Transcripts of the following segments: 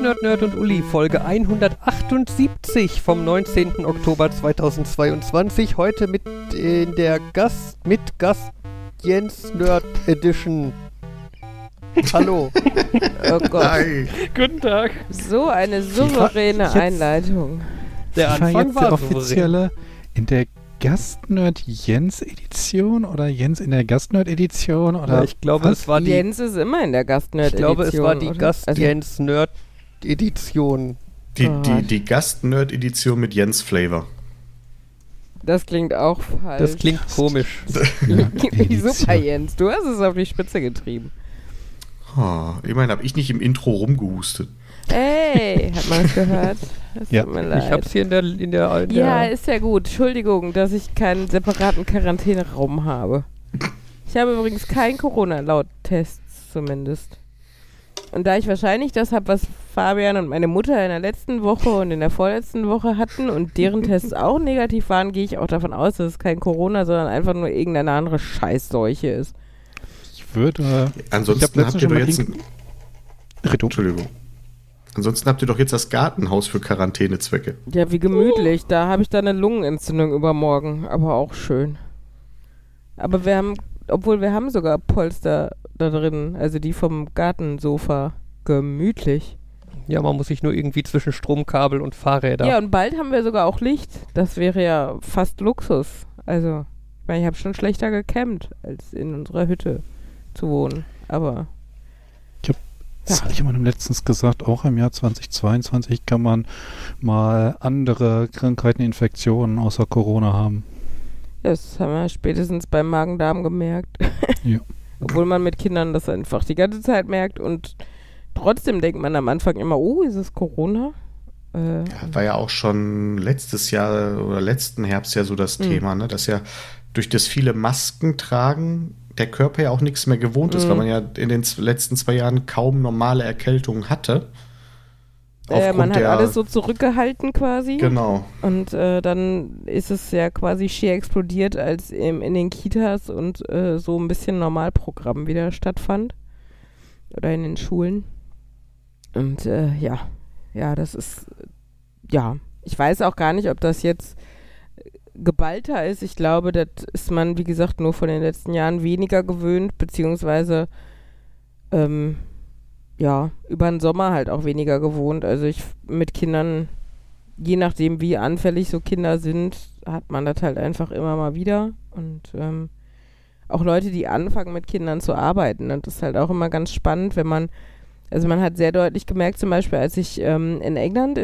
Nerd und Uli, Folge 178 vom 19. Oktober 2022. Heute mit Gast Jens Nerd Edition. Hallo. Oh Gott. Hi. Guten Tag. So eine souveräne Einleitung. Der Anfang war der offizielle in der Gastnerd Jens Edition oder Jens in der Gastnerd Edition oder ja, ich glaube es war die Jens ist immer in der Gastnerd Edition. Ich glaube es war die oder? Gast Jens Nerd Edition. Die Gast-Nerd Edition mit Jens Flavor. Das klingt auch falsch. Das klingt komisch. Super, Jens. Du hast es auf die Spitze getrieben. Oh, immerhin habe ich nicht im Intro rumgehustet. Ey, hat man es gehört? Das Ja. tut mir leid. Ich hab's hier in der Ja, ist ja gut. Entschuldigung, dass ich keinen separaten Quarantäneraum habe. Ich habe übrigens kein Corona, laut Tests zumindest. Und da ich wahrscheinlich das habe, was Fabian und meine Mutter in der letzten Woche und in der vorletzten Woche hatten und deren Tests auch negativ waren, gehe ich auch davon aus, dass es kein Corona, sondern einfach nur irgendeine andere Scheißseuche ist. Ich würde. Ansonsten habt ihr doch jetzt Entschuldigung. Ansonsten habt ihr doch jetzt das Gartenhaus für Quarantänezwecke. Ja, wie gemütlich. Da habe ich dann eine Lungenentzündung übermorgen, aber auch schön. Aber wir haben sogar Polster da drin, also die vom Gartensofa. Gemütlich. Ja, man muss sich nur irgendwie zwischen Stromkabel und Fahrräder. Ja, und bald haben wir sogar auch Licht. Das wäre ja fast Luxus. Also, ich meine, ich habe schon schlechter gecampt, als in unserer Hütte zu wohnen. Aber Das hatte ich jemandem letztens gesagt, auch im Jahr 2022 kann man mal andere Krankheiten, Infektionen außer Corona haben. das haben wir spätestens beim Magen-Darm gemerkt. Ja. Obwohl man mit Kindern das einfach die ganze Zeit merkt und trotzdem denkt man am Anfang immer, oh, ist es Corona? Ja, war ja auch schon letztes Jahr oder letzten Herbst ja so das Thema, ne? Dass ja durch das viele Masken tragen der Körper ja auch nichts mehr gewohnt ist, weil man ja in den letzten 2 Jahren kaum normale Erkältungen hatte. Man hat alles so zurückgehalten quasi. Genau. Und dann ist es ja quasi schier explodiert, als in den Kitas und so ein bisschen Normalprogramm wieder stattfand. Oder in den Schulen. Und ja, das ist, ja, ich weiß auch gar nicht, ob das jetzt geballter ist. Ich glaube, das ist man, wie gesagt, nur von den letzten Jahren weniger gewöhnt, beziehungsweise über den Sommer halt auch weniger gewohnt. Also ich mit Kindern, je nachdem wie anfällig so Kinder sind, hat man das halt einfach immer mal wieder. Und auch Leute, die anfangen mit Kindern zu arbeiten. Und das ist halt auch immer ganz spannend, wenn man, also man hat sehr deutlich gemerkt, zum Beispiel, als ich in England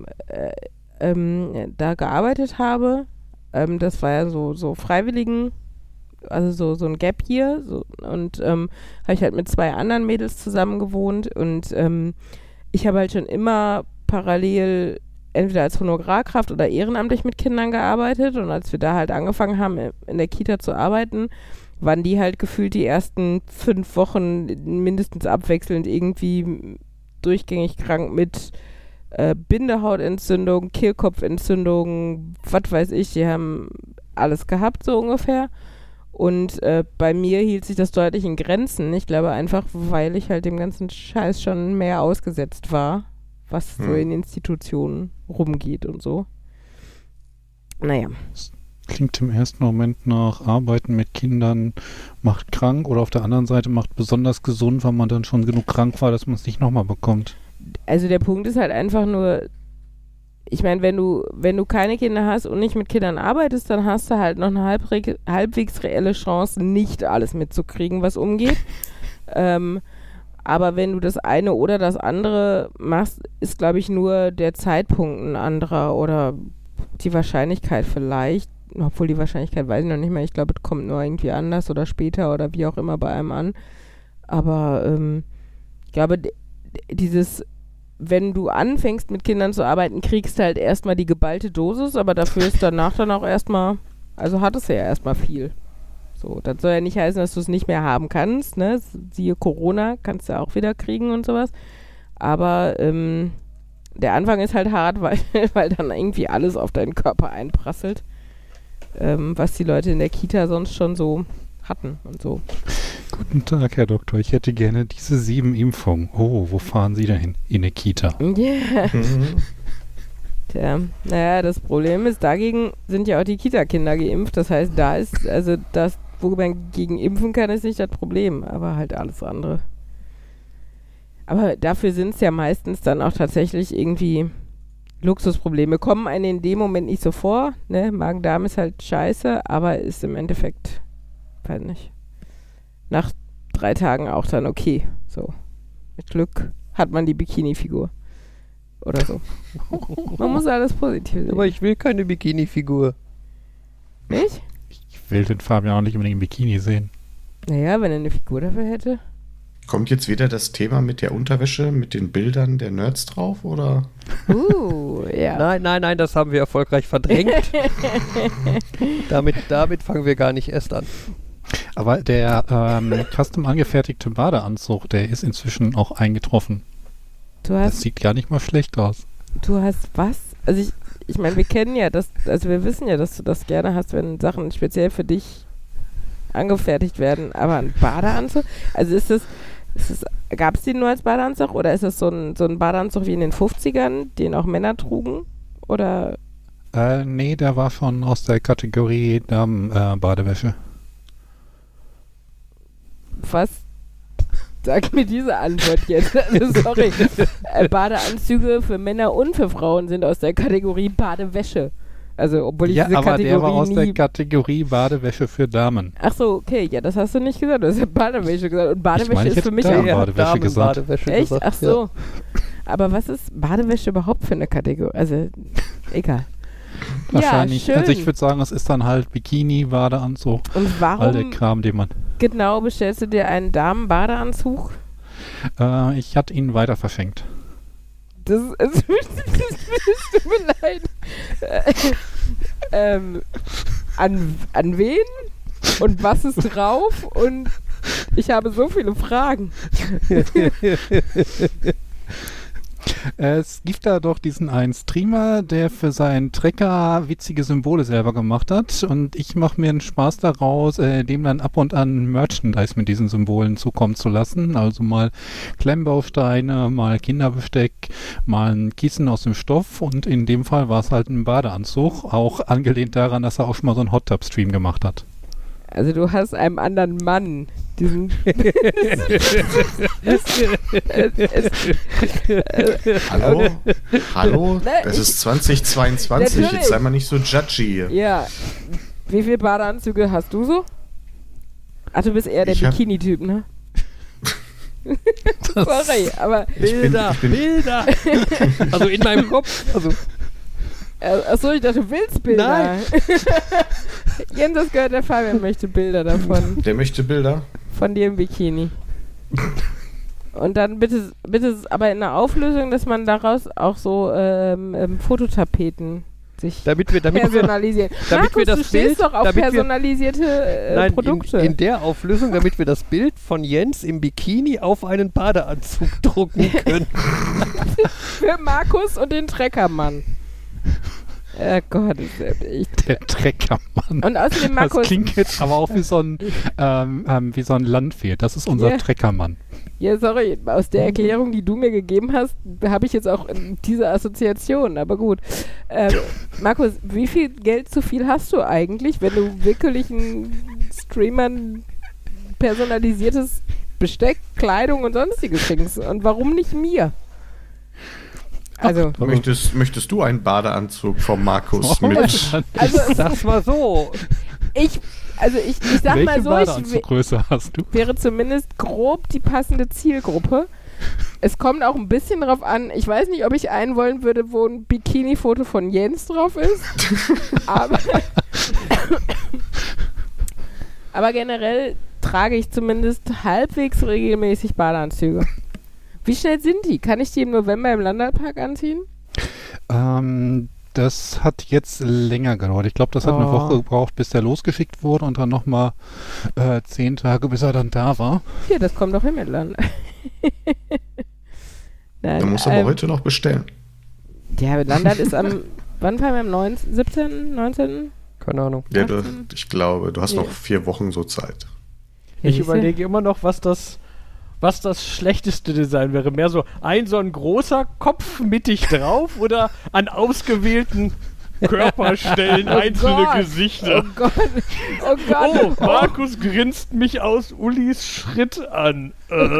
da gearbeitet habe, das war ja so Freiwilligen, also so ein Gap Year, und habe ich halt mit 2 anderen Mädels zusammen gewohnt und ich habe halt schon immer parallel entweder als Honorarkraft oder ehrenamtlich mit Kindern gearbeitet und als wir da halt angefangen haben, in der Kita zu arbeiten, waren die halt gefühlt die ersten 5 Wochen mindestens abwechselnd irgendwie durchgängig krank mit Bindehautentzündung, Kehlkopfentzündung, was weiß ich, die haben alles gehabt, so ungefähr. Und bei mir hielt sich das deutlich in Grenzen. Ich glaube einfach, weil ich halt dem ganzen Scheiß schon mehr ausgesetzt war, was so in Institutionen rumgeht und so. Naja. Das klingt im ersten Moment nach Arbeiten mit Kindern macht krank oder auf der anderen Seite macht besonders gesund, weil man dann schon genug krank war, dass man es nicht nochmal bekommt. Also der Punkt ist halt einfach nur, ich meine, wenn du keine Kinder hast und nicht mit Kindern arbeitest, dann hast du halt noch eine halbwegs reelle Chance, nicht alles mitzukriegen, was umgeht. Aber wenn du das eine oder das andere machst, ist, glaube ich, nur der Zeitpunkt ein anderer oder die Wahrscheinlichkeit vielleicht, obwohl die Wahrscheinlichkeit weiß ich noch nicht mehr, ich glaube, es kommt nur irgendwie anders oder später oder wie auch immer bei einem an. Aber ich glaube, wenn du anfängst mit Kindern zu arbeiten, kriegst du halt erstmal die geballte Dosis, aber dafür ist danach dann auch erstmal, also hattest du ja erstmal viel. So, das soll ja nicht heißen, dass du es nicht mehr haben kannst, ne? Siehe Corona, kannst du auch wieder kriegen und sowas. Aber der Anfang ist halt hart, weil dann irgendwie alles auf deinen Körper einprasselt, was die Leute in der Kita sonst schon so hatten und so. Guten Tag, Herr Doktor. Ich hätte gerne diese 7 Impfungen. Oh, wo fahren Sie denn hin? In eine Kita. Ja. Mhm. Tja, naja, das Problem ist, dagegen sind ja auch die Kita-Kinder geimpft. Das heißt, da ist, also das, wo man gegen impfen kann, ist nicht das Problem, aber halt alles andere. Aber dafür sind es ja meistens dann auch tatsächlich irgendwie Luxusprobleme. Kommen einem in dem Moment nicht so vor, ne? Magen-Darm ist halt scheiße, aber ist im Endeffekt, weiß nicht, nach 3 Tagen auch dann okay. So, mit Glück hat man die Bikini-Figur. Oder so. Man muss alles positiv sehen. Aber ich will keine Bikini-Figur. Nicht? Ich will den Fabian auch nicht unbedingt im Bikini sehen. Naja, wenn er eine Figur dafür hätte. Kommt jetzt wieder das Thema mit der Unterwäsche, mit den Bildern der Nerds drauf, oder? Ja. Nein, das haben wir erfolgreich verdrängt. damit fangen wir gar nicht erst an. Aber der custom angefertigte Badeanzug, der ist inzwischen auch eingetroffen. Das sieht gar nicht mal schlecht aus. Du hast was? Also ich meine, wir kennen ja das, also wir wissen ja, dass du das gerne hast, wenn Sachen speziell für dich angefertigt werden, aber ein Badeanzug? Also gab es den nur als Badeanzug oder ist das so ein Badeanzug wie in den 50ern, den auch Männer trugen? Oder? Nee, der war schon aus der Kategorie Badewäsche. Was? Sag mir diese Antwort jetzt. Also sorry. Badeanzüge für Männer und für Frauen sind aus der Kategorie Badewäsche. Also, obwohl ich diese aber Kategorie der war aus der Kategorie Badewäsche für Damen. Ach so, okay. Ja, das hast du nicht gesagt. Du hast ja Badewäsche gesagt. Und Badewäsche ist für mich auch Badewäsche gesagt. Echt? Ach so. Ja. Aber was ist Badewäsche überhaupt für eine Kategorie? Also, egal. Wahrscheinlich. Ja, schön. Also ich würde sagen, es ist dann halt Bikini, Badeanzug. Und warum all der Kram, den man... Genau, bestellst du dir einen Damenbadeanzug? Ich hatte ihn weiter verschenkt. Das tut mir leid. An wen? Und was ist drauf? Und ich habe so viele Fragen. Es gibt da doch diesen einen Streamer, der für seinen Trecker witzige Symbole selber gemacht hat und ich mache mir einen Spaß daraus, dem dann ab und an Merchandise mit diesen Symbolen zukommen zu lassen. Also mal Klemmbausteine, mal Kinderbesteck, mal ein Kissen aus dem Stoff und in dem Fall war es halt ein Badeanzug, auch angelehnt daran, dass er auch schon mal so einen Hot-Tub-Stream gemacht hat. Also du hast einem anderen Mann diesen... Hallo? Es ist 2022, jetzt sei mal nicht so judgy hier. Ja. Wie viele Badeanzüge hast du so? Ach, du bist eher der Bikini-Typ, ne? Sorry, aber... Bilder! Also in meinem Kopf. Also. Achso, ich dachte, du willst Bilder. Nein. Jens, das gehört, der Fabian möchte Bilder davon. Der möchte Bilder? Von dir im Bikini. Und dann bitte aber in einer Auflösung, dass man daraus auch so Fototapeten sich personalisieren. Damit wir das du stehst doch auf personalisierte Produkte. In der Auflösung, damit wir das Bild von Jens im Bikini auf einen Badeanzug drucken können. Für Markus und den Treckermann. Gott, der Treckermann. Und außerdem, Markus... Das klingt jetzt aber auch wie so ein Landwirt. Das ist unser Treckermann. Ja, sorry, aus der Erklärung, die du mir gegeben hast, habe ich jetzt auch diese Assoziation, aber gut. Markus, wie viel Geld zu viel hast du eigentlich, wenn du wirklich Streamern personalisiertes Besteck, Kleidung und sonstiges schenkst? Und warum nicht mir? Also, möchtest du einen Badeanzug vom Markus mit? Also, das war so. Ich sag welche mal so, Badeanzuggröße hast du? Wäre zumindest grob die passende Zielgruppe. Es kommt auch ein bisschen drauf an, ich weiß nicht, ob ich einen wollen würde, wo ein Bikini-Foto von Jens drauf ist, aber generell trage ich zumindest halbwegs regelmäßig Badeanzüge. Wie schnell sind die? Kann ich die im November im Landalpark anziehen? Das hat jetzt länger gedauert. Ich glaube, das hat eine Woche gebraucht, bis der losgeschickt wurde und dann nochmal 10 Tage, bis er dann da war. Ja, das kommt doch hin mit Land. Da musst du aber heute noch bestellen. Ja, Landal ist wann fahren wir? Am 17., 19.? Keine Ahnung. Ja, ich glaube, du hast noch 4 Wochen so Zeit. Ja, Ich siehste. überlege immer noch, was das schlechteste Design wäre. Mehr so ein großer Kopf mittig drauf oder an ausgewählten Körperstellen einzelne Gott. Gesichter. Oh Gott. Oh Gott. Oh, Markus grinst mich aus Ulis Schritt an.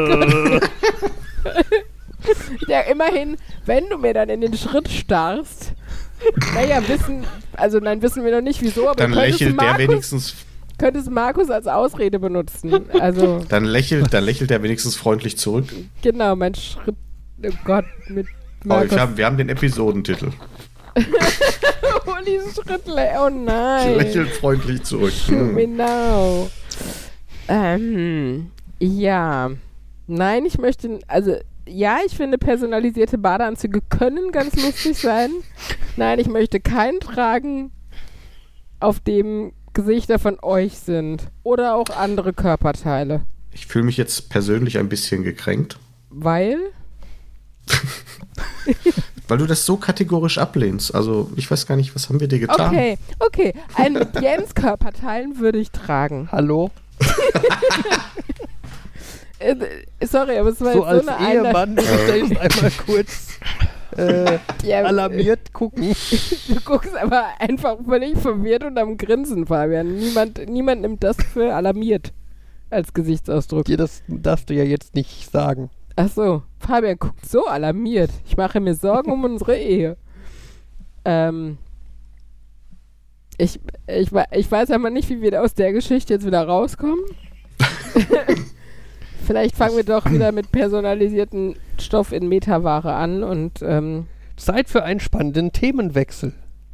Ja, immerhin, wenn du mir dann in den Schritt starrst, wissen wir noch nicht wieso, aber Dann lächelt der wenigstens. könntest Markus als Ausrede benutzen. Also, Dann lächelt er wenigstens freundlich zurück. genau, mein Schritt, oh Gott, mit Oh, Markus. wir haben den Episodentitel. Ulis Schritt, oh nein. Lächelt freundlich zurück. Genau. Ja. Nein, ich möchte, also, ja, ich finde, personalisierte Badeanzüge können ganz lustig sein. Nein, ich möchte keinen tragen, auf dem Gesichter von euch sind. Oder auch andere Körperteile. Ich fühle mich jetzt persönlich ein bisschen gekränkt, Weil? weil du das so kategorisch ablehnst. Also, ich weiß gar nicht, was haben wir dir getan? Okay. Einen mit Jens Körperteilen würde ich tragen. Hallo? Sorry, aber es war So jetzt als so eine Ehemann muss ich da jetzt einmal kurz Ja, alarmiert gucken. Du guckst aber einfach völlig verwirrt und am Grinsen, Fabian. Niemand nimmt das für alarmiert als Gesichtsausdruck. Dir das darfst du ja jetzt nicht sagen. Ach so, Fabian guckt so alarmiert. Ich mache mir Sorgen um unsere Ehe. Ich weiß aber nicht, wie wir aus der Geschichte jetzt wieder rauskommen. Vielleicht fangen wir doch wieder mit personalisierten Stoff in Metaware an und Zeit für einen spannenden Themenwechsel.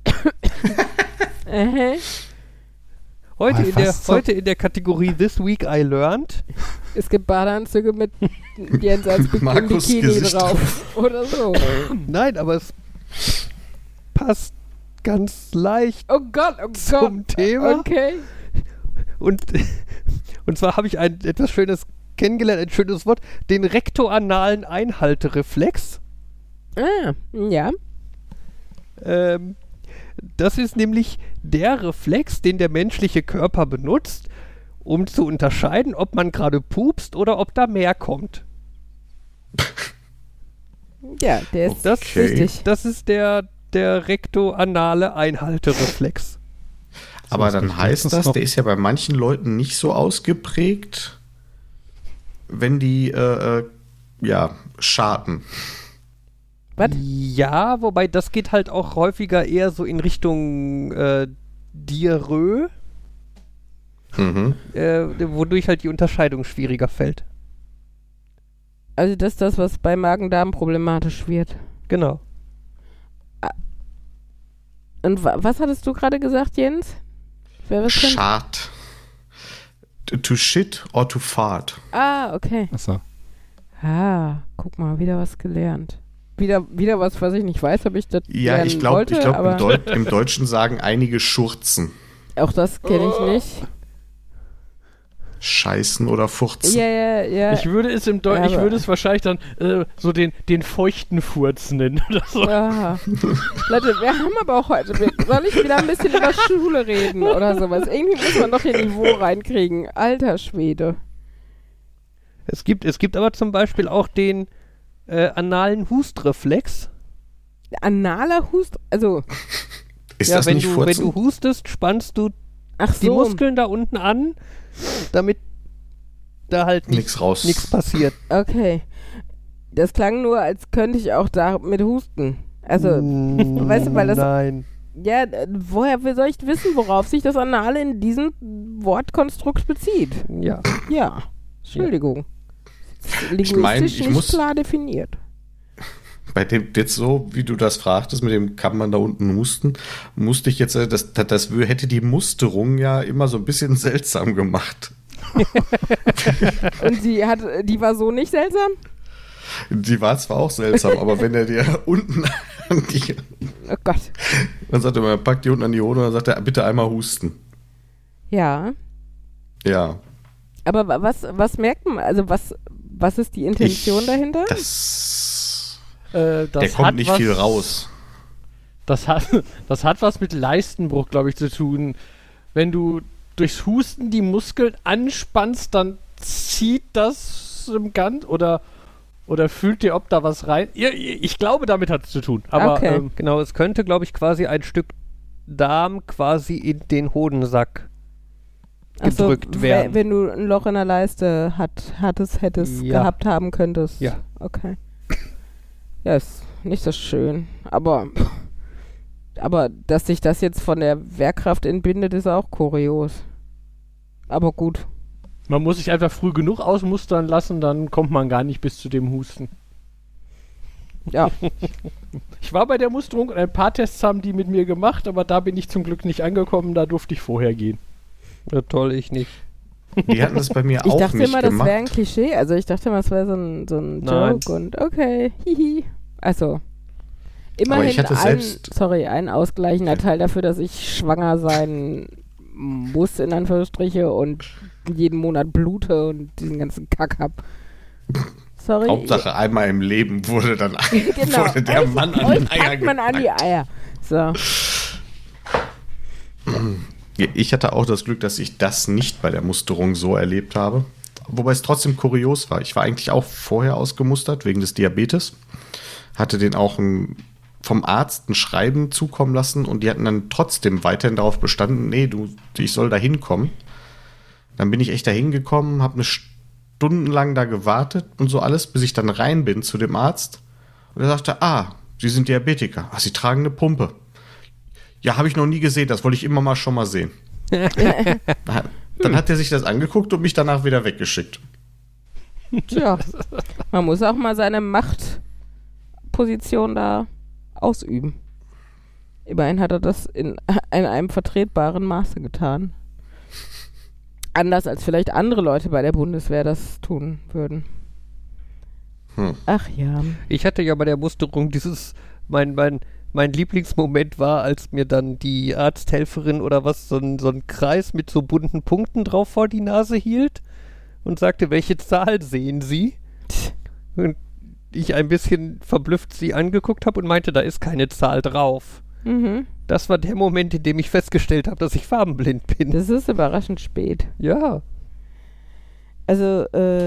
Heute in der Kategorie This Week I Learned. es gibt Badeanzüge mit Jens als Markus' Bikini Gesicht drauf oder so. Nein, aber es passt ganz leicht Oh Gott, zum Thema. Okay. Und zwar habe ich ein etwas Schönes kennengelernt, ein schönes Wort, den rektoanalen Einhaltereflex. Ah, ja. Das ist nämlich der Reflex, den der menschliche Körper benutzt, um zu unterscheiden, ob man gerade pupst oder ob da mehr kommt. Ja, der ist Das, Okay. richtig. das ist der rektoanale Einhaltereflex. Aber So, dann das heißt ist das, noch- der ist ja bei manchen Leuten nicht so ausgeprägt, wenn die, scharten. Was? Ja, wobei das geht halt auch häufiger eher so in Richtung Diarrhoe, Mhm. wodurch halt die Unterscheidung schwieriger fällt. Also das ist das, was bei Magen-Darm problematisch wird. Genau. Und was hattest du gerade gesagt, Jens? Wer was kennt? Schart. To shit or to fart. Ah, okay. Achso. Ah, guck mal, wieder was gelernt. Wieder was ich nicht weiß, ob ich das Ja, lernen ich glaube, wollte, aber im Deutschen sagen einige Schurzen. auch das kenne ich nicht. Scheißen oder furzen. Ja. Ich würde es im Deutschen, Ja, ich aber- würde es wahrscheinlich dann so den feuchten Furz nennen oder so. Ah. Leute, wir haben aber auch heute, soll ich wieder ein bisschen über Schule reden oder sowas? Irgendwie muss man doch hier Niveau reinkriegen. Alter Schwede. Es gibt aber zum Beispiel auch den analen Hustreflex. Analer Hust, also, Ist das wenn nicht du furzen? hustest, spannst du ach die so. Muskeln da unten an, damit da halt Nix raus. nichts passiert. Okay. Das klang nur, als könnte ich auch da mit husten. Also, weißt du, weil das- Nein. ja, woher soll ich wissen, worauf sich das Anale in diesem Wortkonstrukt bezieht? Ja. Ja, Entschuldigung. Linguistisch meine, ich nicht muss- klar definiert. Bei dem jetzt so, wie du das fragtest, mit dem kann man da unten husten, musste ich jetzt, das hätte die Musterung ja immer so ein bisschen seltsam gemacht. Und die war so nicht seltsam? Die war zwar auch seltsam, aber wenn er dir unten an die, Oh Gott. dann sagt er, man packt die unten an die Hoden und dann sagt er, bitte einmal husten. Ja. Ja. Aber was merkt man? Also was ist die Intention dahinter? Der kommt nicht viel raus. Das hat was mit Leistenbruch, glaube ich, zu tun. Wenn du durchs Husten die Muskeln anspannst, dann zieht das im Ganzen oder fühlt ihr, ob da was rein... Ich glaube, damit hat es zu tun. Aber Okay. Genau, es könnte, glaube ich, quasi ein Stück Darm quasi in den Hodensack gedrückt werden. Wenn du ein Loch in der Leiste hättest Ja. gehabt haben könntest. Ja. Okay. Ja, ist nicht so schön. Aber dass sich das jetzt von der Wehrkraft entbindet, ist auch kurios. Aber gut. man muss sich einfach früh genug ausmustern lassen, dann kommt man gar nicht bis zu dem Husten. Ja. Ich war bei der Musterung und ein paar Tests haben die mit mir gemacht, aber da bin ich zum Glück nicht angekommen, da durfte ich vorher gehen. Ja, toll, ich nicht. Die hatten das bei mir Ich auch dachte nicht immer, das gemacht. wäre ein Klischee. Also ich dachte immer, es wäre so ein Nein. Joke und okay, hihi. Also, immerhin ich hatte selbst- ein ausgleichender Teil dafür, dass ich schwanger sein muss, in Anführungsstriche, und jeden Monat blute und diesen ganzen Kack hab. Sorry. Hauptsache einmal im Leben wurde dann Genau. wurde der Mann an Euch den Eier packt man an die gepackt. Eier. So. Ja, ich hatte auch das Glück, dass ich das nicht bei der Musterung so erlebt habe. Wobei es trotzdem kurios war. Ich war eigentlich auch vorher ausgemustert wegen des Diabetes. Hatte den auch vom Arzt ein Schreiben zukommen lassen und die hatten dann trotzdem weiterhin darauf bestanden, nee, ich soll da hinkommen. Dann bin ich echt da hingekommen, habe eine stundenlang da gewartet und so alles, bis ich dann rein bin zu dem Arzt. Und er sagte, Sie sind Diabetiker. Sie tragen eine Pumpe. Ja, habe ich noch nie gesehen, das wollte ich immer mal schon mal sehen. Dann hat er sich das angeguckt und mich danach wieder weggeschickt. Tja. Man muss auch mal seine Machtposition da ausüben. Immerhin hat er das in einem vertretbaren Maße getan. Anders als vielleicht andere Leute bei der Bundeswehr das tun würden. Ach ja. Ich hatte ja bei der Musterung mein Lieblingsmoment war, als mir dann die Arzthelferin oder was so ein Kreis mit so bunten Punkten drauf vor die Nase hielt und sagte, welche Zahl sehen Sie? Und ich ein bisschen verblüfft sie angeguckt habe und meinte, da ist keine Zahl drauf. Mhm. Das war der Moment, in dem ich festgestellt habe, dass ich farbenblind bin. Das ist überraschend spät. Ja. Also,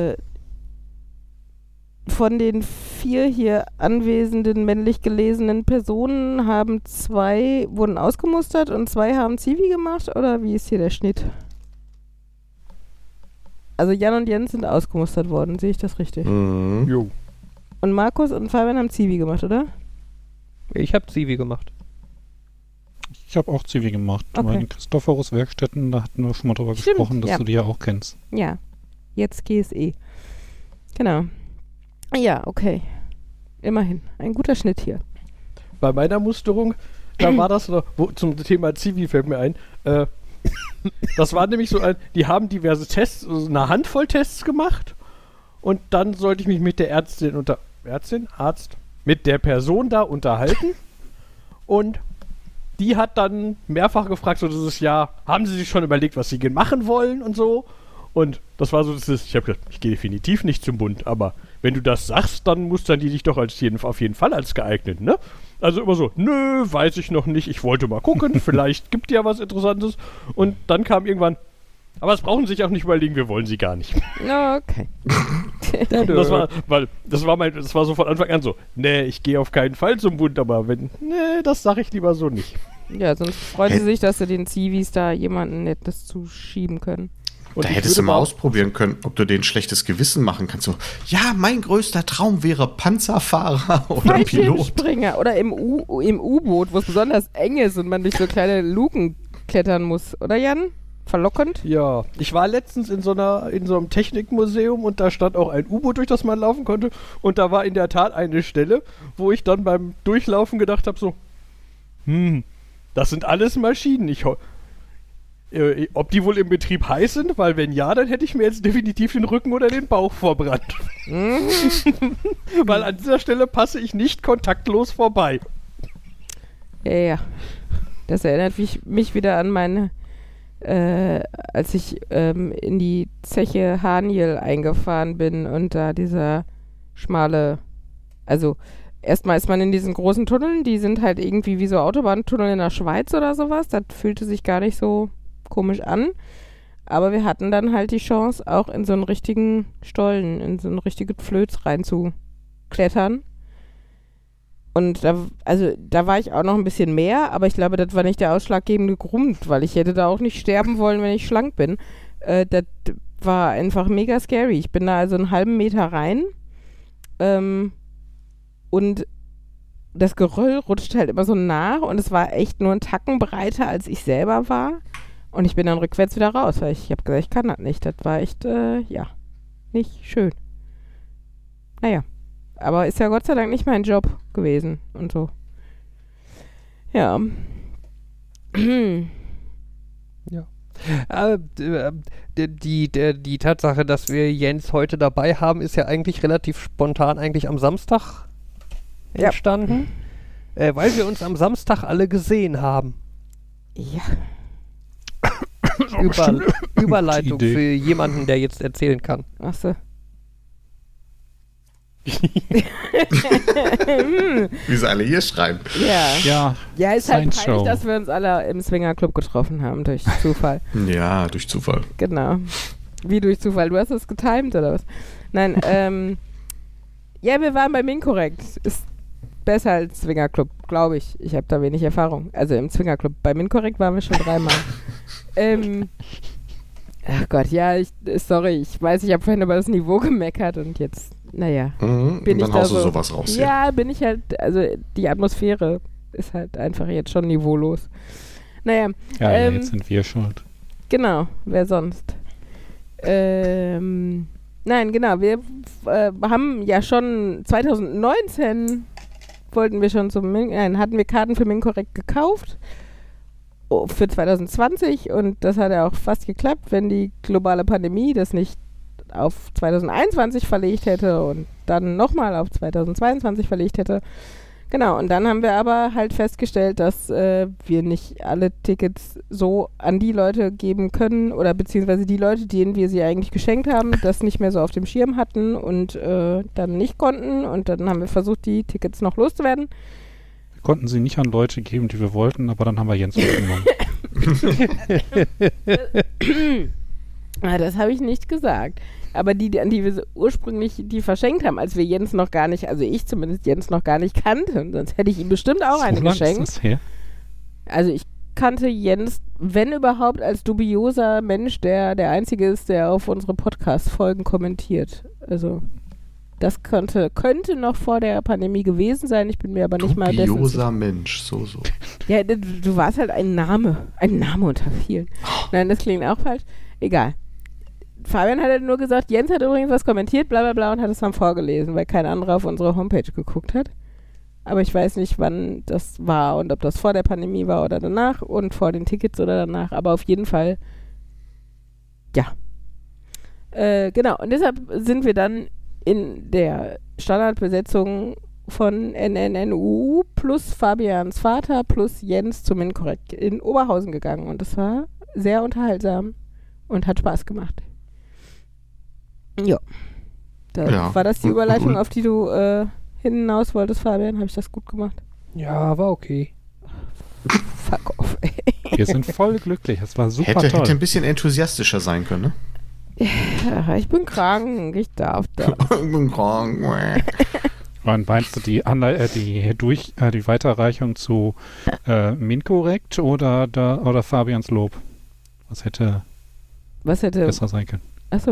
von den 4 hier anwesenden männlich gelesenen Personen haben 2 wurden ausgemustert und 2 haben Zivi gemacht, oder wie ist hier der Schnitt? Also Jan und Jens sind ausgemustert worden, sehe ich das richtig? Mhm. Jo. Und Markus und Fabian haben Zivi gemacht, oder? Ich habe Zivi gemacht. Ich habe auch Zivi gemacht. Okay. Meine Christophorus Werkstätten, da hatten wir schon mal drüber Stimmt, gesprochen, dass ja. du die ja auch kennst. Ja. Jetzt GSE. Genau. Ja, okay. Immerhin. Ein guter Schnitt hier. Bei meiner Musterung, da war das noch, zum Thema Zivi fällt mir ein, das war nämlich so die haben diverse Tests, also eine Handvoll Tests gemacht und dann sollte ich mich mit der Arzt, mit der Person da unterhalten und die hat dann mehrfach gefragt, so dieses Jahr, haben Sie sich schon überlegt, was Sie machen wollen und so. Und das war so, ich habe gedacht, ich gehe definitiv nicht zum Bund, aber wenn du das sagst, dann mustern die dich doch auf jeden Fall als geeignet, ne? Also immer so, nö, weiß ich noch nicht, ich wollte mal gucken, vielleicht gibt ja was Interessantes. Und dann kam irgendwann, aber das brauchen Sie sich auch nicht überlegen, wir wollen Sie gar nicht. Okay. Das war so von Anfang an so, nee, ich gehe auf keinen Fall zum Bund, aber das sage ich lieber so nicht. Ja, sonst freut sie sich, dass sie den Zivis da jemanden Nettes zuschieben können. Und Da ich hättest du würde mal ausprobieren können, ob du denen schlechtes Gewissen machen kannst. So, ja, mein größter Traum wäre Panzerfahrer oder Pilot. Fallschirmspringer oder im U-Boot, wo es besonders eng ist und man durch so kleine Luken klettern muss. Oder Jan? Verlockend? Ja, ich war letztens in so einem Technikmuseum und da stand auch ein U-Boot, durch das man laufen konnte. Und da war in der Tat eine Stelle, wo ich dann beim Durchlaufen gedacht habe, so, das sind alles Maschinen. Ob die wohl im Betrieb heiß sind, weil wenn ja, dann hätte ich mir jetzt definitiv den Rücken oder den Bauch verbrannt. Weil an dieser Stelle passe ich nicht kontaktlos vorbei. Ja. Das erinnert mich wieder an meine, als ich in die Zeche Haniel eingefahren bin und da dieser schmale, also erstmal ist man in diesen großen Tunneln, die sind halt irgendwie wie so Autobahntunnel in der Schweiz oder sowas. Das fühlte sich gar nicht so komisch an. Aber wir hatten dann halt die Chance, auch in so einen richtigen Stollen, in so ein richtiges Flöz reinzuklettern. Und da war ich auch noch ein bisschen mehr, aber ich glaube, das war nicht der ausschlaggebende Grund, weil ich hätte da auch nicht sterben wollen, wenn ich schlank bin. Das war einfach mega scary. Ich bin da also einen halben Meter rein und das Geröll rutscht halt immer so nach und es war echt nur ein Tacken breiter, als ich selber war. Und ich bin dann rückwärts wieder raus, weil ich habe gesagt, ich kann das nicht. Das war echt, nicht schön. Naja, aber ist ja Gott sei Dank nicht mein Job gewesen und so. Ja. Ja. Die Tatsache, dass wir Jens heute dabei haben, ist ja eigentlich relativ spontan eigentlich am Samstag entstanden, weil wir uns am Samstag alle gesehen haben. Ja. Überleitung für jemanden, der jetzt erzählen kann. Ach so. Wie sie alle hier schreiben. Ja, ist halt peinlich, Show. dass wir uns alle im Swingerclub getroffen haben, durch Zufall. Ja, durch Zufall. Genau. Wie durch Zufall? Du hast es getimed, oder was? Nein, wir waren beim Inkorrekt. Ist besser als Swingerclub, glaube ich. Ich habe da wenig Erfahrung. Also im Swingerclub. Beim Inkorrekt waren wir schon 3-mal. Ach Gott, ja, sorry. Ich weiß, ich habe vorhin über das Niveau gemeckert und jetzt, naja. Bin und dann haust du sowas raus. Ja, bin ich halt, also die Atmosphäre ist halt einfach jetzt schon niveaulos. Naja. Ja, jetzt sind wir schuld. Genau, wer sonst? Nein, genau, wir haben ja schon 2019 hatten wir Karten für Minkorrekt gekauft für 2020 und das hat ja auch fast geklappt, wenn die globale Pandemie das nicht auf 2021 verlegt hätte und dann nochmal auf 2022 verlegt hätte. Genau, und dann haben wir aber halt festgestellt, dass wir nicht alle Tickets so an die Leute geben können oder beziehungsweise die Leute, denen wir sie eigentlich geschenkt haben, das nicht mehr so auf dem Schirm hatten und dann nicht konnten und dann haben wir versucht, die Tickets noch loszuwerden. Wir konnten sie nicht an Leute geben, die wir wollten, aber dann haben wir Jens mitgenommen. Das habe ich nicht gesagt. Aber die, an die wir ursprünglich die verschenkt haben, als wir Jens noch gar nicht, also ich zumindest Jens noch gar nicht kannte, sonst hätte ich ihm bestimmt auch eine geschenkt. Ist das her? Also ich kannte Jens, wenn überhaupt, als dubioser Mensch, der Einzige ist, der auf unsere Podcast-Folgen kommentiert. Also das könnte noch vor der Pandemie gewesen sein, ich bin mir aber nicht mal dessen. Dubioser Mensch, so. Ja, du warst halt ein Name unter vielen. Nein, das klingt auch falsch. Egal. Fabian hat halt nur gesagt, Jens hat übrigens was kommentiert, bla bla bla, und hat es dann vorgelesen, weil kein anderer auf unsere Homepage geguckt hat. Aber ich weiß nicht, wann das war und ob das vor der Pandemie war oder danach und vor den Tickets oder danach, aber auf jeden Fall, ja. Genau, und deshalb sind wir dann in der Standardbesetzung von NNNU plus Fabians Vater plus Jens zum Inkorrekt in Oberhausen gegangen und das war sehr unterhaltsam und hat Spaß gemacht. Ja. War das die Überleitung, auf die du hinaus wolltest, Fabian? Habe ich das gut gemacht? Ja, war okay. Fuck off, ey. Wir sind voll glücklich. Das war super toll. Hätte ein bisschen enthusiastischer sein können, ne? Ja, ich bin krank. Ich darf da. Ich bin krank. Und meinst du die Weiterreichung zu Minkorrekt oder Fabians Lob? Was hätte besser sein können? Achso.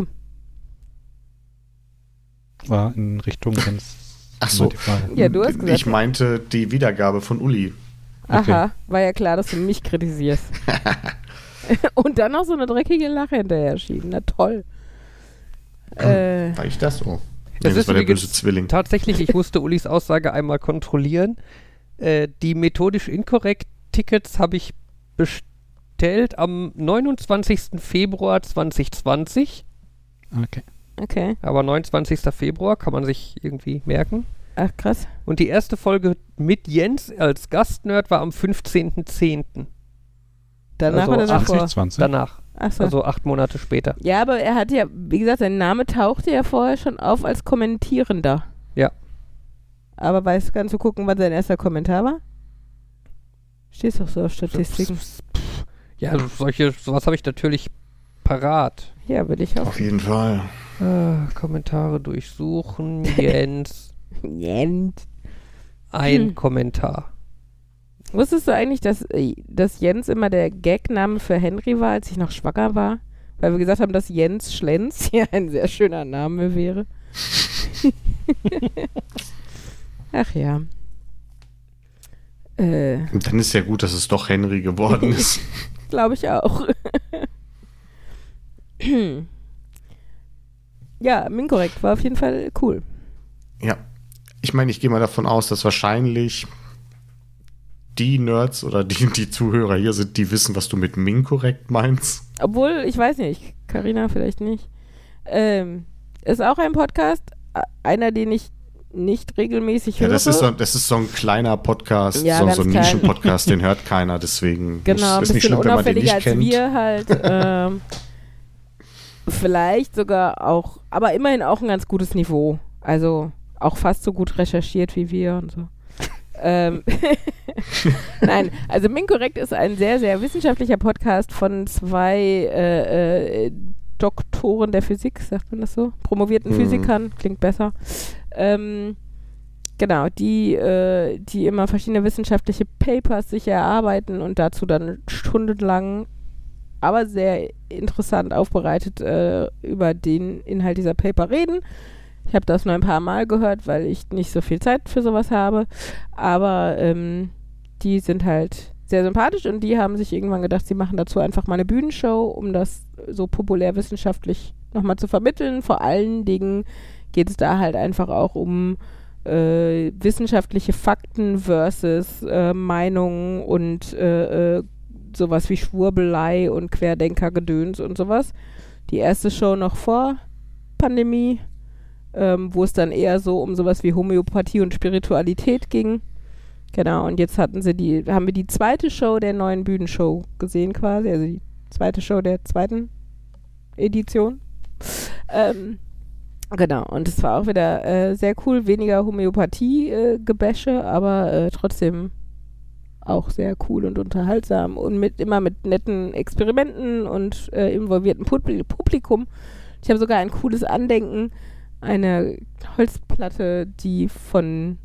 War in Richtung Jens. Ach so. Ja, du hast gesagt. Ich meinte die Wiedergabe von Uli. Okay. Aha, war ja klar, dass du mich kritisierst. Und dann noch so eine dreckige Lache hinterher schieben. Na toll. War ich das? Oh. Das Nee, ist war der übrigens böse Zwilling. Tatsächlich, ich musste Ulis Aussage einmal kontrollieren. Die methodisch inkorrekt Tickets habe ich bestellt am 29. Februar 2020. Okay. Aber 29. Februar kann man sich irgendwie merken. Ach, krass. Und die erste Folge mit Jens als Gastnerd war am 15.10. Danach Also oder davor? 2020. Danach. Ach so. Also 8 Monate später. Ja, aber er hatte ja, wie gesagt, sein Name tauchte ja vorher schon auf als Kommentierender. Ja. Aber kannst du gucken, was sein erster Kommentar war? Stehst doch so auf Statistiken. Ja, sowas habe ich natürlich parat. Ja, will ich auch. Auf jeden Fall. Kommentare durchsuchen. Jens. Jens. Ein Kommentar. Wusstest du eigentlich, dass Jens immer der Gagname für Henry war, als ich noch schwanger war? Weil wir gesagt haben, dass Jens Schlenz ja ein sehr schöner Name wäre. Ach ja. Und dann ist ja gut, dass es doch Henry geworden ist. Glaube ich auch. Ja, Minkorrekt war auf jeden Fall cool. Ja. Ich meine, ich gehe mal davon aus, dass wahrscheinlich die Nerds oder die Zuhörer hier sind, die wissen, was du mit Minkorrekt meinst. Obwohl, ich weiß nicht, Carina vielleicht nicht. Ist auch ein Podcast, einer, den ich nicht regelmäßig höre. Ja, das ist so ein kleiner Podcast, Ja, so ganz ein klein. Nischenpodcast, den hört keiner, deswegen Genau, ein ist nicht bisschen schlimm, wenn man den unauffälliger nicht als kennt. wir halt. Vielleicht sogar auch, aber immerhin auch ein ganz gutes Niveau. Also auch fast so gut recherchiert wie wir und so. Nein, also Minkorrekt ist ein sehr, sehr wissenschaftlicher Podcast von zwei Doktoren der Physik, sagt man das so? Promovierten Physikern, klingt besser. Genau, die immer verschiedene wissenschaftliche Papers sich erarbeiten und dazu dann stundenlang, aber sehr interessant aufbereitet über den Inhalt dieser Paper reden. Ich habe das nur ein paar Mal gehört, weil ich nicht so viel Zeit für sowas habe. Aber die sind halt sehr sympathisch und die haben sich irgendwann gedacht, sie machen dazu einfach mal eine Bühnenshow, um das so populärwissenschaftlich nochmal zu vermitteln. Vor allen Dingen geht es da halt einfach auch um wissenschaftliche Fakten versus Meinungen und sowas wie Schwurbelei und Querdenkergedöns und sowas. Die erste Show noch vor Pandemie, wo es dann eher so um sowas wie Homöopathie und Spiritualität ging. Genau, und jetzt haben wir die zweite Show der neuen Bühnenshow gesehen quasi, also die zweite Show der zweiten Edition. Genau, und es war auch wieder sehr cool, weniger Homöopathie-Gebäsche, aber trotzdem auch sehr cool und unterhaltsam und immer mit netten Experimenten und involviertem Publikum. Ich habe sogar ein cooles Andenken, eine Holzplatte, die von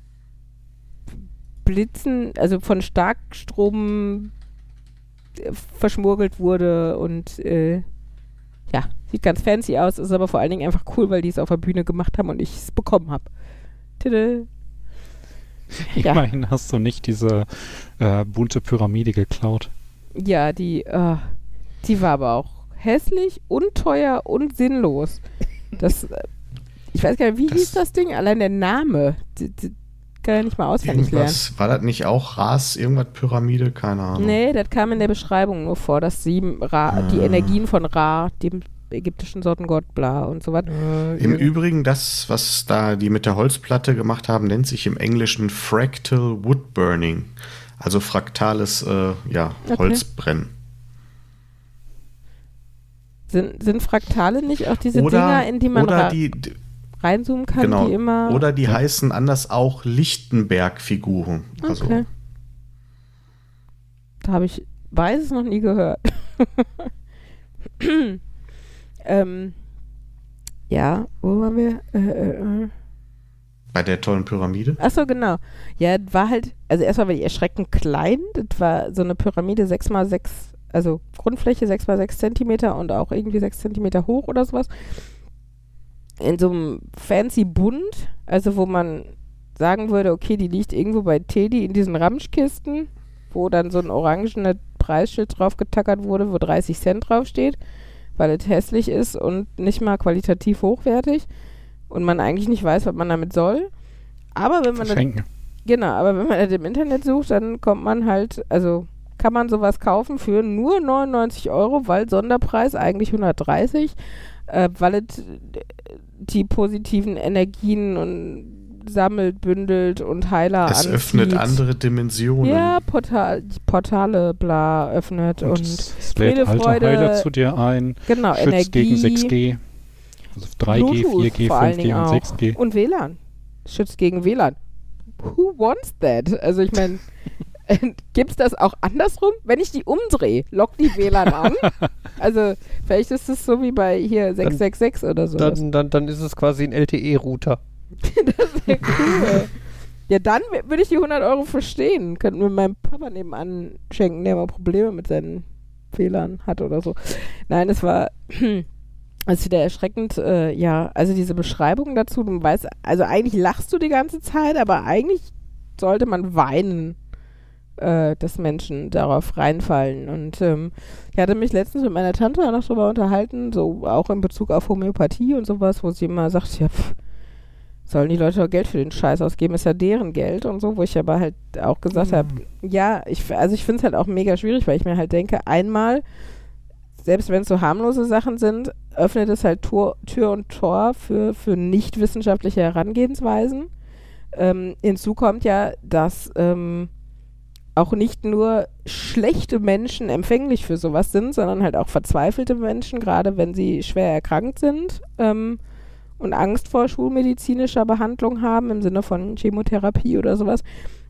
Blitzen, also von Starkstrom verschmurgelt wurde und ja, sieht ganz fancy aus, ist aber vor allen Dingen einfach cool, weil die es auf der Bühne gemacht haben und ich es bekommen habe. Tada! Ja. Immerhin hast du nicht diese bunte Pyramide geklaut. Ja, die war aber auch hässlich und teuer und sinnlos. Das, ich weiß gar nicht, wie hieß das Ding? Allein der Name. Kann ja nicht mal auswendig lernen. War das nicht auch Ras, irgendwas Pyramide? Keine Ahnung. Nee, das kam in der Beschreibung nur vor, dass die Energien von Ra, dem ägyptischen Sortengott, bla und so was. Im Übrigen, das, was da die mit der Holzplatte gemacht haben, nennt sich im Englischen Fractal Wood Burning. Also fraktales Holzbrennen. Sind Fraktale nicht auch diese Dinger, in die man reinzoomen kann, genau, die immer... Oder die heißen anders auch Lichtenberg-Figuren. Okay. Also, da habe ich beides noch nie gehört. Ja, wo waren wir? bei der tollen Pyramide. Achso, genau. Ja, war halt, also erstmal war die erschreckend klein. Das war so eine Pyramide 6x6, also Grundfläche 6x6 Zentimeter und auch irgendwie 6 Zentimeter hoch oder sowas. In so einem fancy Bunt, also wo man sagen würde, okay, die liegt irgendwo bei Teddy in diesen Ramschkisten, wo dann so ein orangenes Preisschild drauf getackert wurde, wo 30 Cent draufsteht, weil es hässlich ist und nicht mal qualitativ hochwertig und man eigentlich nicht weiß, was man damit soll. Aber wenn man das im Internet sucht, dann kommt man halt, also kann man sowas kaufen für nur 99 €, weil Sonderpreis eigentlich 130, weil es die positiven Energien und sammelt, bündelt und Heiler anzieht. Es öffnet andere Dimensionen. Ja, Portale, bla, öffnet und es lädt alte Heiler zu dir ein. Genau, schützt Energie. gegen 6G. Also 3G, Bluetooth 4G, vor allen 5G Dingen und auch. 6G. Und WLAN. Schützt gegen WLAN. Who wants that? Also ich meine, Gibt es das auch andersrum? Wenn ich die umdrehe, lockt die WLAN an? Also, vielleicht ist es so wie bei hier 666 oder so. Dann ist es quasi ein LTE-Router. Das wäre cool. Ja, dann würde ich die 100 Euro verstehen. Könnten wir meinem Papa nebenan schenken, der mal Probleme mit seinen WLAN hat oder so. Nein, es war ist wieder erschreckend. Ja, also diese Beschreibung dazu, du weißt, also eigentlich lachst du die ganze Zeit, aber eigentlich sollte man weinen, dass Menschen darauf reinfallen. Und ich hatte mich letztens mit meiner Tante auch noch drüber unterhalten, so auch in Bezug auf Homöopathie und sowas, wo sie immer sagt, ja, sollen die Leute doch Geld für den Scheiß ausgeben, ist ja deren Geld und so, wo ich aber halt auch gesagt habe, ja, ich finde es halt auch mega schwierig, weil ich mir halt denke, einmal, selbst wenn es so harmlose Sachen sind, öffnet es halt Tür und Tor für nicht wissenschaftliche Herangehensweisen. Hinzu kommt ja, dass auch nicht nur schlechte Menschen empfänglich für sowas sind, sondern halt auch verzweifelte Menschen, gerade wenn sie schwer erkrankt sind und Angst vor schulmedizinischer Behandlung haben, im Sinne von Chemotherapie oder sowas.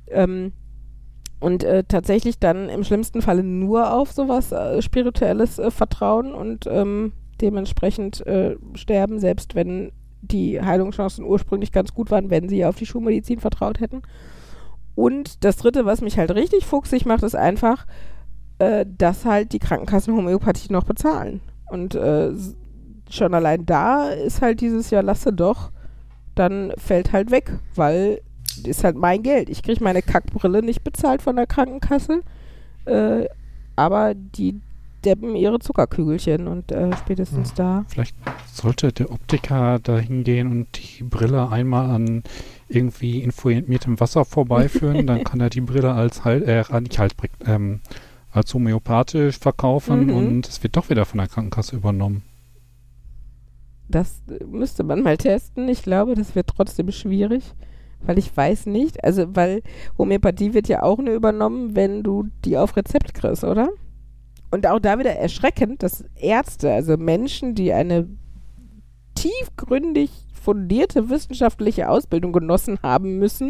Und tatsächlich dann im schlimmsten Falle nur auf sowas Spirituelles vertrauen und dementsprechend sterben, selbst wenn die Heilungschancen ursprünglich ganz gut waren, wenn sie auf die Schulmedizin vertraut hätten. Und das Dritte, was mich halt richtig fuchsig macht, ist einfach, dass halt die Krankenkassen Homöopathie noch bezahlen. Und schon allein da ist halt dieses Jahr, lasse doch, dann fällt halt weg, weil ist halt mein Geld. Ich kriege meine Kackbrille nicht bezahlt von der Krankenkasse, aber die deppen ihre Zuckerkügelchen und spätestens da. Vielleicht sollte der Optiker da hingehen und die Brille einmal an irgendwie informiertem Wasser vorbeiführen, dann kann er die Brille als als homöopathisch verkaufen und es wird doch wieder von der Krankenkasse übernommen. Das müsste man mal testen. Ich glaube, das wird trotzdem schwierig, weil ich weiß nicht, also weil Homöopathie wird ja auch nur übernommen, wenn du die auf Rezept kriegst, oder? Und auch da wieder erschreckend, dass Ärzte, also Menschen, die eine tiefgründig fundierte wissenschaftliche Ausbildung genossen haben müssen,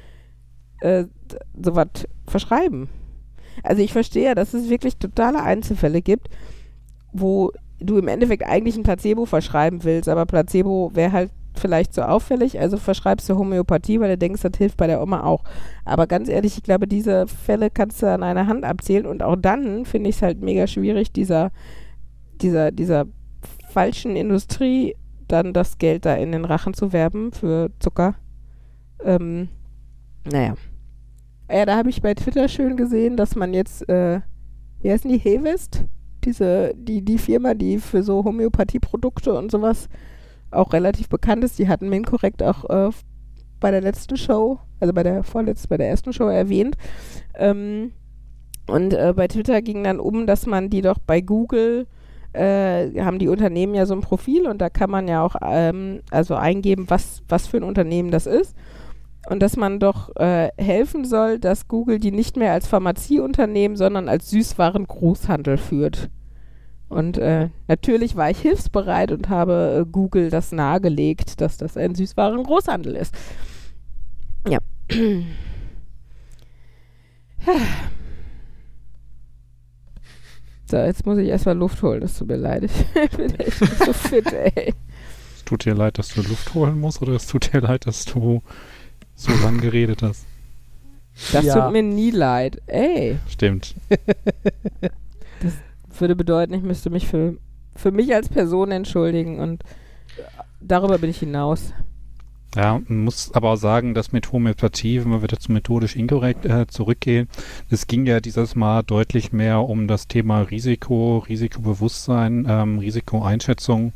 sowas verschreiben. Also ich verstehe ja, dass es wirklich totale Einzelfälle gibt, wo du im Endeffekt eigentlich ein Placebo verschreiben willst, aber Placebo wäre halt vielleicht so auffällig, also verschreibst du Homöopathie, weil du denkst, das hilft bei der Oma auch. Aber ganz ehrlich, ich glaube, diese Fälle kannst du an einer Hand abzählen und auch dann finde ich es halt mega schwierig, dieser falschen Industrie dann das Geld da in den Rachen zu werben für Zucker. Naja. Ja, da habe ich bei Twitter schön gesehen, dass man jetzt, wie heißen die, Hevest? Die Firma, die für so Homöopathieprodukte und sowas auch relativ bekannt ist, die hatten Minkorrekt auch bei der letzten Show, also bei der ersten Show erwähnt. Und bei Twitter ging dann dass man die doch bei Google, haben die Unternehmen ja so ein Profil und da kann man ja auch also eingeben, was für ein Unternehmen das ist. Und dass man doch helfen soll, dass Google die nicht mehr als Pharmazieunternehmen, sondern als Süßwaren-Großhandel führt. Und natürlich war ich hilfsbereit und habe Google das nahegelegt, dass das ein Süßwaren-Großhandel ist. Ja. So, jetzt muss ich erstmal Luft holen, das tut mir leid. Ich bin echt nicht so fit, ey. Es tut dir leid, dass du Luft holen musst oder es tut dir leid, dass du so lange geredet hast? Das tut mir nie leid. Ey. Stimmt. Das würde bedeuten, ich müsste mich für mich als Person entschuldigen und darüber bin ich hinaus. Ja, man muss aber auch sagen, dass mit Homöopathie, wenn wir wieder zu methodisch inkorrekt zurückgehen, es ging ja dieses Mal deutlich mehr um das Thema Risikobewusstsein, Risikoeinschätzung.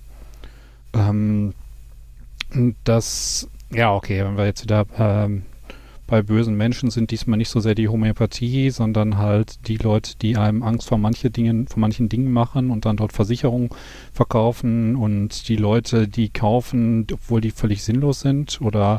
Das, ja, okay, wenn wir jetzt wieder bei bösen Menschen sind, diesmal nicht so sehr die Homöopathie, sondern halt die Leute, die einem Angst vor manchen Dingen machen und dann dort Versicherungen verkaufen und die Leute, die kaufen, obwohl die völlig sinnlos sind oder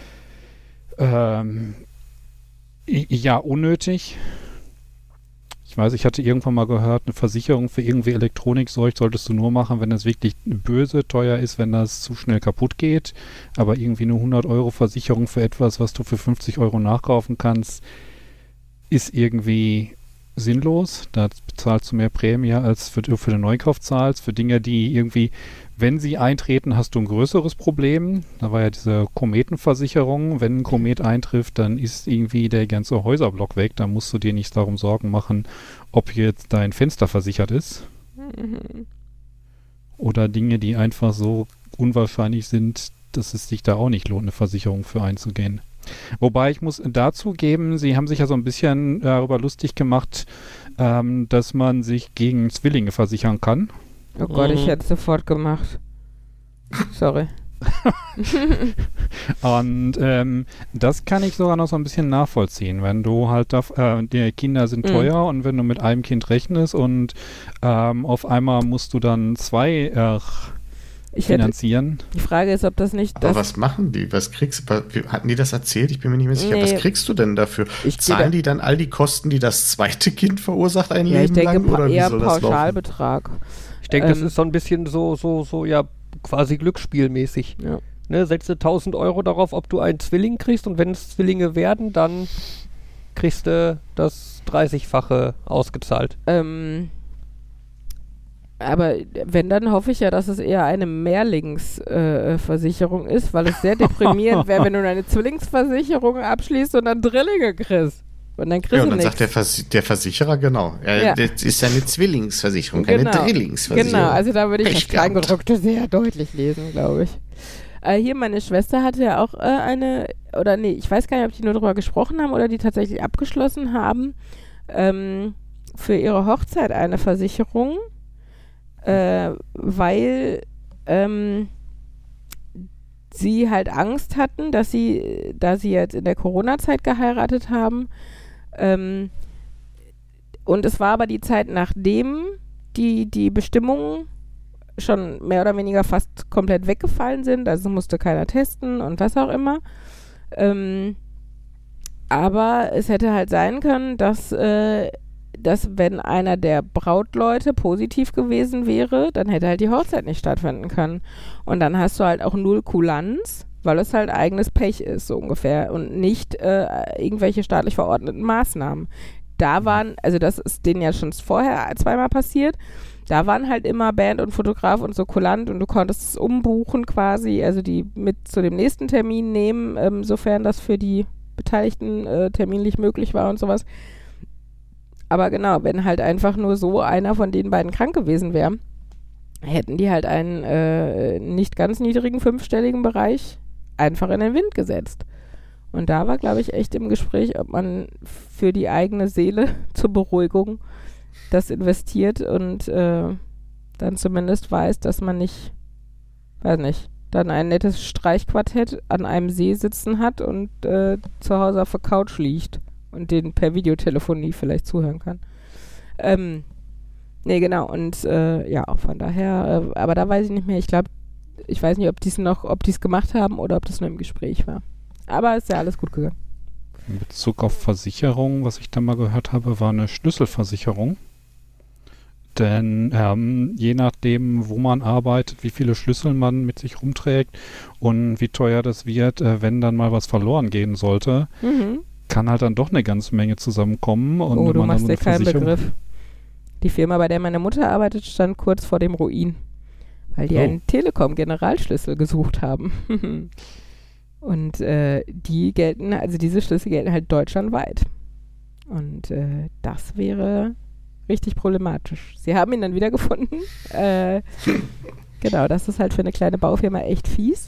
ja, unnötig. Ich weiß, ich hatte irgendwann mal gehört, eine Versicherung für irgendwie Elektronikzeug solltest du nur machen, wenn es wirklich böse teuer ist, wenn das zu schnell kaputt geht. Aber irgendwie eine 100 € Versicherung für etwas, was du für 50 € nachkaufen kannst, ist irgendwie sinnlos. Da bezahlst du mehr Prämie, als für den Neukauf zahlst. Für Dinge, die irgendwie, wenn sie eintreten, hast du ein größeres Problem. Da war ja diese Kometenversicherung. Wenn ein Komet eintrifft, dann ist irgendwie der ganze Häuserblock weg. Da musst du dir nicht darum Sorgen machen, ob jetzt dein Fenster versichert ist. Mhm. Oder Dinge, die einfach so unwahrscheinlich sind, dass es sich da auch nicht lohnt, eine Versicherung für einzugehen. Wobei ich muss dazu geben, sie haben sich ja so ein bisschen darüber lustig gemacht, dass man sich gegen Zwillinge versichern kann. Oh Gott, ich hätte es sofort gemacht. Sorry. Und das kann ich sogar noch so ein bisschen nachvollziehen, wenn du halt, die Kinder sind teuer und wenn du mit einem Kind rechnest und auf einmal musst du dann zwei finanzieren. Die Frage ist, ob das nicht... Aber was machen die? Was kriegst du? Hatten die das erzählt? Ich bin mir nicht mehr sicher. Nee. Was kriegst du denn dafür? Zahlen die dann all die Kosten, die das zweite Kind verursacht, ein Leben lang? Ich denke Oder wie eher soll das laufen? Pauschalbetrag. Ich denke, das ist so ein bisschen so, ja, quasi glücksspielmäßig. Ja. Ne, setze 1.000 Euro darauf, ob du einen Zwilling kriegst und wenn es Zwillinge werden, dann kriegst du das 30-fache ausgezahlt. Aber wenn, dann hoffe ich ja, dass es eher eine Mehrlingsversicherung ist, weil es sehr deprimierend wäre, wenn du eine Zwillingsversicherung abschließt und dann Drillinge kriegst. Und dann kriegst Ja, und du dann nichts. sagt der Versicherer, genau. Ja. Das ist eine Zwillingsversicherung, keine Drillingsversicherung. Genau, also da würde ich Pech das Kleingedruckte sehr deutlich lesen, glaube ich. Hier, meine Schwester hatte ja auch ich weiß gar nicht, ob die nur darüber gesprochen haben oder die tatsächlich abgeschlossen haben, für ihre Hochzeit eine Versicherung, weil sie halt Angst hatten, da sie jetzt in der Corona-Zeit geheiratet haben, und es war aber die Zeit, nachdem die Bestimmungen schon mehr oder weniger fast komplett weggefallen sind, also musste keiner testen und was auch immer. Aber es hätte halt sein können, dass wenn einer der Brautleute positiv gewesen wäre, dann hätte halt die Hochzeit nicht stattfinden können. Und dann hast du halt auch null Kulanz, weil es halt eigenes Pech ist, so ungefähr, und nicht irgendwelche staatlich verordneten Maßnahmen. Da waren, also das ist denen ja schon vorher zweimal passiert, da waren halt immer Band und Fotograf und so kulant und du konntest es umbuchen quasi, also die mit zu dem nächsten Termin nehmen, sofern das für die Beteiligten terminlich möglich war und sowas. Aber genau, wenn halt einfach nur so einer von den beiden krank gewesen wäre, hätten die halt einen nicht ganz niedrigen fünfstelligen Bereich einfach in den Wind gesetzt. Und da war, glaube ich, echt im Gespräch, ob man für die eigene Seele zur Beruhigung das investiert und dann zumindest weiß, dass man nicht, weiß nicht, dann ein nettes Streichquartett an einem See sitzen hat und zu Hause auf der Couch liegt und den per Videotelefonie vielleicht zuhören kann. Nee, genau, und ja, von daher, aber da weiß ich nicht mehr, ich weiß nicht, ob die es gemacht haben oder ob das nur im Gespräch war. Aber ist ja alles gut gegangen. In Bezug auf Versicherung, was ich da mal gehört habe, war eine Schlüsselversicherung. Denn je nachdem, wo man arbeitet, wie viele Schlüssel man mit sich rumträgt und wie teuer das wird, wenn dann mal was verloren gehen sollte, kann halt dann doch eine ganze Menge zusammenkommen. Und oh, wenn du man machst dann dir keinen Begriff. Die Firma, bei der meine Mutter arbeitet, stand kurz vor dem Ruin, weil die einen Telekom-Generalschlüssel gesucht haben. Und die gelten, also diese Schlüssel gelten halt deutschlandweit. Und das wäre richtig problematisch. Sie haben ihn dann wiedergefunden. Genau, das ist halt für eine kleine Baufirma echt fies.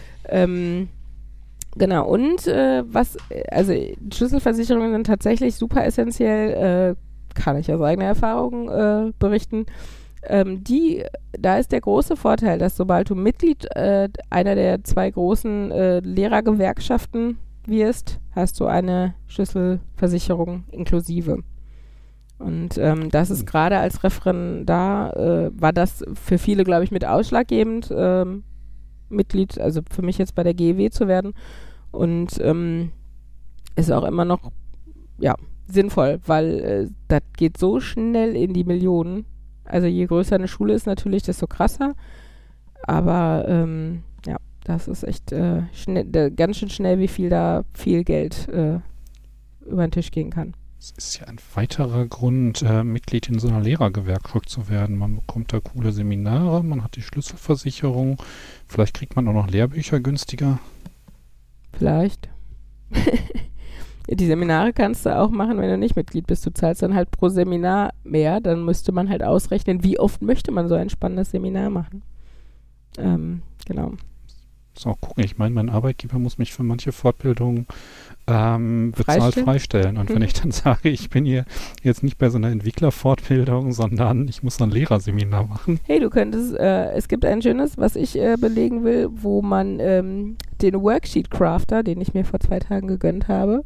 Genau, und also Schlüsselversicherungen sind tatsächlich super essentiell, kann ich aus eigener Erfahrung berichten. Da ist der große Vorteil, dass sobald du Mitglied einer der zwei großen Lehrergewerkschaften wirst, hast du eine Schlüsselversicherung inklusive. Und das ist gerade als Referendar, war das für viele, glaube ich, mit ausschlaggebend, Mitglied, also für mich jetzt bei der GEW zu werden. Und ist auch immer noch, ja, sinnvoll, weil das geht so schnell in die Millionen. Also je größer eine Schule ist natürlich, desto krasser. Aber ja, das ist echt ganz schön schnell, wie viel Geld über den Tisch gehen kann. Es ist ja ein weiterer Grund, Mitglied in so einer Lehrergewerkschaft zu werden. Man bekommt da coole Seminare, man hat die Schlüsselversicherung, vielleicht kriegt man auch noch Lehrbücher günstiger. Vielleicht. Die Seminare kannst du auch machen, wenn du nicht Mitglied bist. Du zahlst dann halt pro Seminar mehr. Dann müsste man halt ausrechnen, wie oft möchte man so ein spannendes Seminar machen. Genau. So, gucken. Ich meine, mein Arbeitgeber muss mich für manche Fortbildungen bezahlt freistellen. Und wenn ich dann sage, ich bin hier jetzt nicht bei so einer Entwicklerfortbildung, sondern ich muss ein Lehrerseminar machen. Hey, du könntest, es gibt ein schönes, was ich belegen will, wo man den Worksheet Crafter, den ich mir vor 2 Tagen gegönnt habe,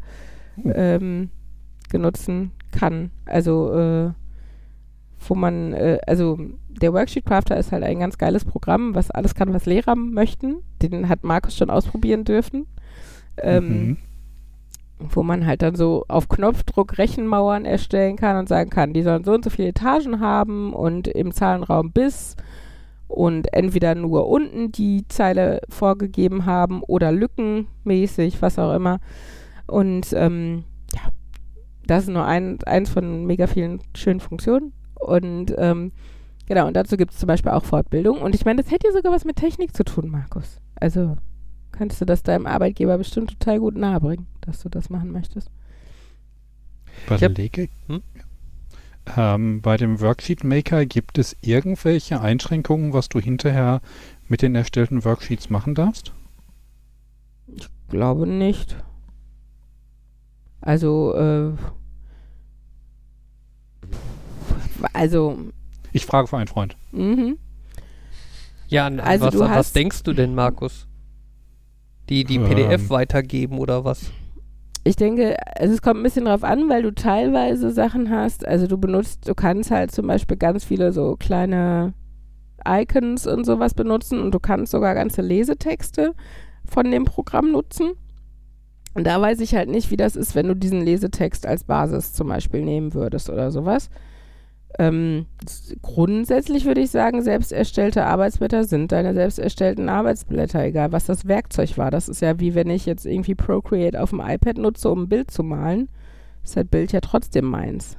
genutzen kann. Also, wo man, also der Worksheet Crafter ist halt ein ganz geiles Programm, was alles kann, was Lehrer möchten. Den hat Markus schon ausprobieren dürfen. Wo man halt dann so auf Knopfdruck Rechenmauern erstellen kann und sagen kann, die sollen so und so viele Etagen haben und im Zahlenraum bis und entweder nur unten die Zeile vorgegeben haben oder lückenmäßig, was auch immer. Und ja, das ist nur eins von mega vielen schönen Funktionen. Und genau, und dazu gibt es zum Beispiel auch Fortbildung. Und ich meine, das hätte ja sogar was mit Technik zu tun, Markus. Also kannst du das deinem Arbeitgeber bestimmt total gut nahebringen, dass du das machen möchtest. Überlege. Bei dem Worksheet Maker gibt es irgendwelche Einschränkungen, was du hinterher mit den erstellten Worksheets machen darfst? Ich glaube nicht. Also, ich frage für einen Freund. Ja, also was denkst du denn, Markus? Die PDF weitergeben oder was? Ich denke, also es kommt ein bisschen drauf an, weil du teilweise Sachen hast, also du kannst halt zum Beispiel ganz viele so kleine Icons und sowas benutzen und du kannst sogar ganze Lesetexte von dem Programm nutzen. Und da weiß ich halt nicht, wie das ist, wenn du diesen Lesetext als Basis zum Beispiel nehmen würdest oder sowas. Grundsätzlich würde ich sagen, selbst erstellte Arbeitsblätter sind deine selbst erstellten Arbeitsblätter, egal was das Werkzeug war. Das ist ja wie wenn ich jetzt irgendwie Procreate auf dem iPad nutze, um ein Bild zu malen. Ist das Bild ja trotzdem meins.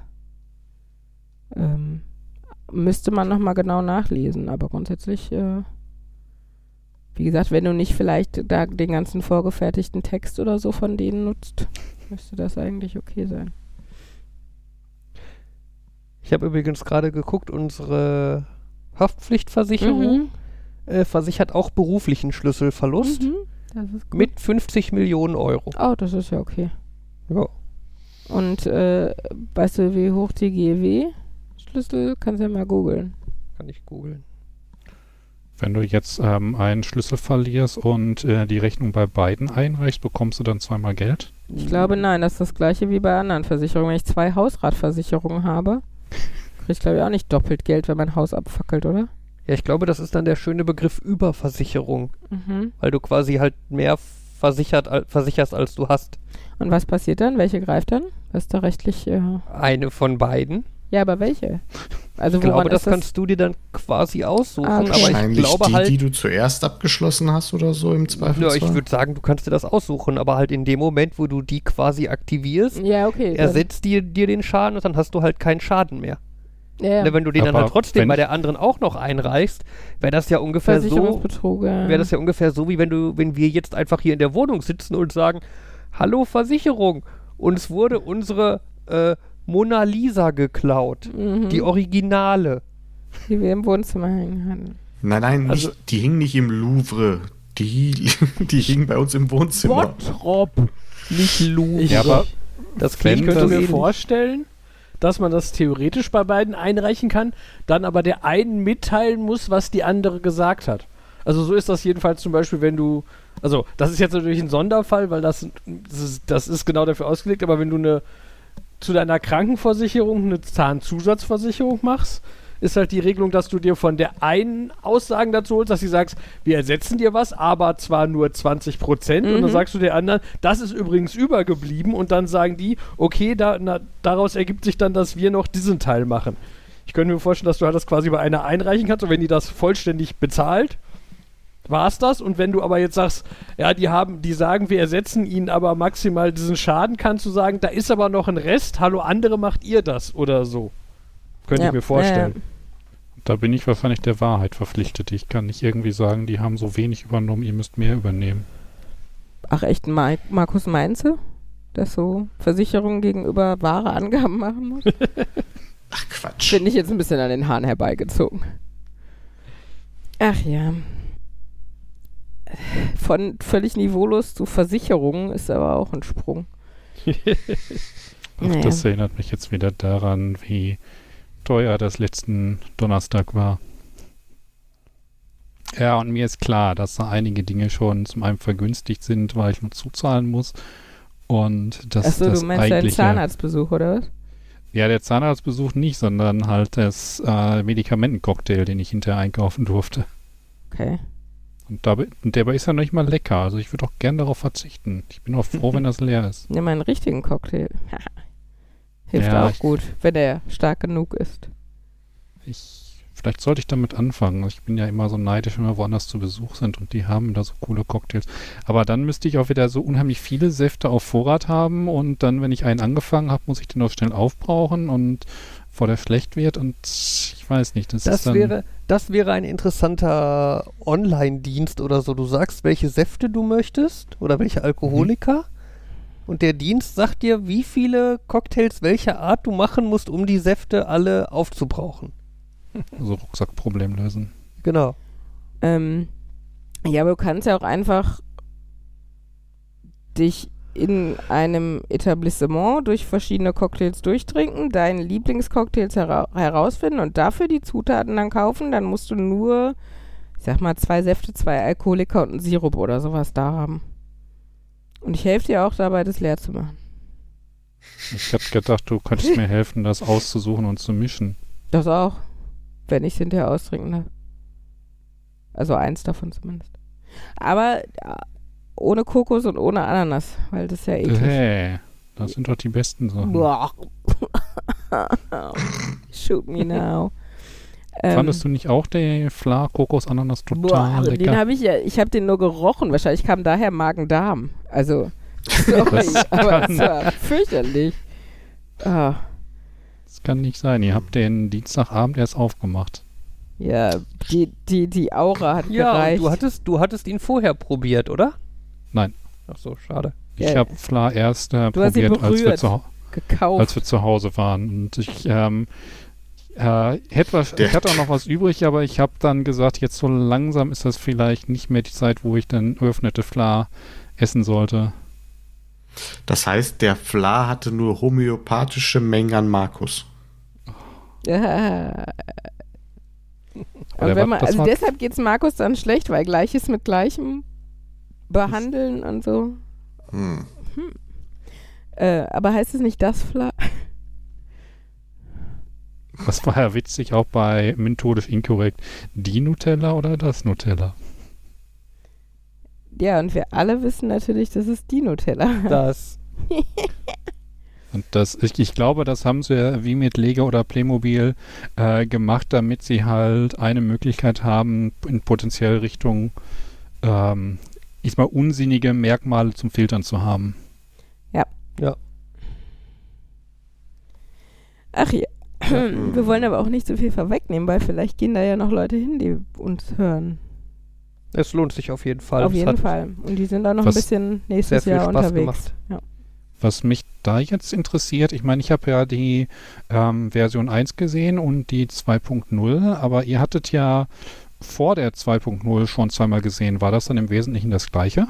Müsste man nochmal genau nachlesen, aber grundsätzlich, wie gesagt, wenn du nicht vielleicht da den ganzen vorgefertigten Text oder so von denen nutzt, müsste das eigentlich okay sein. Ich habe übrigens gerade geguckt, unsere Haftpflichtversicherung versichert auch beruflichen Schlüsselverlust Das ist gut. mit 50 Millionen Euro. Oh, das ist ja okay. Ja. Und weißt du, wie hoch die GEW-Schlüssel? Kannst du ja mal googeln. Kann ich googeln. Wenn du jetzt einen Schlüssel verlierst und die Rechnung bei beiden einreichst, bekommst du dann zweimal Geld? Ich glaube, nein, das ist das gleiche wie bei anderen Versicherungen. Wenn ich 2 Hausratversicherungen habe, kriege ich, glaube ich, auch nicht doppelt Geld, wenn mein Haus abfackelt, oder? Ja, ich glaube, das ist dann der schöne Begriff Überversicherung. Weil du quasi halt mehr versicherst, als du hast. Und was passiert dann? Welche greift dann? Was ist da rechtlich? Eine von beiden. Ja, aber welche? Also Ich glaube, das kannst du dir dann quasi aussuchen. Ah, okay. Aber ich Wahrscheinlich glaube die, halt, die du zuerst abgeschlossen hast oder so im ja, Zweifelsfall. ich würde sagen, du kannst dir das aussuchen, aber halt in dem Moment, wo du die quasi aktivierst, Ja, okay. ersetzt dir den Schaden und dann hast du halt keinen Schaden mehr. Ja, Wenn du den dann Aber halt trotzdem wenn- bei der anderen auch noch einreichst, wäre das ja ungefähr so, Versicherungsbetrug. wie wenn wir jetzt einfach hier in der Wohnung sitzen und sagen, hallo Versicherung, uns wurde unsere Mona Lisa geklaut, die Originale. Die wir im Wohnzimmer hängen hatten. Nein, Also- die hingen nicht im Louvre. Die hingen bei uns im Wohnzimmer. Bottrop. Nicht Louvre. Ja, aber das Ich klingt könnte so mir ähnlich. vorstellen, dass man das theoretisch bei beiden einreichen kann, dann aber der einen mitteilen muss, was die andere gesagt hat. Also so ist das jedenfalls zum Beispiel, wenn du, also das ist jetzt natürlich ein Sonderfall, weil das ist genau dafür ausgelegt, aber wenn du zu deiner Krankenversicherung eine Zahnzusatzversicherung machst, ist halt die Regelung, dass du dir von der einen Aussagen dazu holst, dass sie sagst, wir ersetzen dir was, aber zwar nur 20% und dann sagst du der anderen, das ist übrigens übergeblieben und dann sagen die, okay, daraus ergibt sich dann, dass wir noch diesen Teil machen. Ich könnte mir vorstellen, dass du halt das quasi bei einer einreichen kannst und wenn die das vollständig bezahlt, war's das. Und wenn du aber jetzt sagst, ja, die sagen, wir ersetzen ihnen aber maximal diesen Schaden, kannst du sagen, da ist aber noch ein Rest, hallo, andere macht ihr das oder so. Könnte ich mir vorstellen. Da bin ich wahrscheinlich der Wahrheit verpflichtet. Ich kann nicht irgendwie sagen, die haben so wenig übernommen, ihr müsst mehr übernehmen. Ach echt, Markus, meinst du, dass so Versicherungen gegenüber wahre Angaben machen muss? Ach Quatsch. Finde ich jetzt ein bisschen an den Haaren herbeigezogen. Ach ja. Von völlig niveaulos zu Versicherungen ist aber auch ein Sprung. Ach, das erinnert mich jetzt wieder daran, wie teuer das letzten Donnerstag war. Ja, und mir ist klar, dass da einige Dinge schon zum einen vergünstigt sind, weil ich nur zuzahlen muss. Und dass Achso, das du meinst deinen Zahnarztbesuch, oder was? Ja, der Zahnarztbesuch nicht, sondern halt das Medikamentencocktail, den ich hinterher einkaufen durfte. Okay. Und dabei ist er noch nicht mal lecker. Also ich würde auch gern darauf verzichten. Ich bin auch froh, wenn das leer ist. Nimm mal einen richtigen Cocktail. Hilft Ja, auch gut, wenn er stark genug ist. Vielleicht sollte ich damit anfangen. Ich bin ja immer so neidisch, wenn wir woanders zu Besuch sind und die haben da so coole Cocktails. Aber dann müsste ich auch wieder so unheimlich viele Säfte auf Vorrat haben und dann, wenn ich einen angefangen habe, muss ich den auch schnell aufbrauchen und bevor der schlecht wird und ich weiß nicht. Das wäre ein interessanter Online-Dienst oder so. Du sagst, welche Säfte du möchtest oder welche Alkoholika und der Dienst sagt dir, wie viele Cocktails welcher Art du machen musst, um die Säfte alle aufzubrauchen. So Rucksackproblem lösen. Genau. Ja, aber du kannst ja auch einfach dich in einem Etablissement durch verschiedene Cocktails durchtrinken, deine Lieblingscocktails herausfinden und dafür die Zutaten dann kaufen. Dann musst du nur, ich sag mal, 2 Säfte, 2 Alkoholika und einen Sirup oder sowas da haben. Und ich helfe dir auch dabei, das leer zu machen. Ich habe gedacht, du könntest mir helfen, das auszusuchen und zu mischen. Das auch. Wenn ich es hinterher austrinken habe. Also eins davon zumindest. Aber ohne Kokos und ohne Ananas, weil das ist ja eklig. Das sind doch die besten Sachen. Shoot me now. Fandest du nicht auch den Fla Kokos Ananas total lecker? Den habe ich habe den nur gerochen. Wahrscheinlich kam daher Magen-Darm. Also, sorry, aber es war fürchterlich. Ah. Das kann nicht sein. Ihr habt den Dienstagabend erst aufgemacht. Ja, die Aura hat gereicht. Ja, du hattest ihn vorher probiert, oder? Nein. Ach so, schade. Ich habe Fla erst probiert, als wir zu Hause waren. Und ich hatte auch noch was übrig, aber ich habe dann gesagt, jetzt so langsam ist das vielleicht nicht mehr die Zeit, wo ich dann geöffnete Fla essen sollte. Das heißt, der Fla hatte nur homöopathische Mengen an Markus. Ja. Und deshalb geht es Markus dann schlecht, weil Gleiches mit Gleichem behandeln und so. Aber heißt es nicht das Fla? Das war ja witzig, auch bei Methodisch Inkorrekt. Die Nutella oder das Nutella? Ja, und wir alle wissen natürlich, das ist die Nutella. Das. Und ich glaube, das haben sie ja wie mit Lego oder Playmobil gemacht, damit sie halt eine Möglichkeit haben, in potenziell Richtung unsinnige Merkmale zum Filtern zu haben. Ja. Ach ja. Wir wollen aber auch nicht so viel vorwegnehmen, weil vielleicht gehen da ja noch Leute hin, die uns hören. Es lohnt sich auf jeden Fall. Auf jeden Fall. Und die sind da noch ein bisschen nächstes Jahr unterwegs. Ja. Was mich da jetzt interessiert, ich meine, ich habe ja die Version 1 gesehen und die 2.0, aber ihr hattet ja vor der 2.0 schon zweimal gesehen. War das dann im Wesentlichen das Gleiche?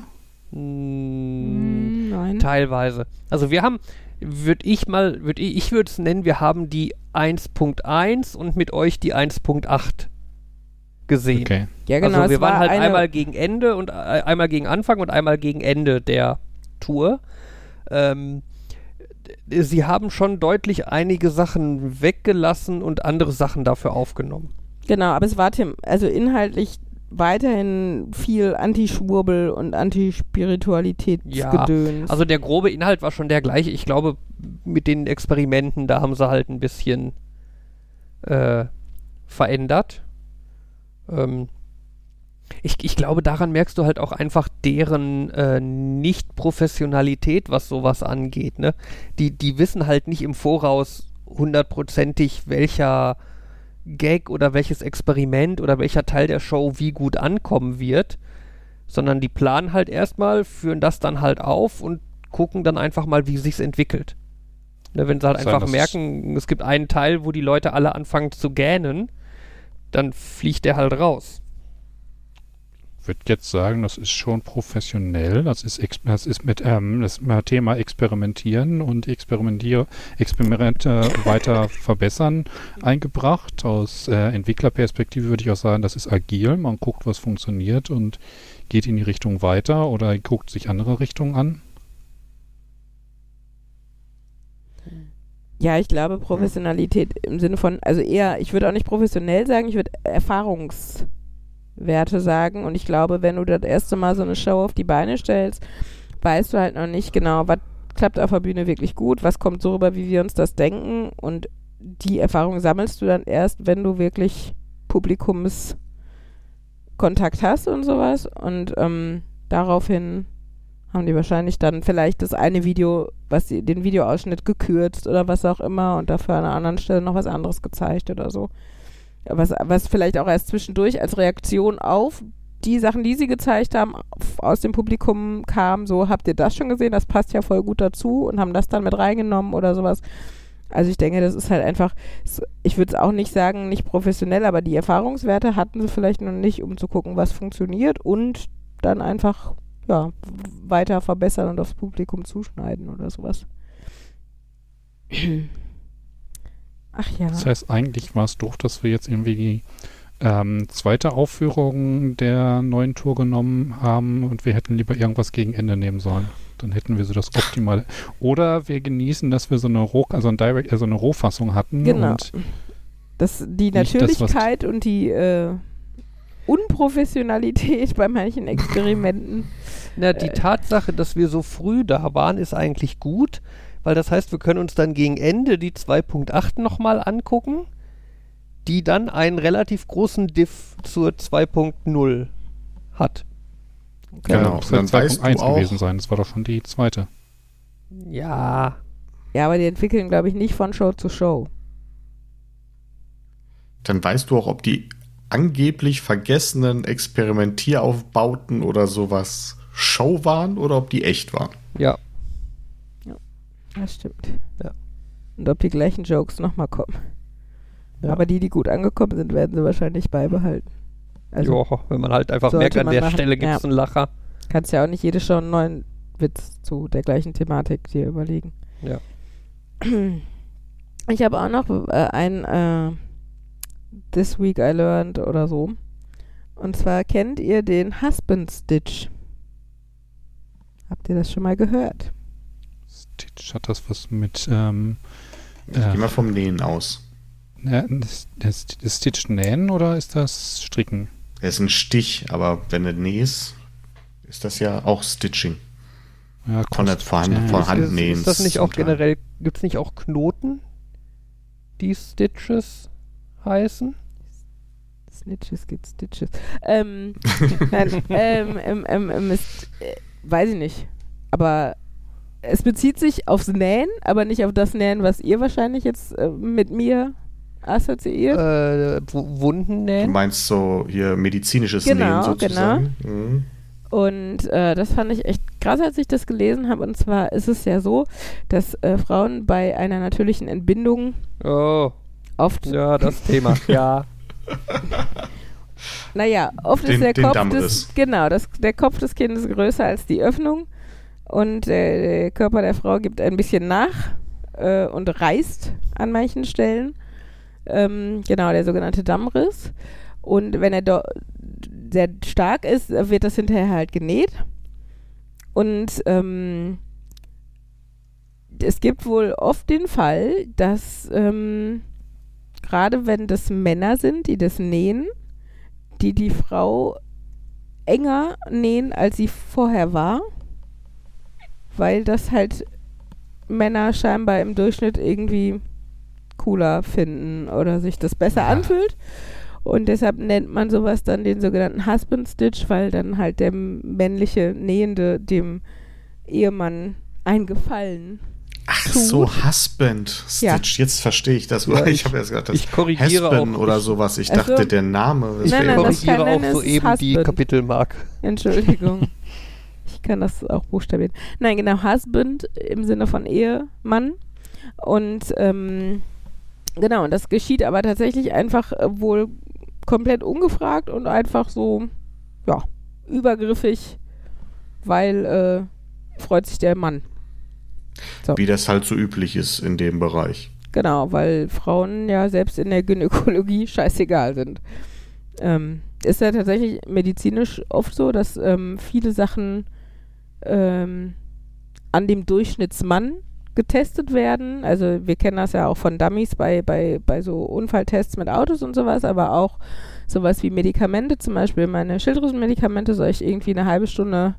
Nein. Teilweise. Also wir haben, ich würde es nennen, wir haben die 1.1 und mit euch die 1.8 gesehen. Okay. Ja, genau. Also wir waren halt einmal gegen Ende und einmal gegen Anfang und einmal gegen Ende der Tour. Sie haben schon deutlich einige Sachen weggelassen und andere Sachen dafür aufgenommen. Genau, aber es war inhaltlich weiterhin viel Anti-Schwurbel und Anti-Spiritualitätsgedöns. Ja, also der grobe Inhalt war schon der gleiche. Ich glaube, mit den Experimenten, da haben sie halt ein bisschen verändert. Ich glaube, daran merkst du halt auch einfach deren Nicht-Professionalität, was sowas angeht. Ne? Die wissen halt nicht im Voraus hundertprozentig, welcher Gag oder welches Experiment oder welcher Teil der Show wie gut ankommen wird, sondern die planen halt erstmal, führen das dann halt auf und gucken dann einfach mal, wie sich's entwickelt. Ne, wenn sie halt einfach merken, es gibt einen Teil, wo die Leute alle anfangen zu gähnen, dann fliegt der halt raus. Ich würde jetzt sagen, das ist schon professionell. Das ist mit das Thema Experimentieren und Experimente weiter verbessern eingebracht. Aus Entwicklerperspektive würde ich auch sagen, das ist agil. Man guckt, was funktioniert und geht in die Richtung weiter oder guckt sich andere Richtungen an. Ja, ich glaube Professionalität im Sinne von, also eher, ich würde auch nicht professionell sagen, ich würde Erfahrungswerte sagen. Und ich glaube, wenn du das erste Mal so eine Show auf die Beine stellst, weißt du halt noch nicht genau, was klappt auf der Bühne wirklich gut, was kommt so rüber, wie wir uns das denken. Und die Erfahrung sammelst du dann erst, wenn du wirklich Publikumskontakt hast und sowas. Und daraufhin haben die wahrscheinlich dann vielleicht das eine Video, den Videoausschnitt gekürzt oder was auch immer und dafür an einer anderen Stelle noch was anderes gezeigt oder so. Was vielleicht auch erst zwischendurch als Reaktion auf die Sachen, die sie gezeigt haben, aus dem Publikum kam, so, habt ihr das schon gesehen? Das passt ja voll gut dazu und haben das dann mit reingenommen oder sowas. Also ich denke, das ist halt einfach, ich würde es auch nicht sagen, nicht professionell, aber die Erfahrungswerte hatten sie vielleicht noch nicht, um zu gucken, was funktioniert und dann einfach weiter verbessern und aufs Publikum zuschneiden oder sowas. Ach ja. Das heißt, eigentlich war es doof, dass wir jetzt irgendwie die zweite Aufführung der neuen Tour genommen haben und wir hätten lieber irgendwas gegen Ende nehmen sollen. Dann hätten wir so das Optimale. Oder wir genießen, dass wir so eine eine Rohfassung hatten. Genau. Und die Natürlichkeit und die Unprofessionalität bei manchen Experimenten. Na, die Tatsache, dass wir so früh da waren, ist eigentlich gut, weil das heißt, wir können uns dann gegen Ende die 2.8 nochmal angucken, die dann einen relativ großen Diff zur 2.0 hat. Genau, das wird 2.1 gewesen sein, das war doch schon die zweite. Ja. Ja, aber die entwickeln, glaube ich, nicht von Show zu Show. Dann weißt du auch, ob die angeblich vergessenen Experimentieraufbauten oder sowas Show waren oder ob die echt waren. Ja. Ja, das stimmt. Ja. Und ob die gleichen Jokes nochmal kommen. Ja. Aber die gut angekommen sind, werden sie wahrscheinlich beibehalten. Also Jo, wenn man halt einfach merkt, an der Stelle gibt es einen Lacher. Kannst ja auch nicht jede Show einen neuen Witz zu der gleichen Thematik dir überlegen. Ja. Ich habe auch noch ein This Week I Learned oder so. Und zwar kennt ihr den Husband Stitch? Habt ihr das schon mal gehört? Stitch, hat das was mit Ich gehe mal vom Nähen aus. Das Stitch nähen oder ist das Stricken? Er ist ein Stich, aber wenn du nähst, ist das ja auch Stitching. Ja, Von Hand nähen. Ist das nicht auch generell, gibt es nicht auch Knoten, die Stitches heißen? Snitches gibt Stitches. Nein, weiß ich nicht. Aber es bezieht sich aufs Nähen, aber nicht auf das Nähen, was ihr wahrscheinlich jetzt mit mir assoziiert. Wunden Du nähen? meinst so hier medizinisches Nähen sozusagen? Genau. Mhm. Und das fand ich echt krass, als ich das gelesen habe. Und zwar ist es ja so, dass Frauen bei einer natürlichen Entbindung oft... Ja, das Thema, ja. Naja, oft ist der Kopf des Kindes größer als die Öffnung und der Körper der Frau gibt ein bisschen nach und reißt an manchen Stellen. Genau, der sogenannte Dammriss. Und wenn er sehr stark ist, wird das hinterher halt genäht. Und es gibt wohl oft den Fall, dass gerade wenn das Männer sind, die das nähen, die Frau enger nähen, als sie vorher war, weil das halt Männer scheinbar im Durchschnitt irgendwie cooler finden oder sich das besser anfühlt. Und deshalb nennt man sowas dann den sogenannten Husband Stitch, weil dann halt der männliche Nähende dem Ehemann einen Gefallen Ach tut. so, Husband Ja. Stitch. Jetzt verstehe ich das. Ja, ich habe erst gedacht, das ich korrigiere Husband auch. oder sowas. Ich Ach so. dachte, der Name. Das Nein, wäre nein, Ich das korrigiere kann- auch nein, es soeben ist die Husband. Kapitelmark. Entschuldigung. Ich kann das auch buchstabieren. Nein, genau, Husband im Sinne von Ehemann. Und genau, und das geschieht aber tatsächlich einfach wohl komplett ungefragt und einfach so, ja, übergriffig, weil freut sich der Mann. wie das halt so üblich ist in dem Bereich. Genau, weil Frauen ja selbst in der Gynäkologie scheißegal sind. Ist ja tatsächlich medizinisch oft so, dass viele Sachen an dem Durchschnittsmann getestet werden. Also wir kennen das ja auch von Dummies bei so Unfalltests mit Autos und sowas, aber auch sowas wie Medikamente, zum Beispiel meine Schilddrüsenmedikamente soll ich irgendwie eine halbe Stunde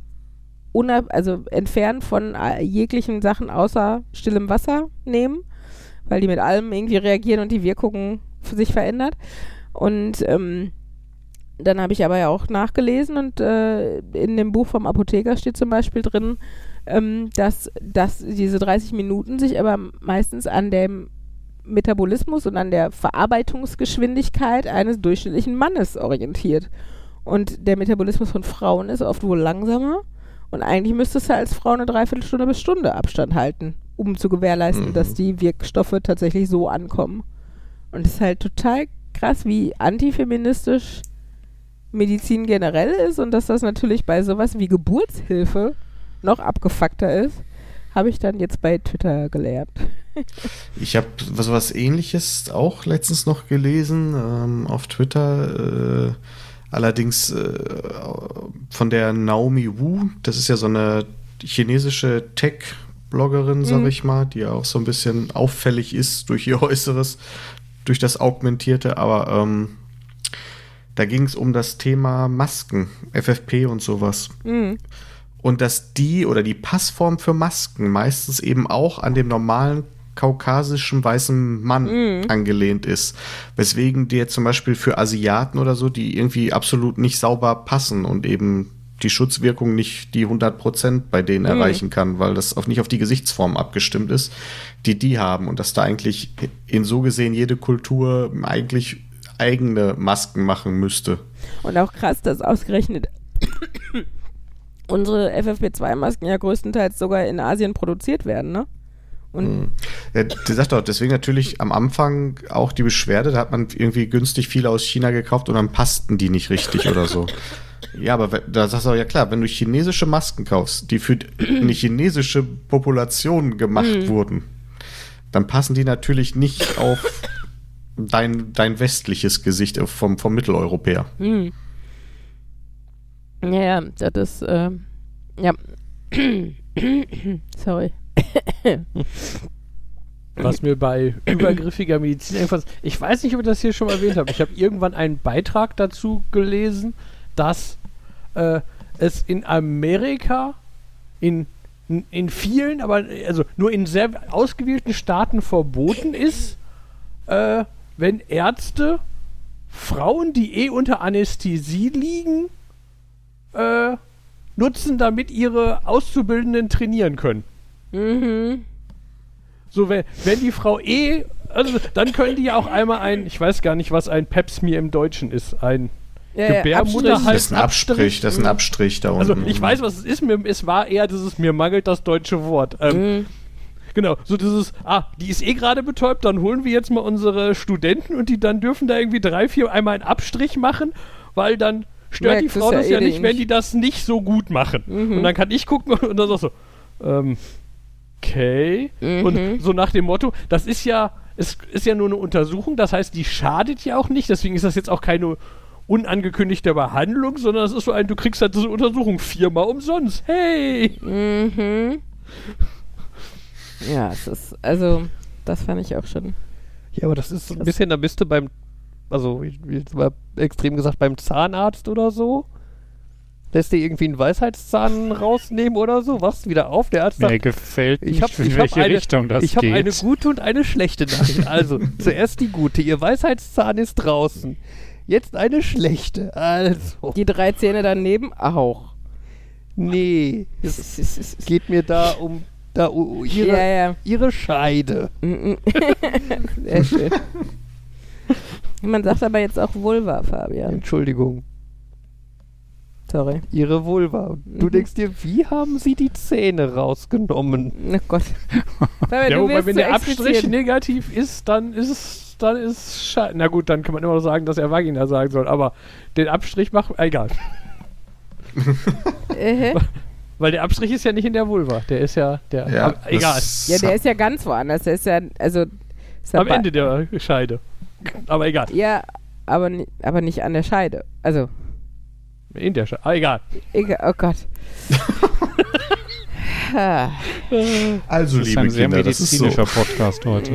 entfernt von jeglichen Sachen außer stillem Wasser nehmen, weil die mit allem irgendwie reagieren und die Wirkung für sich verändert. Und dann habe ich aber ja auch nachgelesen und in dem Buch vom Apotheker steht zum Beispiel drin, dass diese 30 Minuten sich aber meistens an dem Metabolismus und an der Verarbeitungsgeschwindigkeit eines durchschnittlichen Mannes orientiert. Und der Metabolismus von Frauen ist oft wohl langsamer. Und eigentlich müsstest du als Frau eine Dreiviertelstunde bis Stunde Abstand halten, um zu gewährleisten, dass die Wirkstoffe tatsächlich so ankommen. Und es ist halt total krass, wie antifeministisch Medizin generell ist und dass das natürlich bei sowas wie Geburtshilfe noch abgefuckter ist, habe ich dann jetzt bei Twitter gelernt. Ich habe sowas Ähnliches auch letztens noch gelesen auf Twitter. Allerdings von der Naomi Wu. Das ist ja so eine chinesische Tech-Bloggerin, sag ich mal, die ja auch so ein bisschen auffällig ist durch ihr Äußeres, durch das Augmentierte. Aber da ging es um das Thema Masken, FFP und sowas. Und dass die Passform für Masken meistens eben auch an dem normalen kaukasischen weißen Mann angelehnt ist. Weswegen die jetzt zum Beispiel für Asiaten oder so, die irgendwie absolut nicht sauber passen und eben die Schutzwirkung nicht die 100% bei denen erreichen kann, weil das nicht auf die Gesichtsform abgestimmt ist, die haben. Und dass da eigentlich in so gesehen jede Kultur eigentlich eigene Masken machen müsste. Und auch krass, dass ausgerechnet unsere FFP2-Masken ja größtenteils sogar in Asien produziert werden, ne? Und Ja, der sagt doch, deswegen natürlich am Anfang auch die Beschwerde, da hat man irgendwie günstig viele aus China gekauft und dann passten die nicht richtig oder so. Ja, aber da sagst du auch, ja klar, wenn du chinesische Masken kaufst, die für eine chinesische Population gemacht wurden, dann passen die natürlich nicht auf dein westliches Gesicht vom Mitteleuropäer. ja, das ist, ja. Sorry. Was mir bei übergriffiger Medizin irgendwas. Ich weiß nicht, ob ich das hier schon mal erwähnt habe. Ich habe irgendwann einen Beitrag dazu gelesen, dass es in Amerika in vielen, aber also nur in sehr ausgewählten Staaten verboten ist, wenn Ärzte Frauen, die unter Anästhesie liegen, nutzen, damit ihre Auszubildenden trainieren können. So, wenn die Frau also dann können die ja auch einmal ich weiß gar nicht, was ein Pap-Smear im Deutschen ist, ein Gebärmutterhals. Das ist ein Abstrich da unten. Also ich weiß, was es ist, es war eher mir mangelt das deutsche Wort. Genau, so dieses, die ist gerade betäubt, dann holen wir jetzt mal unsere Studenten und die dann dürfen da irgendwie 3-4 einmal einen Abstrich machen, weil dann stört die Frau das ja nicht, wenn die das nicht so gut machen. Und dann kann ich gucken und dann so, okay. Und so nach dem Motto, es ist ja nur eine Untersuchung, das heißt, die schadet ja auch nicht, deswegen ist das jetzt auch keine unangekündigte Behandlung, sondern es ist so du kriegst halt diese Untersuchung 4-mal umsonst. Hey! Ja, das fand ich auch schon. Ja, aber das ist so ein bisschen, da bist du wie jetzt mal extrem gesagt, beim Zahnarzt oder so. Lässt dir irgendwie einen Weisheitszahn rausnehmen oder so, wachst wieder auf, der Arzt sagt, Mir gefällt nicht, in welche Richtung das geht. Ich habe eine gute und eine schlechte Nachricht. Also, zuerst die gute. Ihr Weisheitszahn ist draußen. Jetzt eine schlechte. Also. Die 3 Zähne daneben auch. Nee, es geht mir da um ihre Scheide. Sehr schön. Man sagt aber jetzt auch Vulva, Fabian. Entschuldigung. Sorry. Ihre Vulva. Du denkst dir, wie haben sie die Zähne rausgenommen? Oh Gott. Fabian, Ja, du wobei, wirst wenn so der Abstrich explizit. negativ ist, dann ist scheiße. Na gut, dann kann man immer noch sagen, dass er Vagina sagen soll, aber den Abstrich macht, egal. Weil der Abstrich ist ja nicht in der Vulva, der ist ja, Ja, egal. Ja, der ist ja ganz woanders. Der ist ja, also... Ist Am Ende der Scheide. Aber egal. Ja, aber nicht an der Scheide. Also... In der Scheide. Egal. Oh Gott. Also, Das ist liebe ein sehr Kinder, das ist so. medizinischer Podcast heute.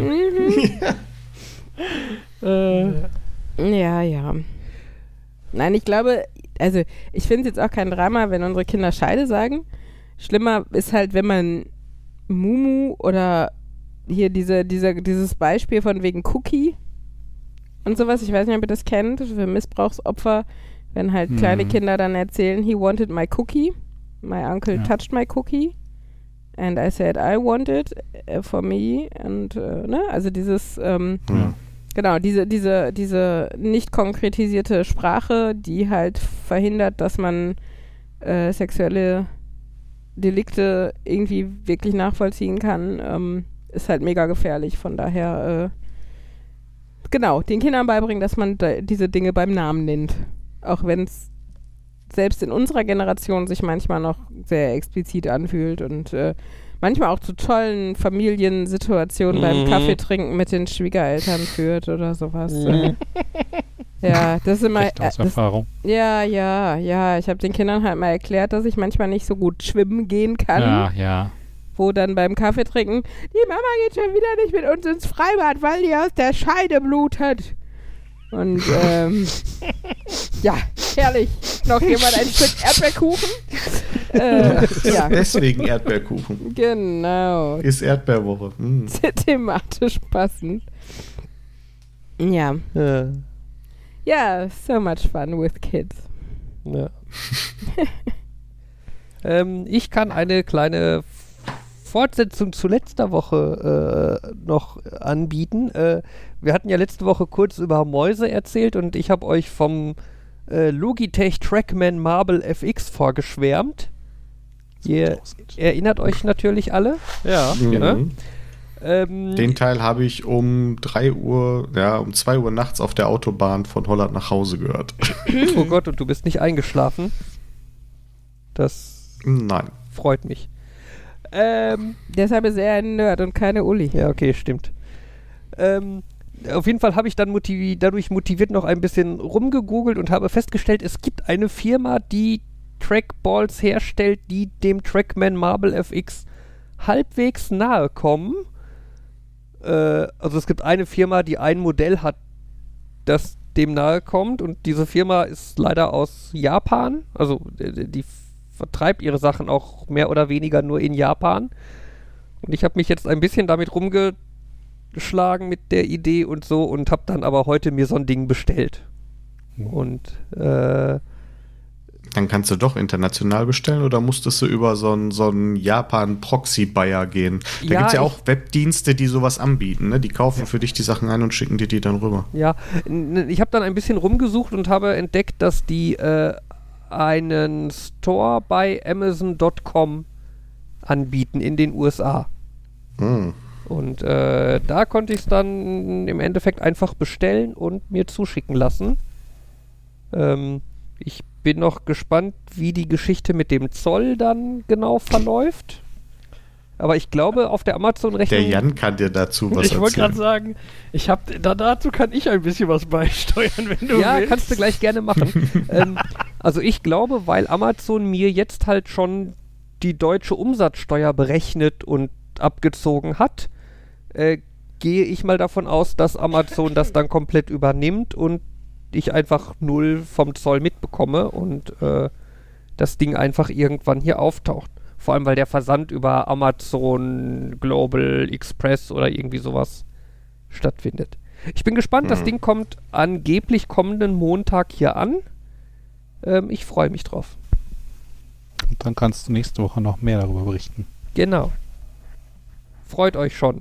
Ja. Nein, ich glaube, also ich finde es jetzt auch kein Drama, wenn unsere Kinder Scheide sagen. Schlimmer ist halt, wenn man Mumu oder hier dieses Beispiel von wegen Cookie und sowas, ich weiß nicht, ob ihr das kennt, für Missbrauchsopfer, wenn halt kleine Kinder dann erzählen, he wanted my cookie, my uncle touched my cookie and I said I want it for me und ne, also dieses genau, diese nicht konkretisierte Sprache, die halt verhindert, dass man sexuelle Delikte irgendwie wirklich nachvollziehen kann, ist halt mega gefährlich. Von daher, genau, den Kindern beibringen, dass man diese Dinge beim Namen nennt. Auch wenn es selbst in unserer Generation sich manchmal noch sehr explizit anfühlt und manchmal auch zu tollen Familiensituationen beim Kaffeetrinken mit den Schwiegereltern führt oder sowas. Ja, das ist immer... Aus Erfahrung. Ja, ich habe den Kindern halt mal erklärt, dass ich manchmal nicht so gut schwimmen gehen kann. Ja. Wo dann beim Kaffeetrinken, die Mama geht schon wieder nicht mit uns ins Freibad, weil die aus der Scheide blutet. Und ja, herrlich. Noch jemand ein Stück Erdbeerkuchen? Ja. Deswegen Erdbeerkuchen. Genau. Ist Erdbeerwoche. Thematisch passend. Ja. Ja, so much fun with kids. Ja. Ich kann eine kleine Fortsetzung zu letzter Woche noch anbieten. Wir hatten ja letzte Woche kurz über Mäuse erzählt und ich habe euch vom Logitech Trackman Marble FX vorgeschwärmt. Ihr erinnert euch natürlich alle. Ja. Den Teil habe ich um 2 Uhr nachts auf der Autobahn von Holland nach Hause gehört. Oh Gott, und du bist nicht eingeschlafen? Das Nein. freut mich. Deshalb ist er ein Nerd und keine Uli. Ja, okay, stimmt. Auf jeden Fall habe ich dann dadurch motiviert noch ein bisschen rumgegoogelt und habe festgestellt, es gibt eine Firma, die Trackballs herstellt, die dem Trackman Marble FX halbwegs nahe kommen. Also es gibt eine Firma, die ein Modell hat, das dem nahe kommt, und diese Firma ist leider aus Japan. Also die vertreibt ihre Sachen auch mehr oder weniger nur in Japan. Und ich habe mich jetzt ein bisschen damit rumgeschlagen mit der Idee und so und habe dann aber heute mir so ein Ding bestellt. Und Dann kannst du doch international bestellen oder musstest du über so einen Japan-Proxy-Buyer gehen? Da Ja, gibt es ja auch Webdienste, die sowas anbieten. Ne? Die kaufen für dich die Sachen ein und schicken dir die dann rüber. ja, ich habe dann ein bisschen rumgesucht und habe entdeckt, dass die einen Store bei Amazon.com anbieten in den USA. Und da konnte ich es dann im Endeffekt einfach bestellen und mir zuschicken lassen. Ich bin noch gespannt, wie die Geschichte mit dem Zoll dann genau verläuft. Aber ich glaube, auf der Amazon-Rechnung... Der Jan kann dir dazu was Ich wollte erzählen. gerade sagen, dazu kann ich ein bisschen was beisteuern, wenn du Ja, willst. kannst du gleich gerne machen. Also ich glaube, weil Amazon mir jetzt halt schon die deutsche Umsatzsteuer berechnet und abgezogen hat, gehe ich mal davon aus, dass Amazon das dann komplett übernimmt und ich einfach 0 vom Zoll mitbekomme und das Ding einfach irgendwann hier auftaucht. Vor allem, weil der Versand über Amazon Global Express oder irgendwie sowas stattfindet. Ich bin gespannt, das Ding kommt angeblich kommenden Montag hier an. Ich freue mich drauf. Und dann kannst du nächste Woche noch mehr darüber berichten. Genau. Freut euch schon.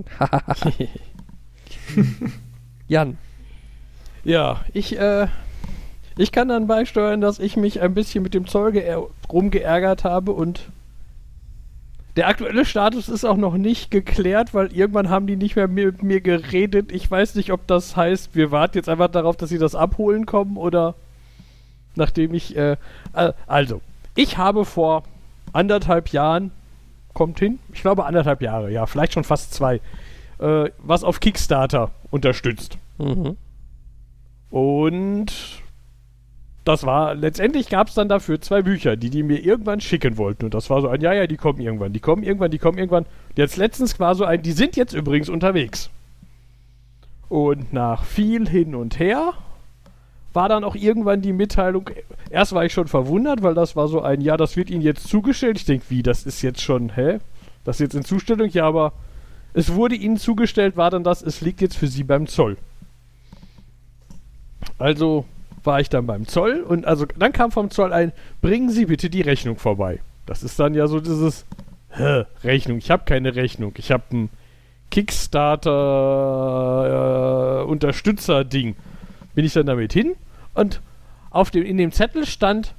Jan. Ja, ich kann dann beisteuern, dass ich mich ein bisschen mit dem Zoll rumgeärgert habe und der aktuelle Status ist auch noch nicht geklärt, weil irgendwann haben die nicht mehr mit mir geredet. Ich weiß nicht, ob das heißt, wir warten jetzt einfach darauf, dass sie das abholen kommen oder nachdem ich, also, ich habe vor 1,5 Jahren, kommt hin, ich glaube 1,5 Jahre, ja, vielleicht schon fast 2, was auf Kickstarter unterstützt. Mhm. Und das war, letztendlich gab es dann dafür 2 Bücher, die mir irgendwann schicken wollten. Und das war so ein, ja, die kommen irgendwann. Jetzt letztens war so ein, die sind jetzt übrigens unterwegs. Und nach viel hin und her war dann auch irgendwann die Mitteilung, erst war ich schon verwundert, weil das war so ein, ja, das wird Ihnen jetzt zugestellt. Ich denke, wie, das ist jetzt schon, das ist jetzt in Zustellung? Ja, aber es wurde Ihnen zugestellt, war dann das, es liegt jetzt für Sie beim Zoll. Also war ich dann beim Zoll und also dann kam vom Zoll ein, bringen Sie bitte die Rechnung vorbei. Das ist dann ja so dieses Rechnung. Ich habe keine Rechnung. Ich habe ein Kickstarter Unterstützer-Ding. Bin ich dann damit hin und in dem Zettel stand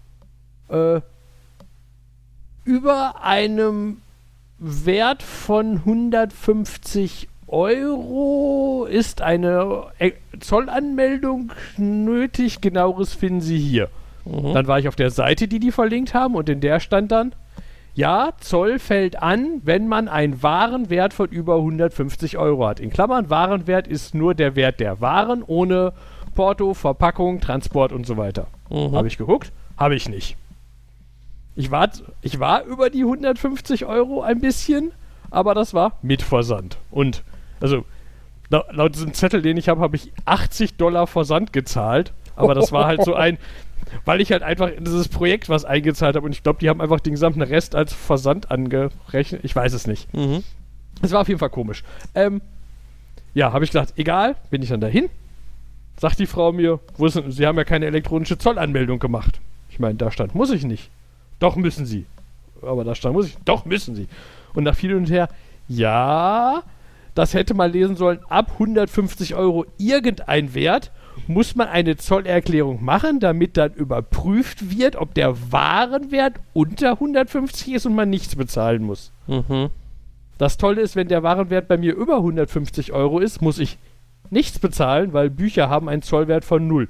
über einem Wert von 150 € ist eine Zollanmeldung nötig. Genaueres finden Sie hier. Mhm. Dann war ich auf der Seite, die verlinkt haben und in der stand dann, ja, Zoll fällt an, wenn man einen Warenwert von über 150 € hat. In Klammern, Warenwert ist nur der Wert der Waren ohne Porto, Verpackung, Transport und so weiter. Mhm. Habe ich geguckt? Habe ich nicht. Ich war über die 150 € ein bisschen, aber das war mit Versand. Und also laut diesem Zettel, den ich habe ich $80 Versand gezahlt. Aber das war halt so ein, weil ich halt einfach in dieses Projekt was eingezahlt habe und ich glaube, die haben einfach den gesamten Rest als Versand angerechnet. Ich weiß es nicht. Mhm. Es war auf jeden Fall komisch. Ja, habe ich gedacht, egal, bin ich dann dahin. Sagt die Frau mir, Sie haben ja keine elektronische Zollanmeldung gemacht. Ich meine, da stand, muss ich nicht. Doch, müssen Sie. Aber da stand, muss ich, doch, müssen Sie. Und nach viel und her, ja, das hätte man lesen sollen, ab 150 € irgendein Wert muss man eine Zollerklärung machen, damit dann überprüft wird, ob der Warenwert unter 150 ist und man nichts bezahlen muss. Mhm. Das Tolle ist, wenn der Warenwert bei mir über 150 € ist, muss ich nichts bezahlen, weil Bücher haben einen Zollwert von 0.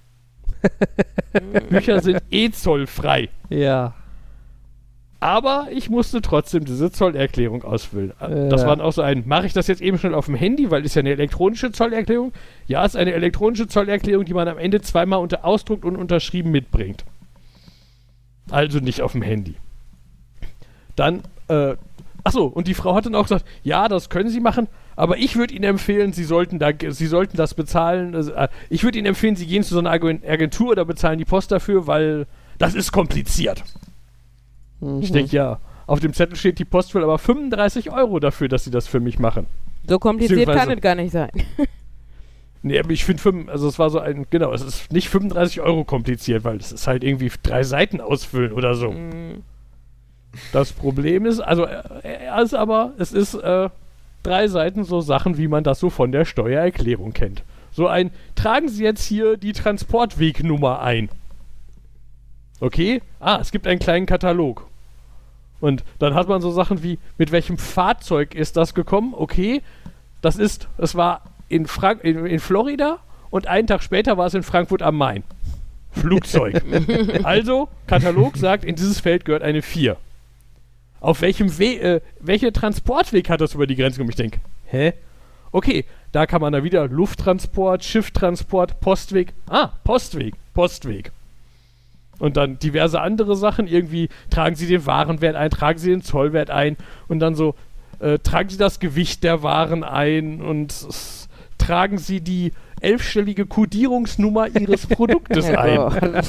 Bücher sind zollfrei. Ja. Aber ich musste trotzdem diese Zollerklärung ausfüllen. Das war auch so ein, mache ich das jetzt eben schnell auf dem Handy, weil ist ja eine elektronische Zollerklärung? Ja, ist eine elektronische Zollerklärung, die man am Ende zweimal ausdruckt und unterschrieben mitbringt. Also nicht auf dem Handy. Dann, achso, und die Frau hat dann auch gesagt, ja, das können Sie machen, aber ich würde Ihnen empfehlen, Sie sollten das bezahlen. Ich würde Ihnen empfehlen, Sie gehen zu so einer Agentur oder bezahlen die Post dafür, weil das ist kompliziert. Mhm. Ich denke, ja, auf dem Zettel steht, die Post will aber 35 € dafür, dass sie das für mich machen. So kompliziert kann es gar nicht sein. Nee, aber ich finde, also es war so ein, genau, es ist nicht 35 € kompliziert, weil es ist halt irgendwie 3 Seiten ausfüllen oder so. Mhm. Das Problem ist, also, es ist 3 Seiten so Sachen, wie man das so von der Steuererklärung kennt. So ein, tragen Sie jetzt hier die Transportwegnummer ein. Okay, es gibt einen kleinen Katalog. Und dann hat man so Sachen wie, mit welchem Fahrzeug ist das gekommen? Okay, es war in Florida und einen Tag später war es in Frankfurt am Main. Flugzeug. Also, Katalog sagt, in dieses Feld gehört eine 4. Auf welchem welcher Transportweg hat das über die Grenze gekommen? Ich denke, okay, da kann man da wieder Lufttransport, Schifftransport, Postweg. Postweg. Und dann diverse andere Sachen, irgendwie tragen Sie den Warenwert ein, tragen Sie den Zollwert ein und dann so, tragen Sie das Gewicht der Waren ein und tragen Sie die 11-stellige Kodierungsnummer Ihres Produktes ein.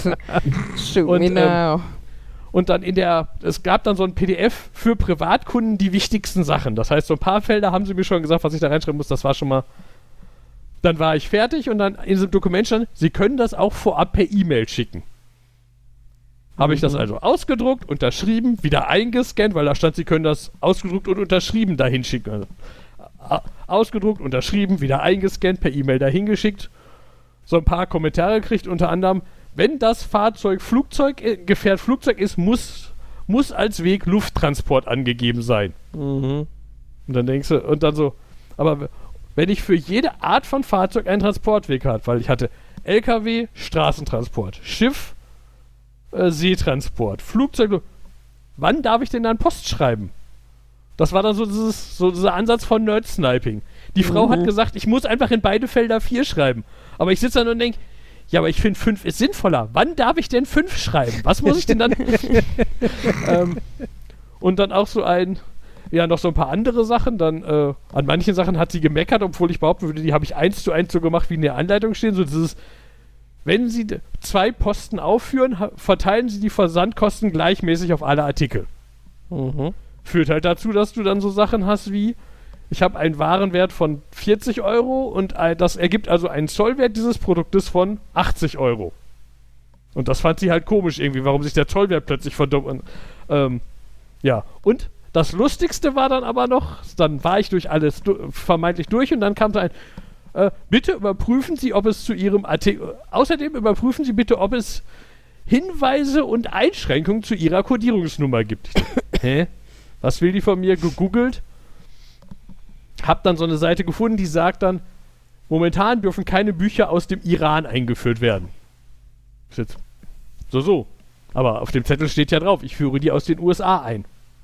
Und dann es gab dann so ein PDF für Privatkunden, die wichtigsten Sachen. Das heißt, so ein paar Felder haben sie mir schon gesagt, was ich da reinschreiben muss, das war schon mal Dann war ich fertig und dann in diesem Dokument stand, Sie können das auch vorab per E-Mail schicken. Habe ich das also ausgedruckt, unterschrieben, wieder eingescannt, weil da stand, Sie können das ausgedruckt und unterschrieben dahin schicken. Also, ausgedruckt, unterschrieben, wieder eingescannt, per E-Mail dahin geschickt. So ein paar Kommentare gekriegt, unter anderem, wenn das Fahrzeug Gefährt Flugzeug ist, muss als Weg Lufttransport angegeben sein. Und dann denkst du, und dann so, aber wenn ich für jede Art von Fahrzeug einen Transportweg habe, weil ich hatte LKW, Straßentransport, Schiff, Seetransport, Flugzeug, wann darf ich denn dann Post schreiben? Das war dann so dieser Ansatz von Nerd-Sniping. Die Frau hat gesagt, ich muss einfach in beide Felder 4 schreiben. Aber ich sitze dann und denke, ja, aber ich finde 5 ist sinnvoller. Wann darf ich denn 5 schreiben? Was muss ich denn dann? Und dann auch noch so ein paar andere Sachen. Dann an manchen Sachen hat sie gemeckert, obwohl ich behaupten würde, die habe ich 1:1 so gemacht, wie in der Anleitung stehen. So dieses, wenn Sie 2 Posten aufführen, verteilen Sie die Versandkosten gleichmäßig auf alle Artikel. Führt halt dazu, dass du dann so Sachen hast wie, ich habe einen Warenwert von 40 Euro und das ergibt also einen Zollwert dieses Produktes von 80 Euro. Und das fand sie halt komisch irgendwie, warum sich der Zollwert plötzlich verdoppelt. Ja, und das Lustigste war dann aber noch, dann war ich durch alles vermeintlich durch und dann kam so ein, bitte überprüfen Sie, ob es zu Ihrem Artikel, außerdem überprüfen Sie bitte, ob es Hinweise und Einschränkungen zu Ihrer Kodierungsnummer gibt. Ich dachte, hä? Was will die von mir? Gegoogelt. Hab dann so eine Seite gefunden, die sagt dann, momentan dürfen keine Bücher aus dem Iran eingeführt werden. Ist jetzt so. Aber auf dem Zettel steht ja drauf, ich führe die aus den USA ein.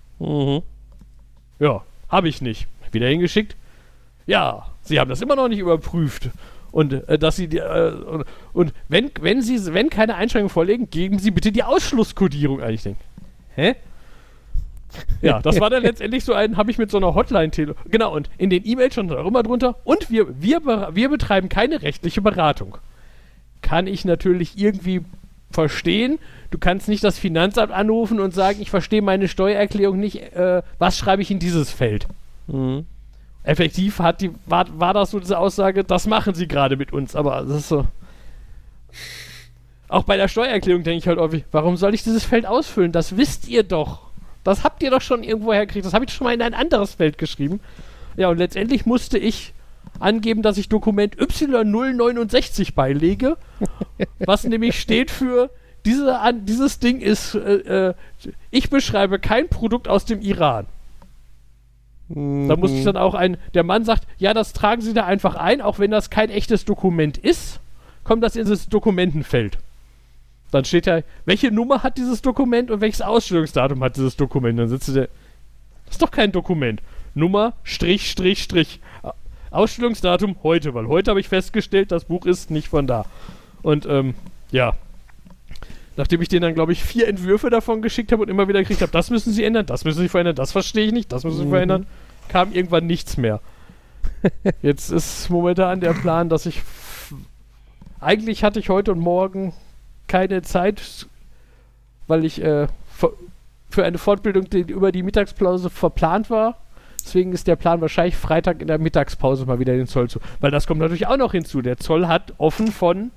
Ja, habe ich nicht. Wieder hingeschickt. Ja, Sie haben das immer noch nicht überprüft. Und dass Sie und wenn keine Einschränkungen vorliegen, geben Sie bitte die Ausschlusskodierung ein. Ich denke, hä? Ja, das war dann letztendlich so habe ich mit so einer Hotline genau, und in den E-Mails stand auch immer drunter, und wir betreiben keine rechtliche Beratung. Kann ich natürlich irgendwie verstehen. Du kannst nicht das Finanzamt anrufen und sagen, ich verstehe meine Steuererklärung nicht, was schreibe ich in dieses Feld? Effektiv war das so diese Aussage, das machen sie gerade mit uns, aber das ist so. Auch bei der Steuererklärung denke ich halt häufig, warum soll ich dieses Feld ausfüllen? Das wisst ihr doch. Das habt ihr doch schon irgendwo hergekriegt. Das habe ich schon mal in ein anderes Feld geschrieben. Ja, und letztendlich musste ich angeben, dass ich Dokument Y069 beilege, was nämlich steht für, dieses Ding ist, ich beschreibe kein Produkt aus dem Iran. Da musste ich dann auch der Mann sagt, ja, das tragen Sie da einfach ein, auch wenn das kein echtes Dokument ist, kommt das in das Dokumentenfeld. Dann steht ja, welche Nummer hat dieses Dokument und welches Ausstellungsdatum hat dieses Dokument. Dann sitzt der, das ist doch kein Dokument. Nummer, Strich, Strich, Strich. Ausstellungsdatum heute, weil heute habe ich festgestellt, das Buch ist nicht von da. Und ja, nachdem ich denen dann, glaube ich, 4 Entwürfe davon geschickt habe und immer wieder gekriegt habe, das müssen Sie ändern, das müssen Sie verändern, das verstehe ich nicht, das müssen Sie verändern, kam irgendwann nichts mehr. Jetzt ist momentan der Plan, dass eigentlich hatte ich heute und morgen keine Zeit, weil ich für eine Fortbildung, die über die Mittagspause verplant war. Deswegen ist der Plan wahrscheinlich Freitag in der Mittagspause mal wieder den Zoll zu. Weil das kommt natürlich auch noch hinzu. Der Zoll hat offen von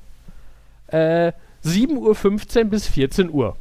7:15 Uhr bis 14 Uhr.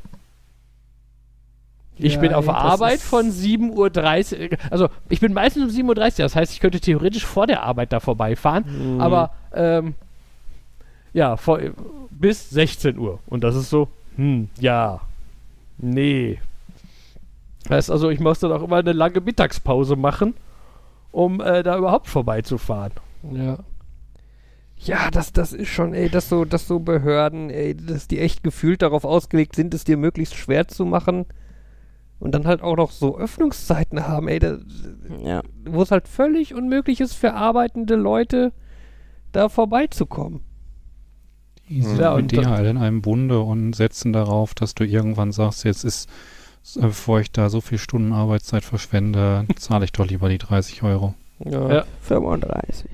Ich bin auf der Arbeit von 7:30 Uhr. Also ich bin meistens um 7:30 Uhr. Das heißt, ich könnte theoretisch vor der Arbeit da vorbeifahren. Aber ja, bis 16 Uhr. Und das ist so, ja, nee. Heißt also, ich muss dann auch immer eine lange Mittagspause machen, um da überhaupt vorbeizufahren. Ja. Ja, das ist schon, dass so Behörden, dass die echt gefühlt darauf ausgelegt sind, es dir möglichst schwer zu machen und dann halt auch noch so Öffnungszeiten haben, wo es halt völlig unmöglich ist für arbeitende Leute, da vorbeizukommen. Die sind mit DHL in einem Bunde und setzen darauf, dass du irgendwann sagst, jetzt ist, bevor ich da so viel Stunden Arbeitszeit verschwende, zahle ich doch lieber die 30 Euro. Ja. 35.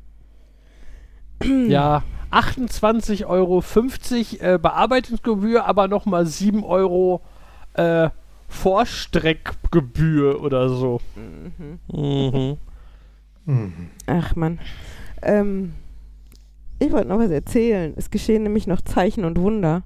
Ja, 28,50 Euro Bearbeitungsgebühr, aber nochmal 7 Euro Vorstreckgebühr oder so. Ach man. Ich wollte noch was erzählen. Es geschehen nämlich noch Zeichen und Wunder.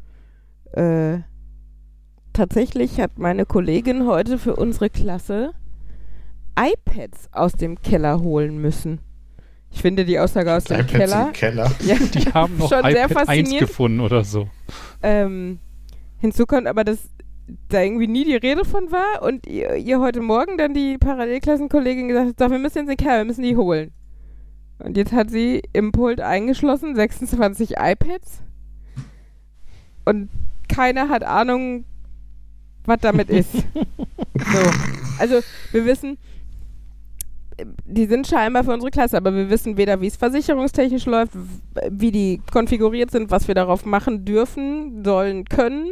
Tatsächlich hat meine Kollegin heute für unsere Klasse iPads aus dem Keller holen müssen. Ich finde die Aussage aus dem iPads Keller. im Keller. Ja, Die haben noch schon sehr iPad 1 faszinierend. gefunden oder so. Hinzu kommt aber, dass da irgendwie nie die Rede von war und ihr heute Morgen dann die Parallelklassenkollegin gesagt hat, doch, wir müssen jetzt in den Keller, wir müssen die holen. Und jetzt hat sie im Pult eingeschlossen 26 iPads und keiner hat Ahnung, was damit ist. So. Also wir wissen, die sind scheinbar für unsere Klasse, aber wir wissen weder, wie es versicherungstechnisch läuft, wie die konfiguriert sind, was wir darauf machen dürfen, sollen, können.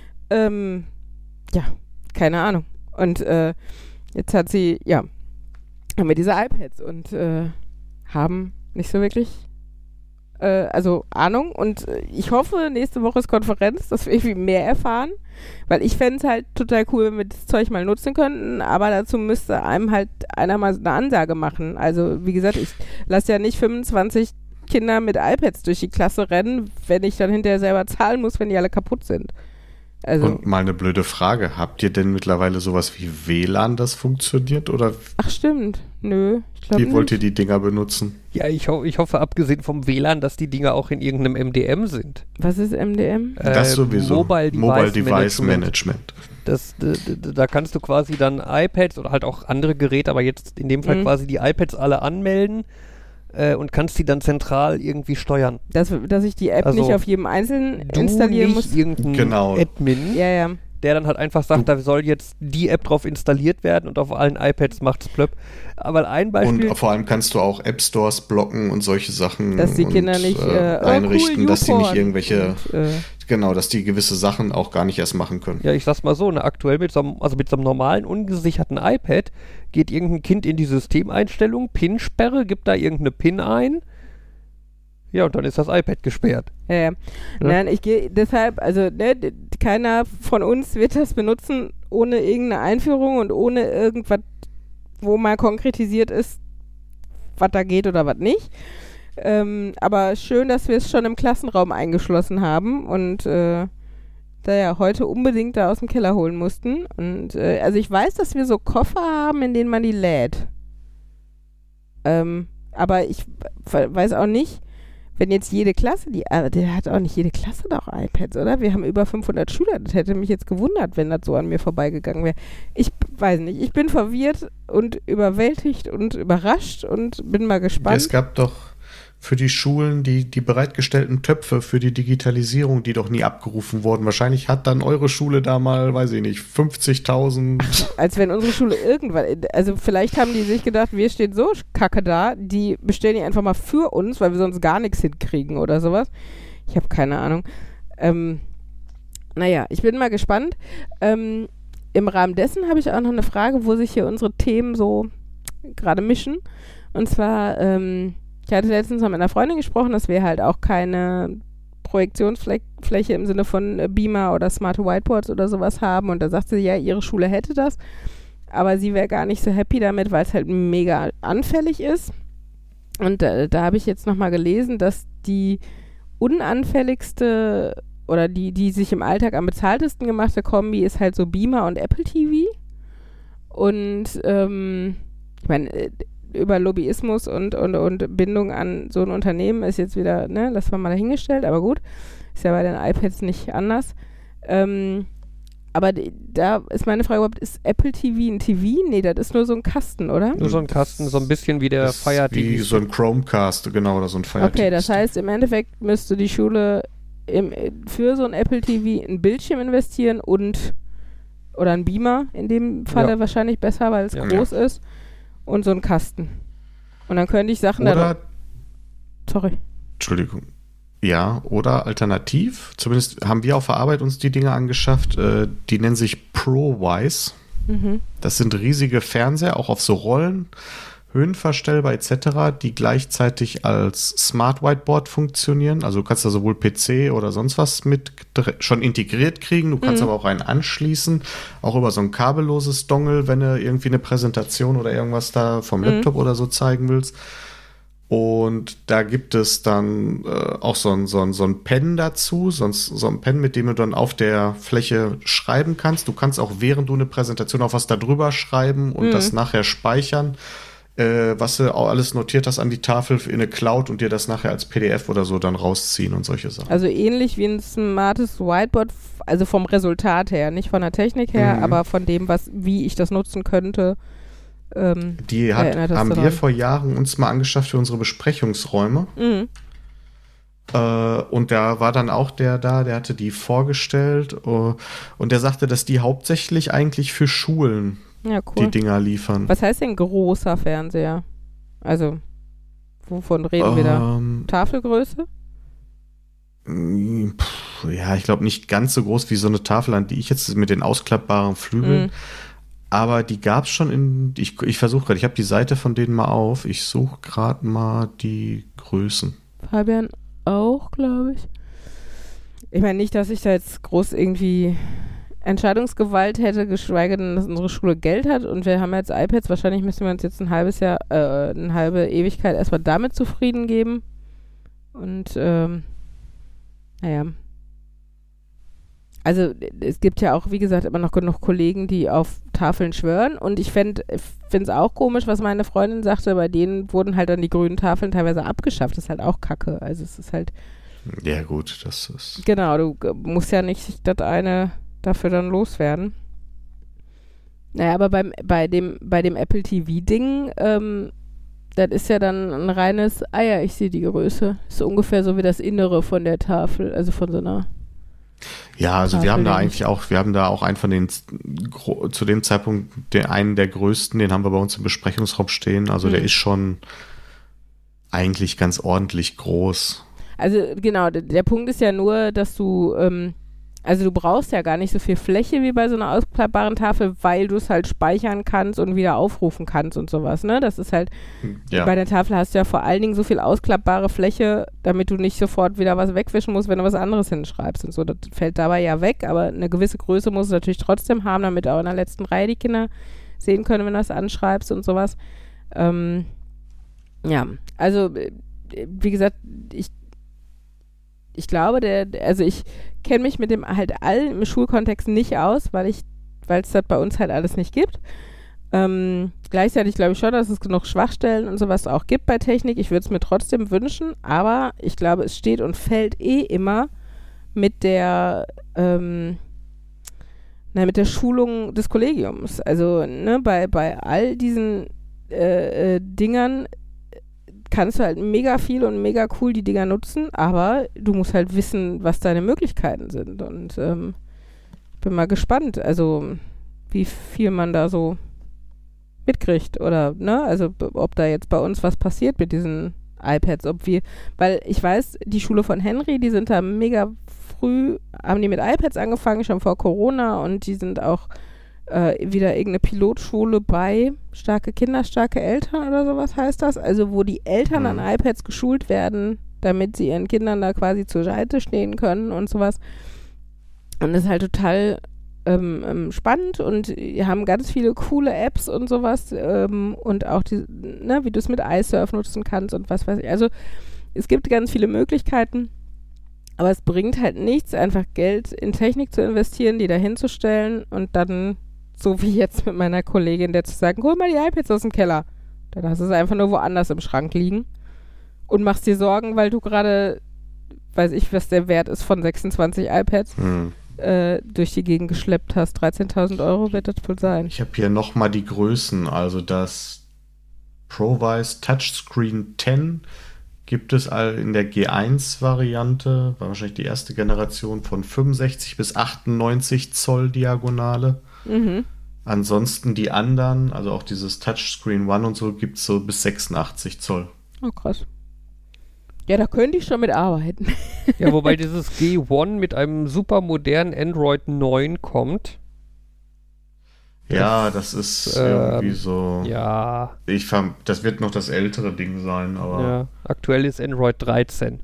Ja, keine Ahnung. Und jetzt haben wir diese iPads und haben nicht so wirklich Ahnung. Und ich hoffe, nächste Woche ist Konferenz, dass wir irgendwie mehr erfahren, weil ich fände es halt total cool, wenn wir das Zeug mal nutzen könnten, aber dazu müsste einem halt einer mal eine Ansage machen. Also wie gesagt, ich lasse ja nicht 25 Kinder mit iPads durch die Klasse rennen, wenn ich dann hinterher selber zahlen muss, wenn die alle kaputt sind. Also, Und mal eine blöde Frage. Habt ihr denn mittlerweile sowas wie WLAN, das funktioniert? Oder ach stimmt, nö, ich glaube wie wollt ihr nicht. die Dinger benutzen? Ja, ich hoffe, abgesehen vom WLAN, dass die Dinger auch in irgendeinem MDM sind. Was ist MDM? Das sowieso. Mobile Device Management. Da kannst du quasi dann iPads oder halt auch andere Geräte, aber jetzt in dem Fall quasi die iPads alle anmelden und kannst die dann zentral irgendwie steuern. Dass ich die App Also, nicht auf jedem Einzelnen Du installieren nicht muss. irgendein Genau. Admin, Ja. der dann halt einfach sagt, da soll jetzt die App drauf installiert werden und auf allen iPads macht's plöpp. Aber ein Beispiel... Und vor allem kannst du auch App Stores blocken und solche Sachen Dass die Kinder nicht einrichten, dass die nicht irgendwelche, Und, dass die gewisse Sachen auch gar nicht erst machen können. Ja, ich sag's mal so, aktuell mit so einem normalen, ungesicherten iPad geht irgendein Kind in die Systemeinstellung, PIN-Sperre, gibt da irgendeine PIN ein, ja, und dann ist das iPad gesperrt. Ja. Nein, ich gehe deshalb, also keiner von uns wird das benutzen ohne irgendeine Einführung und ohne irgendwas, wo mal konkretisiert ist, was da geht oder was nicht. Aber schön, dass wir es schon im Klassenraum eingeschlossen haben und da ja heute unbedingt da aus dem Keller holen mussten. Und also ich weiß, dass wir so Koffer haben, in denen man die lädt. Aber ich weiß auch nicht, wenn jetzt jede Klasse, der hat auch nicht jede Klasse doch iPads, oder? Wir haben über 500 Schüler, das hätte mich jetzt gewundert, wenn das so an mir vorbeigegangen wäre. Ich weiß nicht, ich bin verwirrt und überwältigt und überrascht und bin mal gespannt. Es gab doch für die Schulen die bereitgestellten Töpfe für die Digitalisierung, die doch nie abgerufen wurden. Wahrscheinlich hat dann eure Schule da mal, weiß ich nicht, 50.000. Als wenn unsere Schule irgendwann, also vielleicht haben die sich gedacht, wir stehen so kacke da, die bestellen die einfach mal für uns, weil wir sonst gar nichts hinkriegen oder sowas. Ich habe keine Ahnung. Naja, ich bin mal gespannt. Im Rahmen dessen habe ich auch noch eine Frage, wo sich hier unsere Themen so gerade mischen. Und zwar, ich hatte letztens mal mit einer Freundin gesprochen, dass wir halt auch keine Projektionsfläche im Sinne von Beamer oder smarte Whiteboards oder sowas haben. Und da sagte sie, ja, ihre Schule hätte das, aber sie wäre gar nicht so happy damit, weil es halt mega anfällig ist. Und da habe ich jetzt nochmal gelesen, dass die unanfälligste oder die sich im Alltag am bezahltesten gemachte Kombi ist halt so Beamer und Apple TV. Und ich meine, über Lobbyismus und Bindung an so ein Unternehmen ist jetzt wieder, lassen wir mal dahingestellt, aber gut, ist ja bei den iPads nicht anders. Aber da ist meine Frage überhaupt, ist Apple TV ein TV? Nee, das ist nur so ein Kasten, oder? Nur so ein Kasten, so ein bisschen wie der Fire TV. Wie so ein Chromecast, genau, oder so ein Fire TV. Okay, das heißt, im Endeffekt müsste die Schule für so ein Apple TV ein Bildschirm investieren oder ein Beamer, in dem Falle wahrscheinlich besser, weil es groß ist. Und so ein Kasten. Und dann könnte ich Sachen Entschuldigung. Ja, oder alternativ, zumindest haben wir auf der Arbeit uns die Dinge angeschafft, die nennen sich ProWise. Mhm. Das sind riesige Fernseher, auch auf so Rollen, höhenverstellbar etc., die gleichzeitig als Smart Whiteboard funktionieren. Also du kannst da sowohl PC oder sonst was mit schon integriert kriegen. Du kannst aber auch einen anschließen, auch über so ein kabelloses Dongle, wenn du irgendwie eine Präsentation oder irgendwas da vom Laptop oder so zeigen willst. Und da gibt es dann auch so ein Pen dazu, so ein Pen, mit dem du dann auf der Fläche schreiben kannst. Du kannst auch, während du eine Präsentation auf was da drüber schreiben und das nachher speichern, was du auch alles notiert hast an die Tafel in eine Cloud und dir das nachher als PDF oder so dann rausziehen und solche Sachen. Also ähnlich wie ein smartes Whiteboard, also vom Resultat her, nicht von der Technik her, aber von dem, wie ich das nutzen könnte. Haben wir vor Jahren uns mal angeschafft für unsere Besprechungsräume. Und da war dann auch der hatte die vorgestellt und der sagte, dass die hauptsächlich eigentlich für Schulen die Dinger liefern. Was heißt denn großer Fernseher? Also, wovon reden wir da? Tafelgröße? Ja, ich glaube nicht ganz so groß wie so eine Tafel, an die ich jetzt mit den ausklappbaren Flügeln. Aber die gab es schon ich versuche gerade, ich habe die Seite von denen mal auf. Ich suche gerade mal die Größen. Fabian auch, glaube ich. Ich meine nicht, dass ich da jetzt groß irgendwie Entscheidungsgewalt hätte, geschweige denn, dass unsere Schule Geld hat und wir haben jetzt iPads. Wahrscheinlich müssen wir uns jetzt eine halbe Ewigkeit erstmal damit zufrieden geben. Und, naja. Also es gibt ja auch, wie gesagt, immer noch genug Kollegen, die auf Tafeln schwören und ich finde es auch komisch, was meine Freundin sagte, bei denen wurden halt dann die grünen Tafeln teilweise abgeschafft. Das ist halt auch Kacke. Also es ist halt... Ja gut, das ist... Genau, du musst ja nicht das eine dafür dann loswerden. Naja, aber bei dem Apple TV-Ding, das ist ja dann ein reines, ich sehe die Größe. Ist so ungefähr so wie das Innere von der Tafel, also von so einer... Ja, also wir haben da auch einen von den, zu dem Zeitpunkt, einen der größten, den haben wir bei uns im Besprechungsraum stehen. Also der ist schon eigentlich ganz ordentlich groß. Also genau, der Punkt ist ja nur, dass du, also du brauchst ja gar nicht so viel Fläche wie bei so einer ausklappbaren Tafel, weil du es halt speichern kannst und wieder aufrufen kannst und sowas, ne? Das ist halt, bei der Tafel hast du ja vor allen Dingen so viel ausklappbare Fläche, damit du nicht sofort wieder was wegwischen musst, wenn du was anderes hinschreibst und so. Das fällt dabei ja weg, aber eine gewisse Größe musst du natürlich trotzdem haben, damit auch in der letzten Reihe die Kinder sehen können, wenn du das anschreibst und sowas. Ja, also wie gesagt, ich glaube, ich kenne mich mit dem halt im Schulkontext nicht aus, weil es das bei uns halt alles nicht gibt. Gleichzeitig glaube ich schon, dass es genug Schwachstellen und sowas auch gibt bei Technik. Ich würde es mir trotzdem wünschen, aber ich glaube, es steht und fällt immer mit der Schulung des Kollegiums. Also bei all diesen Dingern kannst du halt mega viel und mega cool die Dinger nutzen, aber du musst halt wissen, was deine Möglichkeiten sind und bin mal gespannt, also wie viel man da so mitkriegt oder, also ob da jetzt bei uns was passiert mit diesen iPads, weil ich weiß, die Schule von Henry, die sind da mega früh, haben die mit iPads angefangen, schon vor Corona und die sind auch wieder irgendeine Pilotschule bei starke Kinder, starke Eltern oder sowas heißt das. Also wo die Eltern an iPads geschult werden, damit sie ihren Kindern da quasi zur Seite stehen können und sowas. Und das ist halt total spannend und wir haben ganz viele coole Apps und sowas und auch wie du es mit iSurf nutzen kannst und was weiß ich. Also es gibt ganz viele Möglichkeiten, aber es bringt halt nichts, einfach Geld in Technik zu investieren, die da hinzustellen und dann so wie jetzt mit meiner Kollegin, der zu sagen, hol mal die iPads aus dem Keller. Dann hast du es einfach nur woanders im Schrank liegen und machst dir Sorgen, weil du gerade, weiß ich, was der Wert ist von 26 iPads, durch die Gegend geschleppt hast. 13.000 Euro wird das wohl sein. Ich habe hier nochmal die Größen. Also das ProVise Touchscreen 10 gibt es in der G1-Variante, war wahrscheinlich die erste Generation von 65 bis 98 Zoll Diagonale. Ansonsten die anderen, also auch dieses Touchscreen One und so, gibt es so bis 86 Zoll. Oh, krass. Ja, da könnte ich schon mit arbeiten. Ja, wobei dieses G1 mit einem super modernen Android 9 kommt. Ja, das ist irgendwie so... Ja. Das wird noch das ältere Ding sein, aber... Ja, aktuell ist Android 13.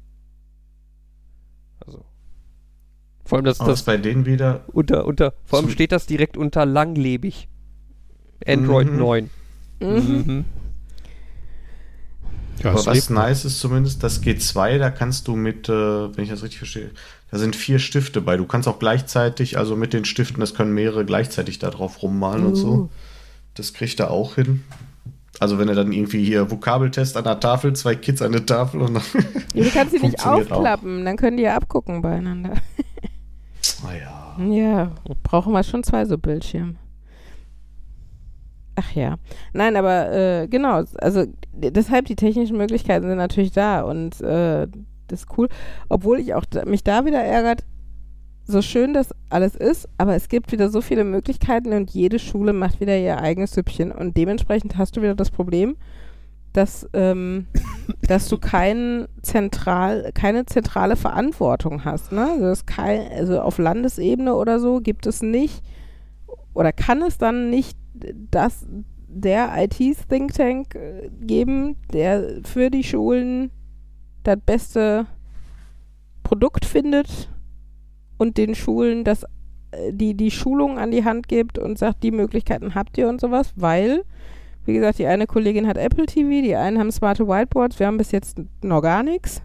Also... Vor allem das bei denen wieder... Vor allem steht das direkt unter langlebig. Android 9. Ja, Aber es was lebt noch. nice ist zumindest, das G2, da kannst du mit, wenn ich das richtig verstehe, da sind 4 Stifte bei. Du kannst auch gleichzeitig, also mit den Stiften, das können mehrere gleichzeitig da drauf rummalen und so. Das kriegt er auch hin. Also wenn er dann irgendwie hier Vokabeltest an der Tafel, 2 Kids an der Tafel und dann Ja, du kannst sie nicht funktioniert auch. aufklappen, dann können die ja abgucken beieinander. Naja. Ja, brauchen wir schon 2 so Bildschirme. Ach ja. Nein, aber genau, also deshalb die technischen Möglichkeiten sind natürlich da und das ist cool. Obwohl ich auch mich da wieder ärgert, so schön das alles ist, aber es gibt wieder so viele Möglichkeiten und jede Schule macht wieder ihr eigenes Süppchen und dementsprechend hast du wieder das Problem, dass du keine zentrale Verantwortung hast. Ne? Also auf Landesebene oder so gibt es nicht oder kann es dann nicht der IT-Think Tank geben, der für die Schulen das beste Produkt findet und den Schulen die Schulung an die Hand gibt und sagt, die Möglichkeiten habt ihr und sowas, weil, wie gesagt, die eine Kollegin hat Apple TV, die einen haben smarte Whiteboards, wir haben bis jetzt noch gar nichts.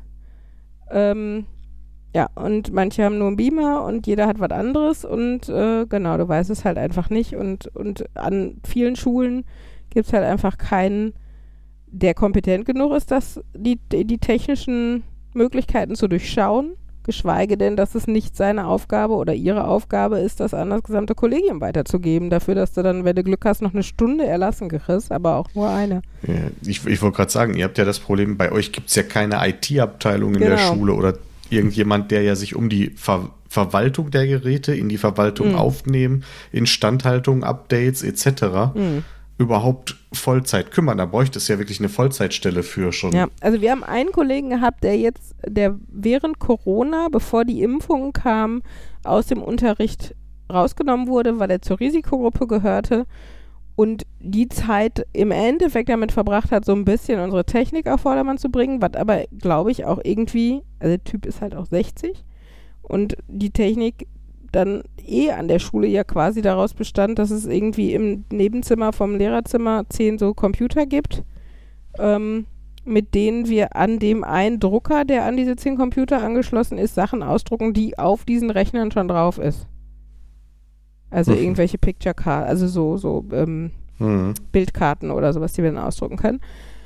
Ja, und manche haben nur einen Beamer und jeder hat was anderes und genau, du weißt es halt einfach nicht und an vielen Schulen gibt es halt einfach keinen, der kompetent genug ist, die technischen Möglichkeiten zu durchschauen, geschweige denn, dass es nicht seine Aufgabe oder ihre Aufgabe ist, das an das gesamte Kollegium weiterzugeben, dafür, dass du dann, wenn du Glück hast, noch eine Stunde erlassen kriegst, aber auch nur eine. Ja, ich wollte gerade sagen, ihr habt ja das Problem, bei euch gibt es ja keine IT-Abteilung in der Schule oder irgendjemand, der ja sich um die Verwaltung der Geräte, in die Verwaltung aufnehmen, Instandhaltung, Updates etc. Überhaupt Vollzeit kümmern. Da bräuchte es ja wirklich eine Vollzeitstelle für schon. Ja, also wir haben einen Kollegen gehabt, der während Corona, bevor die Impfungen kamen, aus dem Unterricht rausgenommen wurde, weil er zur Risikogruppe gehörte und die Zeit im Endeffekt damit verbracht hat, so ein bisschen unsere Technik auf Vordermann zu bringen, was aber, glaube ich, auch irgendwie, also der Typ ist halt auch 60 und die Technik dann an der Schule ja quasi daraus bestand, dass es irgendwie im Nebenzimmer vom Lehrerzimmer 10 so Computer gibt, mit denen wir an dem einen Drucker, der an diese 10 Computer angeschlossen ist, Sachen ausdrucken, die auf diesen Rechnern schon drauf ist. Also irgendwelche Picture-Karten, also so Bildkarten oder sowas, die wir dann ausdrucken können.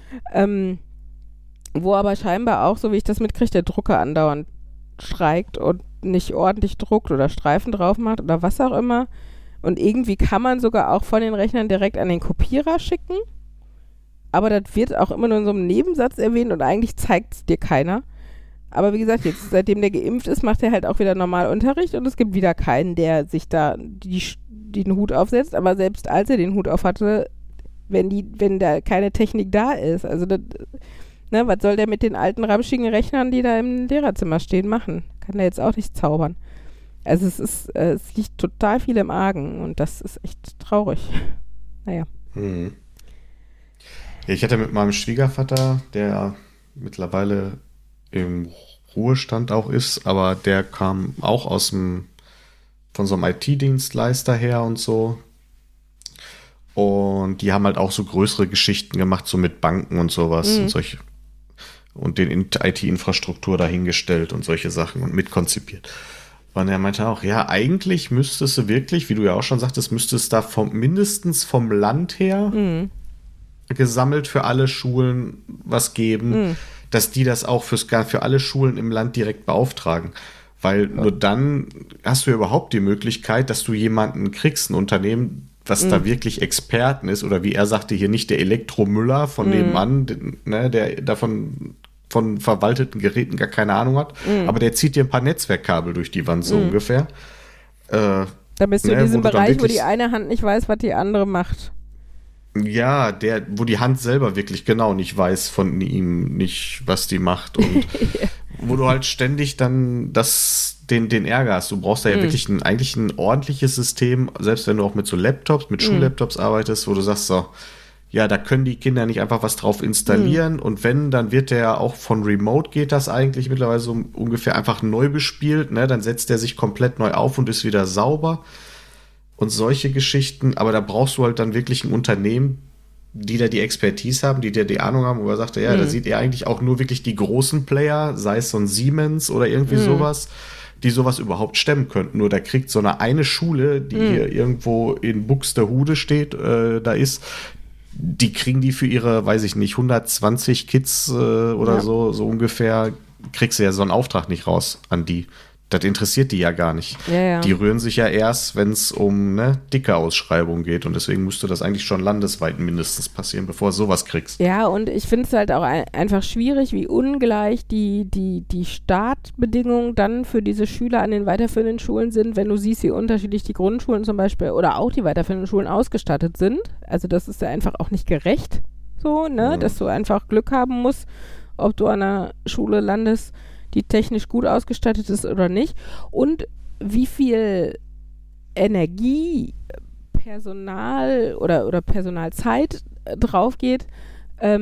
Wo aber scheinbar auch, so wie ich das mitkriege, der Drucker andauernd streikt und nicht ordentlich druckt oder Streifen drauf macht oder was auch immer. Und irgendwie kann man sogar auch von den Rechnern direkt an den Kopierer schicken. Aber das wird auch immer nur in so einem Nebensatz erwähnt und eigentlich zeigt es dir keiner. Aber wie gesagt, jetzt seitdem der geimpft ist, macht er halt auch wieder normal Unterricht und es gibt wieder keinen, der sich da den Hut aufsetzt. Aber selbst als er den Hut auf hatte, wenn da keine Technik da ist, also das, ne, was soll der mit den alten ramschigen Rechnern, die da im Lehrerzimmer stehen, machen? Kann der jetzt auch nicht zaubern. Also es liegt total viel im Argen und das ist echt traurig. Naja. Ja, ich hatte mit meinem Schwiegervater, der mittlerweile im Ruhestand auch ist, aber der kam auch von so einem IT-Dienstleister her und so. Und die haben halt auch so größere Geschichten gemacht, so mit Banken und sowas und solche. Und den IT-Infrastruktur dahingestellt und solche Sachen und mitkonzipiert. Und er meinte auch, ja, eigentlich müsstest du wirklich, wie du ja auch schon sagtest, müsstest da mindestens vom Land her gesammelt für alle Schulen was geben, dass die das auch für alle Schulen im Land direkt beauftragen. Weil nur dann hast du ja überhaupt die Möglichkeit, dass du jemanden kriegst, ein Unternehmen, was da wirklich Experten ist, oder wie er sagte, hier nicht der Elektromüller von nebenan, ne, der davon von verwalteten Geräten gar keine Ahnung hat, aber der zieht dir ein paar Netzwerkkabel durch die Wand, so ungefähr. Da bist du in diesem Bereich, wo die eine Hand nicht weiß, was die andere macht. Ja, wo die Hand selber wirklich genau nicht weiß von ihm nicht, was die macht und wo du halt ständig dann den Ärger hast. Du brauchst da ja wirklich eigentlich ein ordentliches System, selbst wenn du auch mit so Laptops, mit Schullaptops arbeitest, wo du sagst so, ja, da können die Kinder nicht einfach was drauf installieren und wenn, dann wird der auch von Remote geht das eigentlich mittlerweile so ungefähr einfach neu bespielt, ne? Dann setzt der sich komplett neu auf und ist wieder sauber und solche Geschichten, aber da brauchst du halt dann wirklich ein Unternehmen, die da die Expertise haben, die da die Ahnung haben, wo er sagte, ja, da sieht er eigentlich auch nur wirklich die großen Player, sei es so ein Siemens oder irgendwie sowas, die sowas überhaupt stemmen könnten. Nur da kriegt so eine Schule, die hier irgendwo in Buxtehude steht, da ist, die kriegen die für ihre, weiß ich nicht, 120 Kids oder so ungefähr, kriegst du ja so einen Auftrag nicht raus an die. Das interessiert die ja gar nicht. Ja. Die rühren sich ja erst, wenn es um dicke Ausschreibungen geht. Und deswegen müsste das eigentlich schon landesweit mindestens passieren, bevor du sowas kriegst. Ja, und ich finde es halt auch einfach schwierig, wie ungleich die Startbedingungen dann für diese Schüler an den weiterführenden Schulen sind, wenn du siehst, wie unterschiedlich die Grundschulen zum Beispiel oder auch die weiterführenden Schulen ausgestattet sind. Also das ist ja einfach auch nicht gerecht, so, ne, dass du einfach Glück haben musst, ob du an einer Schule landest, die technisch gut ausgestattet ist oder nicht, und wie viel Energie, Personal oder Personalzeit drauf geht, da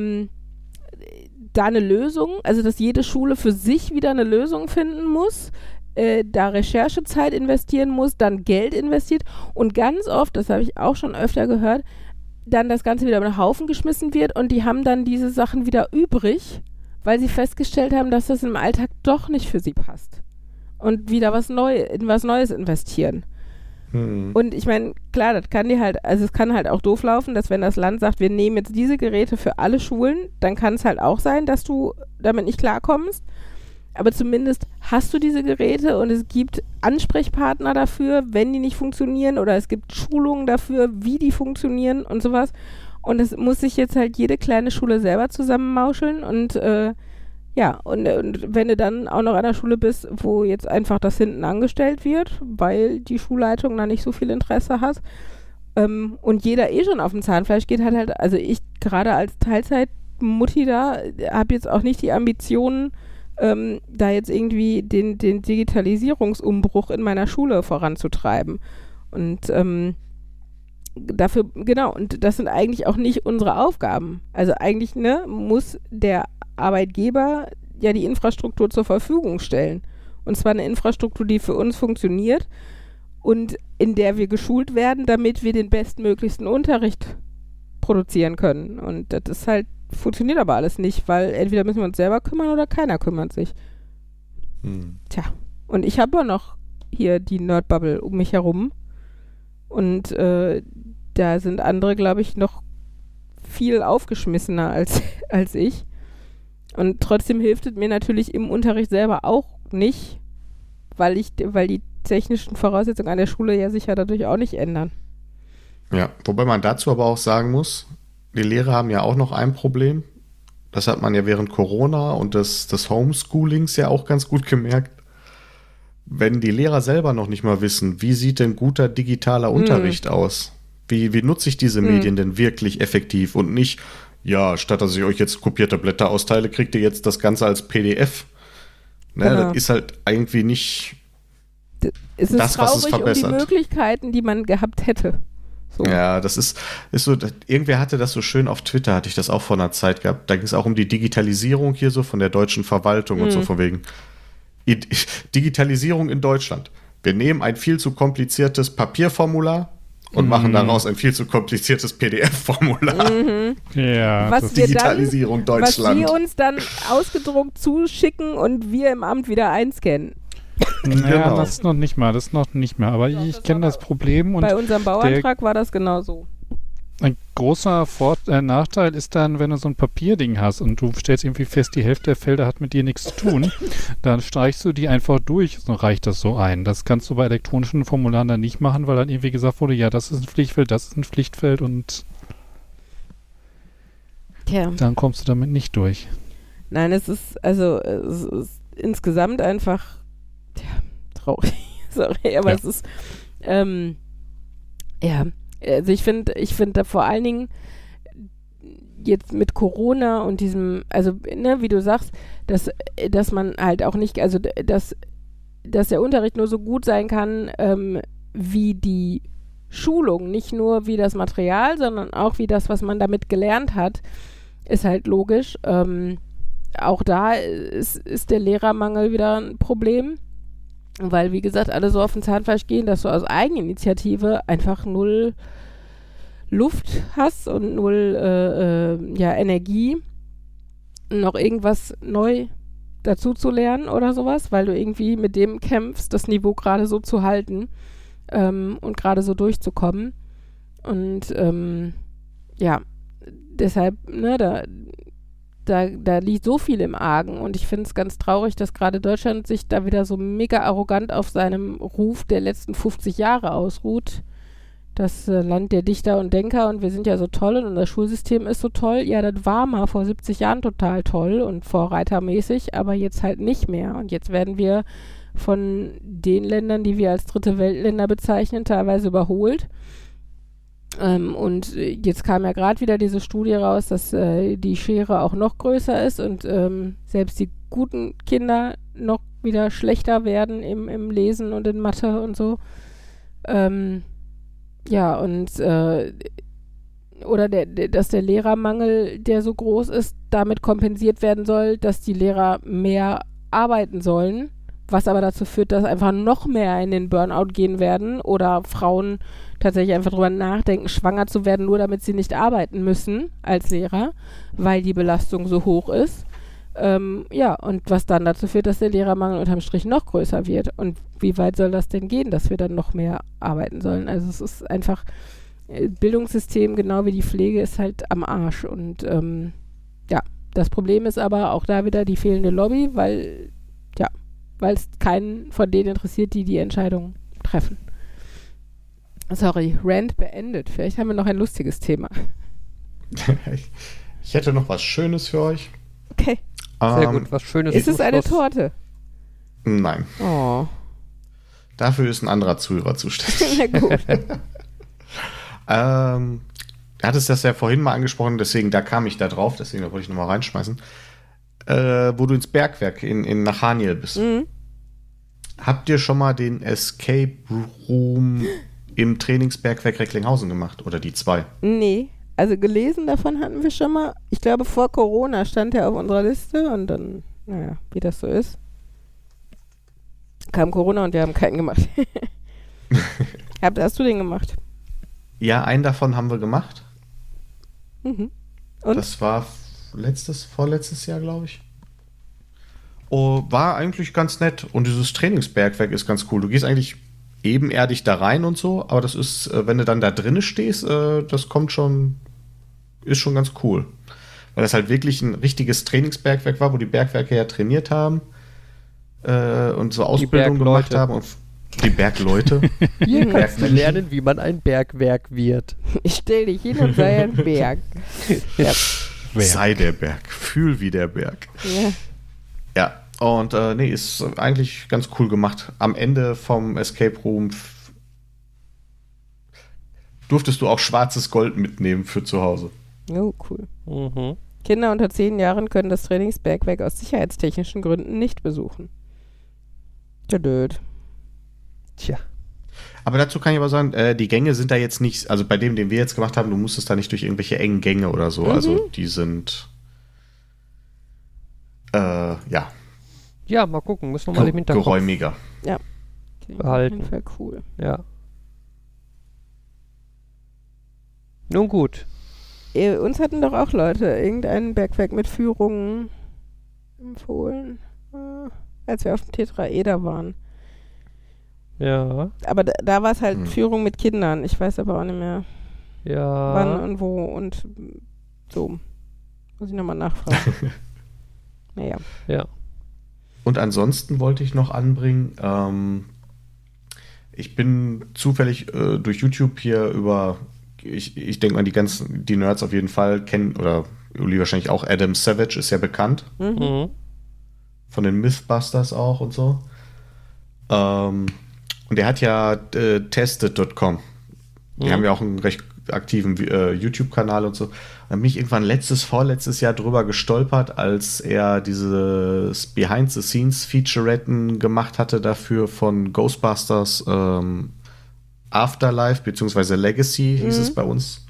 eine Lösung, also dass jede Schule für sich wieder eine Lösung finden muss, da Recherchezeit investieren muss, dann Geld investiert und ganz oft, das habe ich auch schon öfter gehört, dann das Ganze wieder über den Haufen geschmissen wird und die haben dann diese Sachen wieder übrig, weil sie festgestellt haben, dass das im Alltag doch nicht für sie passt. Und wieder in was Neues investieren. Und ich meine, klar, das kann es kann halt auch doof laufen, dass wenn das Land sagt, wir nehmen jetzt diese Geräte für alle Schulen, dann kann es halt auch sein, dass du damit nicht klarkommst. Aber zumindest hast du diese Geräte und es gibt Ansprechpartner dafür, wenn die nicht funktionieren, oder es gibt Schulungen dafür, wie die funktionieren und sowas. Und es muss sich jetzt halt jede kleine Schule selber zusammenmauscheln und und wenn du dann auch noch an der Schule bist, wo jetzt einfach das hinten angestellt wird, weil die Schulleitung da nicht so viel Interesse hat und jeder schon auf dem Zahnfleisch geht, also ich gerade als Teilzeitmutti da, habe jetzt auch nicht die Ambitionen, da jetzt irgendwie den Digitalisierungsumbruch in meiner Schule voranzutreiben. Und dafür, genau, und das sind eigentlich auch nicht unsere Aufgaben. Also eigentlich, muss der Arbeitgeber ja die Infrastruktur zur Verfügung stellen. Und zwar eine Infrastruktur, die für uns funktioniert und in der wir geschult werden, damit wir den bestmöglichsten Unterricht produzieren können. Und das ist halt, funktioniert aber alles nicht, weil entweder müssen wir uns selber kümmern oder keiner kümmert sich. Tja, und ich habe ja noch hier die Nerdbubble um mich herum. Und da sind andere, glaube ich, noch viel aufgeschmissener als ich. Und trotzdem hilft es mir natürlich im Unterricht selber auch nicht, weil die technischen Voraussetzungen an der Schule ja sich ja dadurch auch nicht ändern. Ja, wobei man dazu aber auch sagen muss, die Lehrer haben ja auch noch ein Problem. Das hat man ja während Corona und des Homeschoolings ja auch ganz gut gemerkt. Wenn die Lehrer selber noch nicht mal wissen, wie sieht denn guter digitaler Unterricht aus? Wie nutze ich diese Medien denn wirklich effektiv und nicht, ja, statt dass ich euch jetzt kopierte Blätter austeile, kriegt ihr jetzt das Ganze als PDF. Ne, Genau. Das ist halt irgendwie nicht Es ist das, was es traurig um die verbessert. Möglichkeiten, die man gehabt hätte. So. Ja, das ist so, irgendwer hatte das so schön auf Twitter, hatte ich das auch vor einer Zeit gehabt. Da ging es auch um die Digitalisierung hier so von der deutschen Verwaltung und so von wegen Digitalisierung in Deutschland. Wir nehmen ein viel zu kompliziertes Papierformular und machen daraus ein viel zu kompliziertes PDF-Formular. Ja, Was Digitalisierung Deutschland. Was sie uns dann ausgedruckt zuschicken und wir im Amt wieder einscannen. Ja, Genau. das ist noch nicht mal. Aber Doch, ich das kenne war das Problem und Bei unserem Bauantrag war das genau so. ein großer Nachteil ist dann, wenn du so ein Papierding hast und du stellst irgendwie fest, die Hälfte der Felder hat mit dir nichts zu tun, dann streichst du die einfach durch, so reicht das so ein. Das kannst du bei elektronischen Formularen dann nicht machen, weil dann irgendwie gesagt wurde, ja, das ist ein Pflichtfeld, das ist ein Pflichtfeld und Tja. dann kommst du damit nicht durch. Nein, es ist insgesamt einfach traurig. Sorry, aber Ja. es ist also ich finde da vor allen Dingen jetzt mit Corona und diesem, also wie du sagst, dass man halt auch nicht, also dass der Unterricht nur so gut sein kann, wie die Schulung, nicht nur wie das Material, sondern auch wie das, was man damit gelernt hat, ist halt logisch. Auch da ist der Lehrermangel wieder ein Problem, weil, wie gesagt, alle so auf den Zahnfleisch gehen, dass du aus Eigeninitiative einfach null Luft hast und null Energie, noch irgendwas neu dazu zu lernen oder sowas, weil du irgendwie mit dem kämpfst, das Niveau gerade so zu halten und gerade so durchzukommen. Und deshalb, ne, da liegt so viel im Argen und ich finde es ganz traurig, dass gerade Deutschland sich da wieder so mega arrogant auf seinem Ruf der letzten 50 Jahre ausruht. Das Land der Dichter und Denker und wir sind ja so toll und unser Schulsystem ist so toll. Ja, das war mal vor 70 Jahren total toll und vorreitermäßig, aber jetzt halt nicht mehr. Und jetzt werden wir von den Ländern, die wir als dritte Weltländer bezeichnen, teilweise überholt. Und jetzt kam ja gerade wieder diese Studie raus, dass die Schere auch noch größer ist und selbst die guten Kinder noch wieder schlechter werden im Lesen und in Mathe und so. Oder dass der Lehrermangel, der so groß ist, damit kompensiert werden soll, dass die Lehrer mehr arbeiten sollen, was aber dazu führt, dass einfach noch mehr in den Burnout gehen werden oder Frauen tatsächlich einfach drüber nachdenken, schwanger zu werden, nur damit sie nicht arbeiten müssen als Lehrer, weil die Belastung so hoch ist. Und was dann dazu führt, dass der Lehrermangel unterm Strich noch größer wird. Und wie weit soll das denn gehen, dass wir dann noch mehr arbeiten sollen? Also es ist einfach, Bildungssystem, genau wie die Pflege, ist halt am Arsch. Und das Problem ist aber auch da wieder die fehlende Lobby, weil es keinen von denen interessiert, die Entscheidungen treffen. Sorry, Rant beendet. Vielleicht haben wir noch ein lustiges Thema. Ich hätte noch was Schönes für euch. Okay. Sehr gut, was Schönes. Ist es eine Torte? Nein. Oh. Dafür ist ein anderer Zuhörer zuständig. Na gut. Du hattest das ja vorhin mal angesprochen, deswegen da kam ich da drauf, deswegen wollte ich nochmal reinschmeißen. Wo du ins Bergwerk nach Haniel bist. Mhm. Habt ihr schon mal den Escape Room im Trainingsbergwerk Recklinghausen gemacht? Oder die 2? Nee, also gelesen davon hatten wir schon mal. Ich glaube, vor Corona stand er auf unserer Liste und dann, naja, wie das so ist, kam Corona und wir haben keinen gemacht. Hast du den gemacht? Ja, einen davon haben wir gemacht. Mhm. Und? Das war vorletztes Jahr, glaube ich. Oh, war eigentlich ganz nett. Und dieses Trainingsbergwerk ist ganz cool. Du gehst eigentlich ebenerdig da rein und so, aber das ist, wenn du dann da drinnen stehst, das ist schon ganz cool. Weil das halt wirklich ein richtiges Trainingsbergwerk war, wo die Bergwerke ja trainiert haben und so Ausbildung gemacht haben. Und die Bergleute. Hier kannst du lernen, wie man ein Bergwerk wird. Ich stell dich hin und sei ein Berg. Ja. Sei der Berg. Fühl wie der Berg. Ja. Ja. Und ist eigentlich ganz cool gemacht. Am Ende vom Escape Room durftest du auch schwarzes Gold mitnehmen für zu Hause. Oh, cool. Mhm. Kinder unter 10 Jahren können das Trainingsbergwerk aus sicherheitstechnischen Gründen nicht besuchen. Tja. Aber dazu kann ich aber sagen, die Gänge sind da jetzt nicht, also bei dem, den wir jetzt gemacht haben, du musstest da nicht durch irgendwelche engen Gänge oder so. Also die sind Ja, mal gucken, müssen wir mal im Hinterkopf geräumiger. Ja. behalten. Auf jeden Fall cool. Ja. Nun gut. Uns hatten doch auch Leute irgendein Bergwerk mit Führungen empfohlen, als wir auf dem Tetraeder waren. Ja. Aber da war es halt Führung mit Kindern. Ich weiß aber auch nicht mehr, Ja. wann und wo und so. Muss ich nochmal nachfragen. Naja. Ja. Und ansonsten wollte ich noch anbringen, ich bin zufällig durch YouTube hier über, ich denke mal, die Nerds auf jeden Fall kennen, oder Uli wahrscheinlich auch, Adam Savage ist ja bekannt. Mhm. Von den Mythbusters auch und so. Und der hat ja tested.com. Die haben ja auch einen recht aktiven YouTube-Kanal und so. Da bin ich irgendwann vorletztes Jahr drüber gestolpert, als er dieses Behind-the-Scenes-Featuretten gemacht hatte dafür von Ghostbusters Afterlife, beziehungsweise Legacy hieß es bei uns.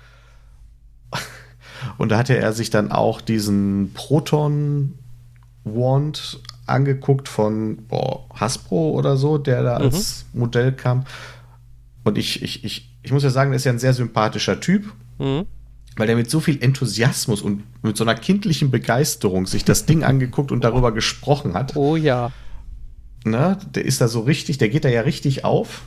Und da hatte er sich dann auch diesen Proton-Wand angeguckt von Hasbro oder so, der da als Modell kam. Und ich ich muss ja sagen, er ist ja ein sehr sympathischer Typ, weil der mit so viel Enthusiasmus und mit so einer kindlichen Begeisterung sich das Ding angeguckt und darüber gesprochen hat. Oh ja. Ne? Der ist da so richtig, der geht da ja richtig auf.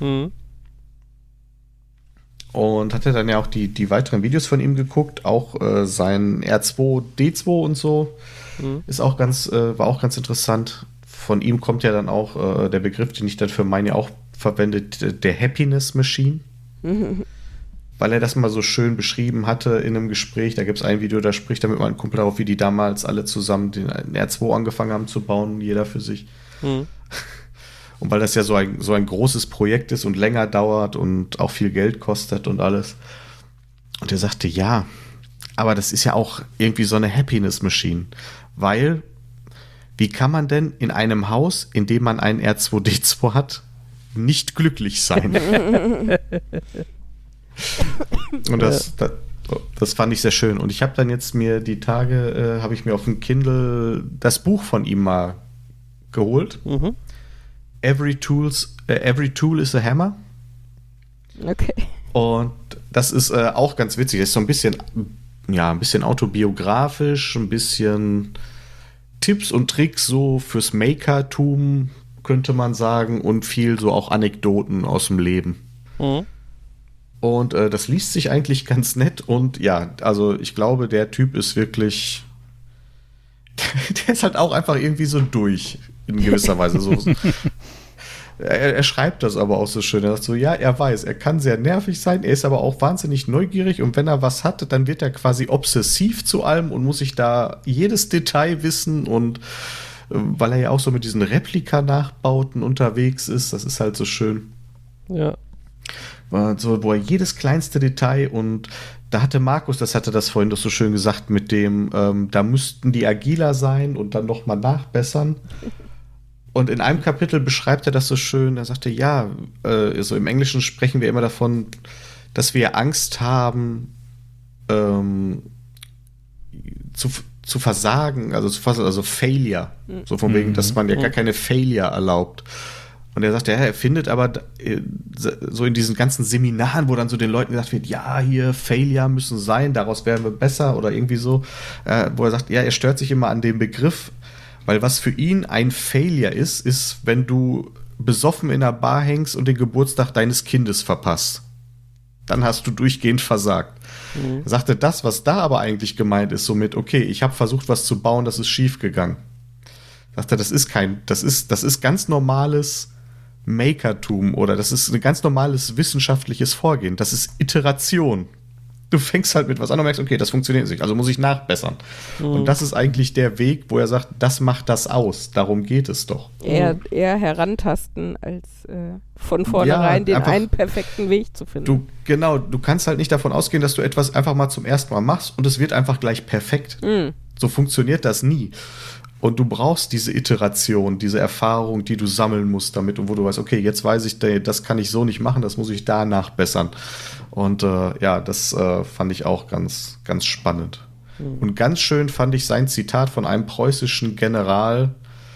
Und hatte dann ja auch die weiteren Videos von ihm geguckt, auch sein R2D2 und so. Ist auch war auch ganz interessant. Von ihm kommt ja dann auch der Begriff, den ich dann für meine auch verwendet, der Happiness Machine. Weil er das mal so schön beschrieben hatte in einem Gespräch. Da gibt es ein Video, da spricht er mit meinem Kumpel darauf, wie die damals alle zusammen den R2 angefangen haben zu bauen, jeder für sich. Und weil das ja so ein großes Projekt ist und länger dauert und auch viel Geld kostet und alles. Und er sagte, ja, aber das ist ja auch irgendwie so eine Happiness Machine. Weil, wie kann man denn in einem Haus, in dem man einen R2D2 hat, nicht glücklich sein? Und das fand ich sehr schön. Und ich habe dann jetzt mir die Tage, habe ich mir auf dem Kindle das Buch von ihm mal geholt. Every Tool is a Hammer. Okay. Und das ist auch ganz witzig. Das ist so ein bisschen autobiografisch, ein bisschen Tipps und Tricks so fürs Makertum, könnte man sagen, und viel so auch Anekdoten aus dem Leben. Und das liest sich eigentlich ganz nett. Und ja, also ich glaube, der Typ ist wirklich, der ist halt auch einfach irgendwie so durch, in gewisser Weise. So. Er schreibt das aber auch so schön. Er sagt so, ja, er weiß, er kann sehr nervig sein, er ist aber auch wahnsinnig neugierig und wenn er was hat, dann wird er quasi obsessiv zu allem und muss sich da jedes Detail wissen und weil er ja auch so mit diesen Replika-Nachbauten unterwegs ist, das ist halt so schön. Ja. So, wo er jedes kleinste Detail und da hatte Markus, das hatte das vorhin doch so schön gesagt, mit dem, da müssten die agiler sein und dann nochmal nachbessern. Und in einem Kapitel beschreibt er das so schön, er sagte, ja, so im Englischen sprechen wir immer davon, dass wir Angst haben, zu versagen, also Failure. So von wegen, dass man ja gar keine Failure erlaubt. Und er sagt, ja, er findet aber so in diesen ganzen Seminaren, wo dann so den Leuten gesagt wird, ja, hier Failure müssen sein, daraus werden wir besser oder irgendwie so, wo er sagt, ja, er stört sich immer an dem Begriff, weil was für ihn ein Failure ist, wenn du besoffen in einer Bar hängst und den Geburtstag deines Kindes verpasst. Dann hast du durchgehend versagt. Er sagte, das, was da aber eigentlich gemeint ist, somit, okay, ich habe versucht, was zu bauen, das ist schief gegangen. Sagte, das ist ganz normales Makertum oder das ist ein ganz normales wissenschaftliches Vorgehen. Das ist Iteration. Du fängst halt mit was an und merkst, okay, das funktioniert nicht, also muss ich nachbessern. Und das ist eigentlich der Weg, wo er sagt, das macht das aus. Darum geht es doch. Eher herantasten, als von vornherein den einen perfekten Weg zu finden. Du kannst halt nicht davon ausgehen, dass du etwas einfach mal zum ersten Mal machst und es wird einfach gleich perfekt. So funktioniert das nie. Und du brauchst diese Iteration, diese Erfahrung, die du sammeln musst damit und wo du weißt, okay, jetzt weiß ich, das kann ich so nicht machen, das muss ich da nachbessern. Und das fand ich auch ganz, ganz spannend. Und ganz schön fand ich sein Zitat von einem preußischen General.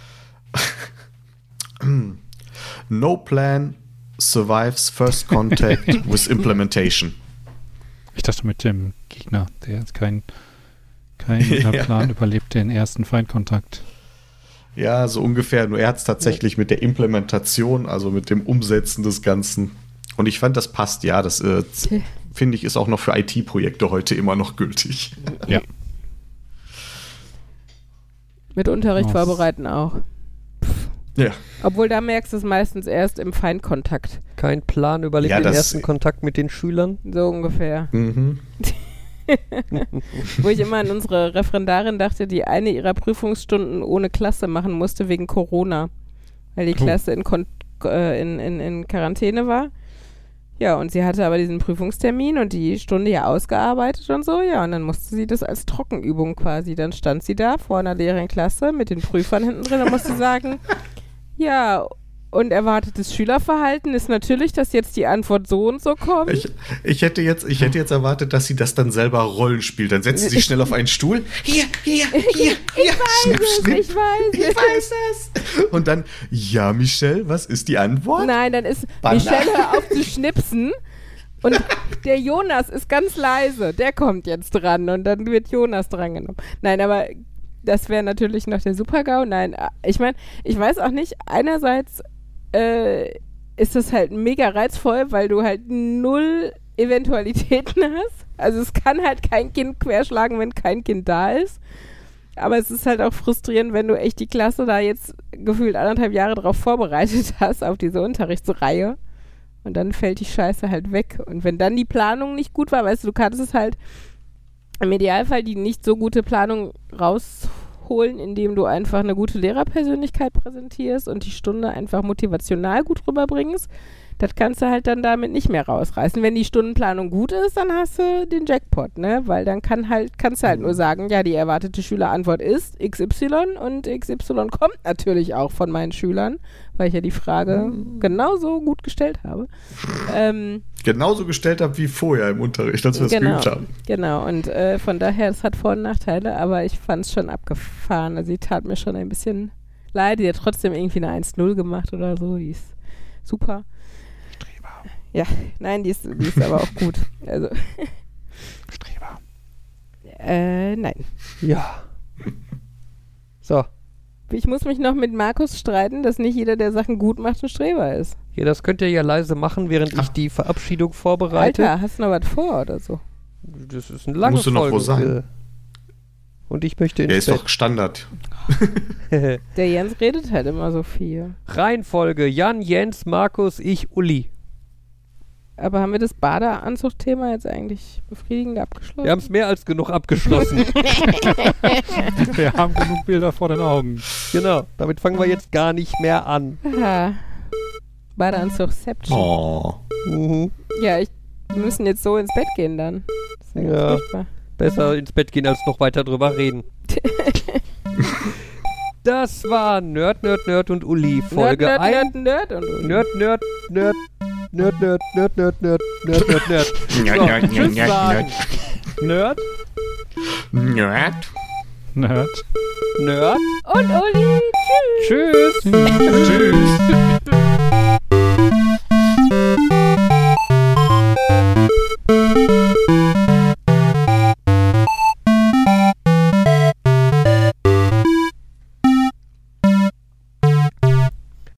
No plan survives first contact with implementation. Ich dachte mit dem Gegner, der jetzt kein Plan überlebt den ersten Feindkontakt. Ja, so ungefähr. Nur er hat es tatsächlich mit der Implementation, also mit dem Umsetzen des Ganzen. Und ich fand, das passt, ja. Das finde ich, ist auch noch für IT-Projekte heute immer noch gültig. Ja. Mit Unterricht vorbereiten auch. Ja. Obwohl da merkst du es meistens erst im Feindkontakt. Kein Plan überlegt den ersten Kontakt mit den Schülern. So ungefähr. Wo ich immer an unsere Referendarin dachte, die eine ihrer Prüfungsstunden ohne Klasse machen musste wegen Corona, weil die Klasse in Quarantäne war. Ja, und sie hatte aber diesen Prüfungstermin und die Stunde ja ausgearbeitet und so, ja, und dann musste sie das als Trockenübung quasi. Dann stand sie da vor einer leeren Klasse mit den Prüfern hinten drin und musste sagen, ja, und erwartetes Schülerverhalten ist natürlich, dass jetzt die Antwort so und so kommt. Ich hätte jetzt erwartet, dass sie das dann selber Rollen spielt. Dann setzt sie sich schnell auf einen Stuhl. Hier. Ich weiß es. Und dann, ja, Michelle, was ist die Antwort? Nein, dann ist Michelle, hör auf zu schnipsen. Und der Jonas ist ganz leise. Der kommt jetzt dran und dann wird Jonas drangenommen. Nein, aber das wäre natürlich noch der Super-GAU. Nein, ich meine, ich weiß auch nicht, einerseits ist das halt mega reizvoll, weil du halt 0 Eventualitäten hast. Also es kann halt kein Kind querschlagen, wenn kein Kind da ist. Aber es ist halt auch frustrierend, wenn du echt die Klasse da jetzt gefühlt 1,5 Jahre drauf vorbereitet hast, auf diese Unterrichtsreihe. Und dann fällt die Scheiße halt weg. Und wenn dann die Planung nicht gut war, weißt du, du kannst es halt im Idealfall die nicht so gute Planung rausholen, indem du einfach eine gute Lehrerpersönlichkeit präsentierst und die Stunde einfach motivational gut rüberbringst. Das kannst du halt dann damit nicht mehr rausreißen. Wenn die Stundenplanung gut ist, dann hast du den Jackpot, ne? Weil dann kannst du halt nur sagen, ja, die erwartete Schülerantwort ist XY und XY kommt natürlich auch von meinen Schülern, weil ich ja die Frage genauso gut gestellt habe. Genauso gestellt habe wie vorher im Unterricht, als wir es geübt haben. Genau, und von daher, es hat Vor- und Nachteile, aber ich fand es schon abgefahren. Also sie tat mir schon ein bisschen leid. Die hat trotzdem irgendwie eine 1-0 gemacht oder so. Die ist super. Ja, nein, die ist aber auch gut. Also. Streber. Nein. Ja. So. Ich muss mich noch mit Markus streiten, dass nicht jeder, der Sachen gut macht, ein Streber ist. Ja, das könnt ihr ja leise machen, während ich die Verabschiedung vorbereite. Alter, hast du noch was vor oder so? Das ist eine lange Musst du noch Folge. wo sein? Und ich möchte Der ins ist Bett. doch Standard. Der Jens redet halt immer so viel. Reihenfolge: Jan, Jens, Markus, ich, Uli. Aber haben wir das Badeanzug-Thema jetzt eigentlich befriedigend abgeschlossen? Wir haben es mehr als genug abgeschlossen. Wir haben genug Bilder vor den Augen. Genau, damit fangen wir jetzt gar nicht mehr an. Aha. Badeanzugception. Oh. Mhm. Ja, wir müssen jetzt so ins Bett gehen dann. Das ist ja ganz Ja. furchtbar. Besser ins Bett gehen, als noch weiter drüber reden. Das war Nerd und Uli, Folge 1. Nerd und Uli. Nerd. Nerd, Tschüss sagen. Nerd, Nerd. Nerd. Nerd. Und Uli. Tschüss. Tschüss. Tschüss.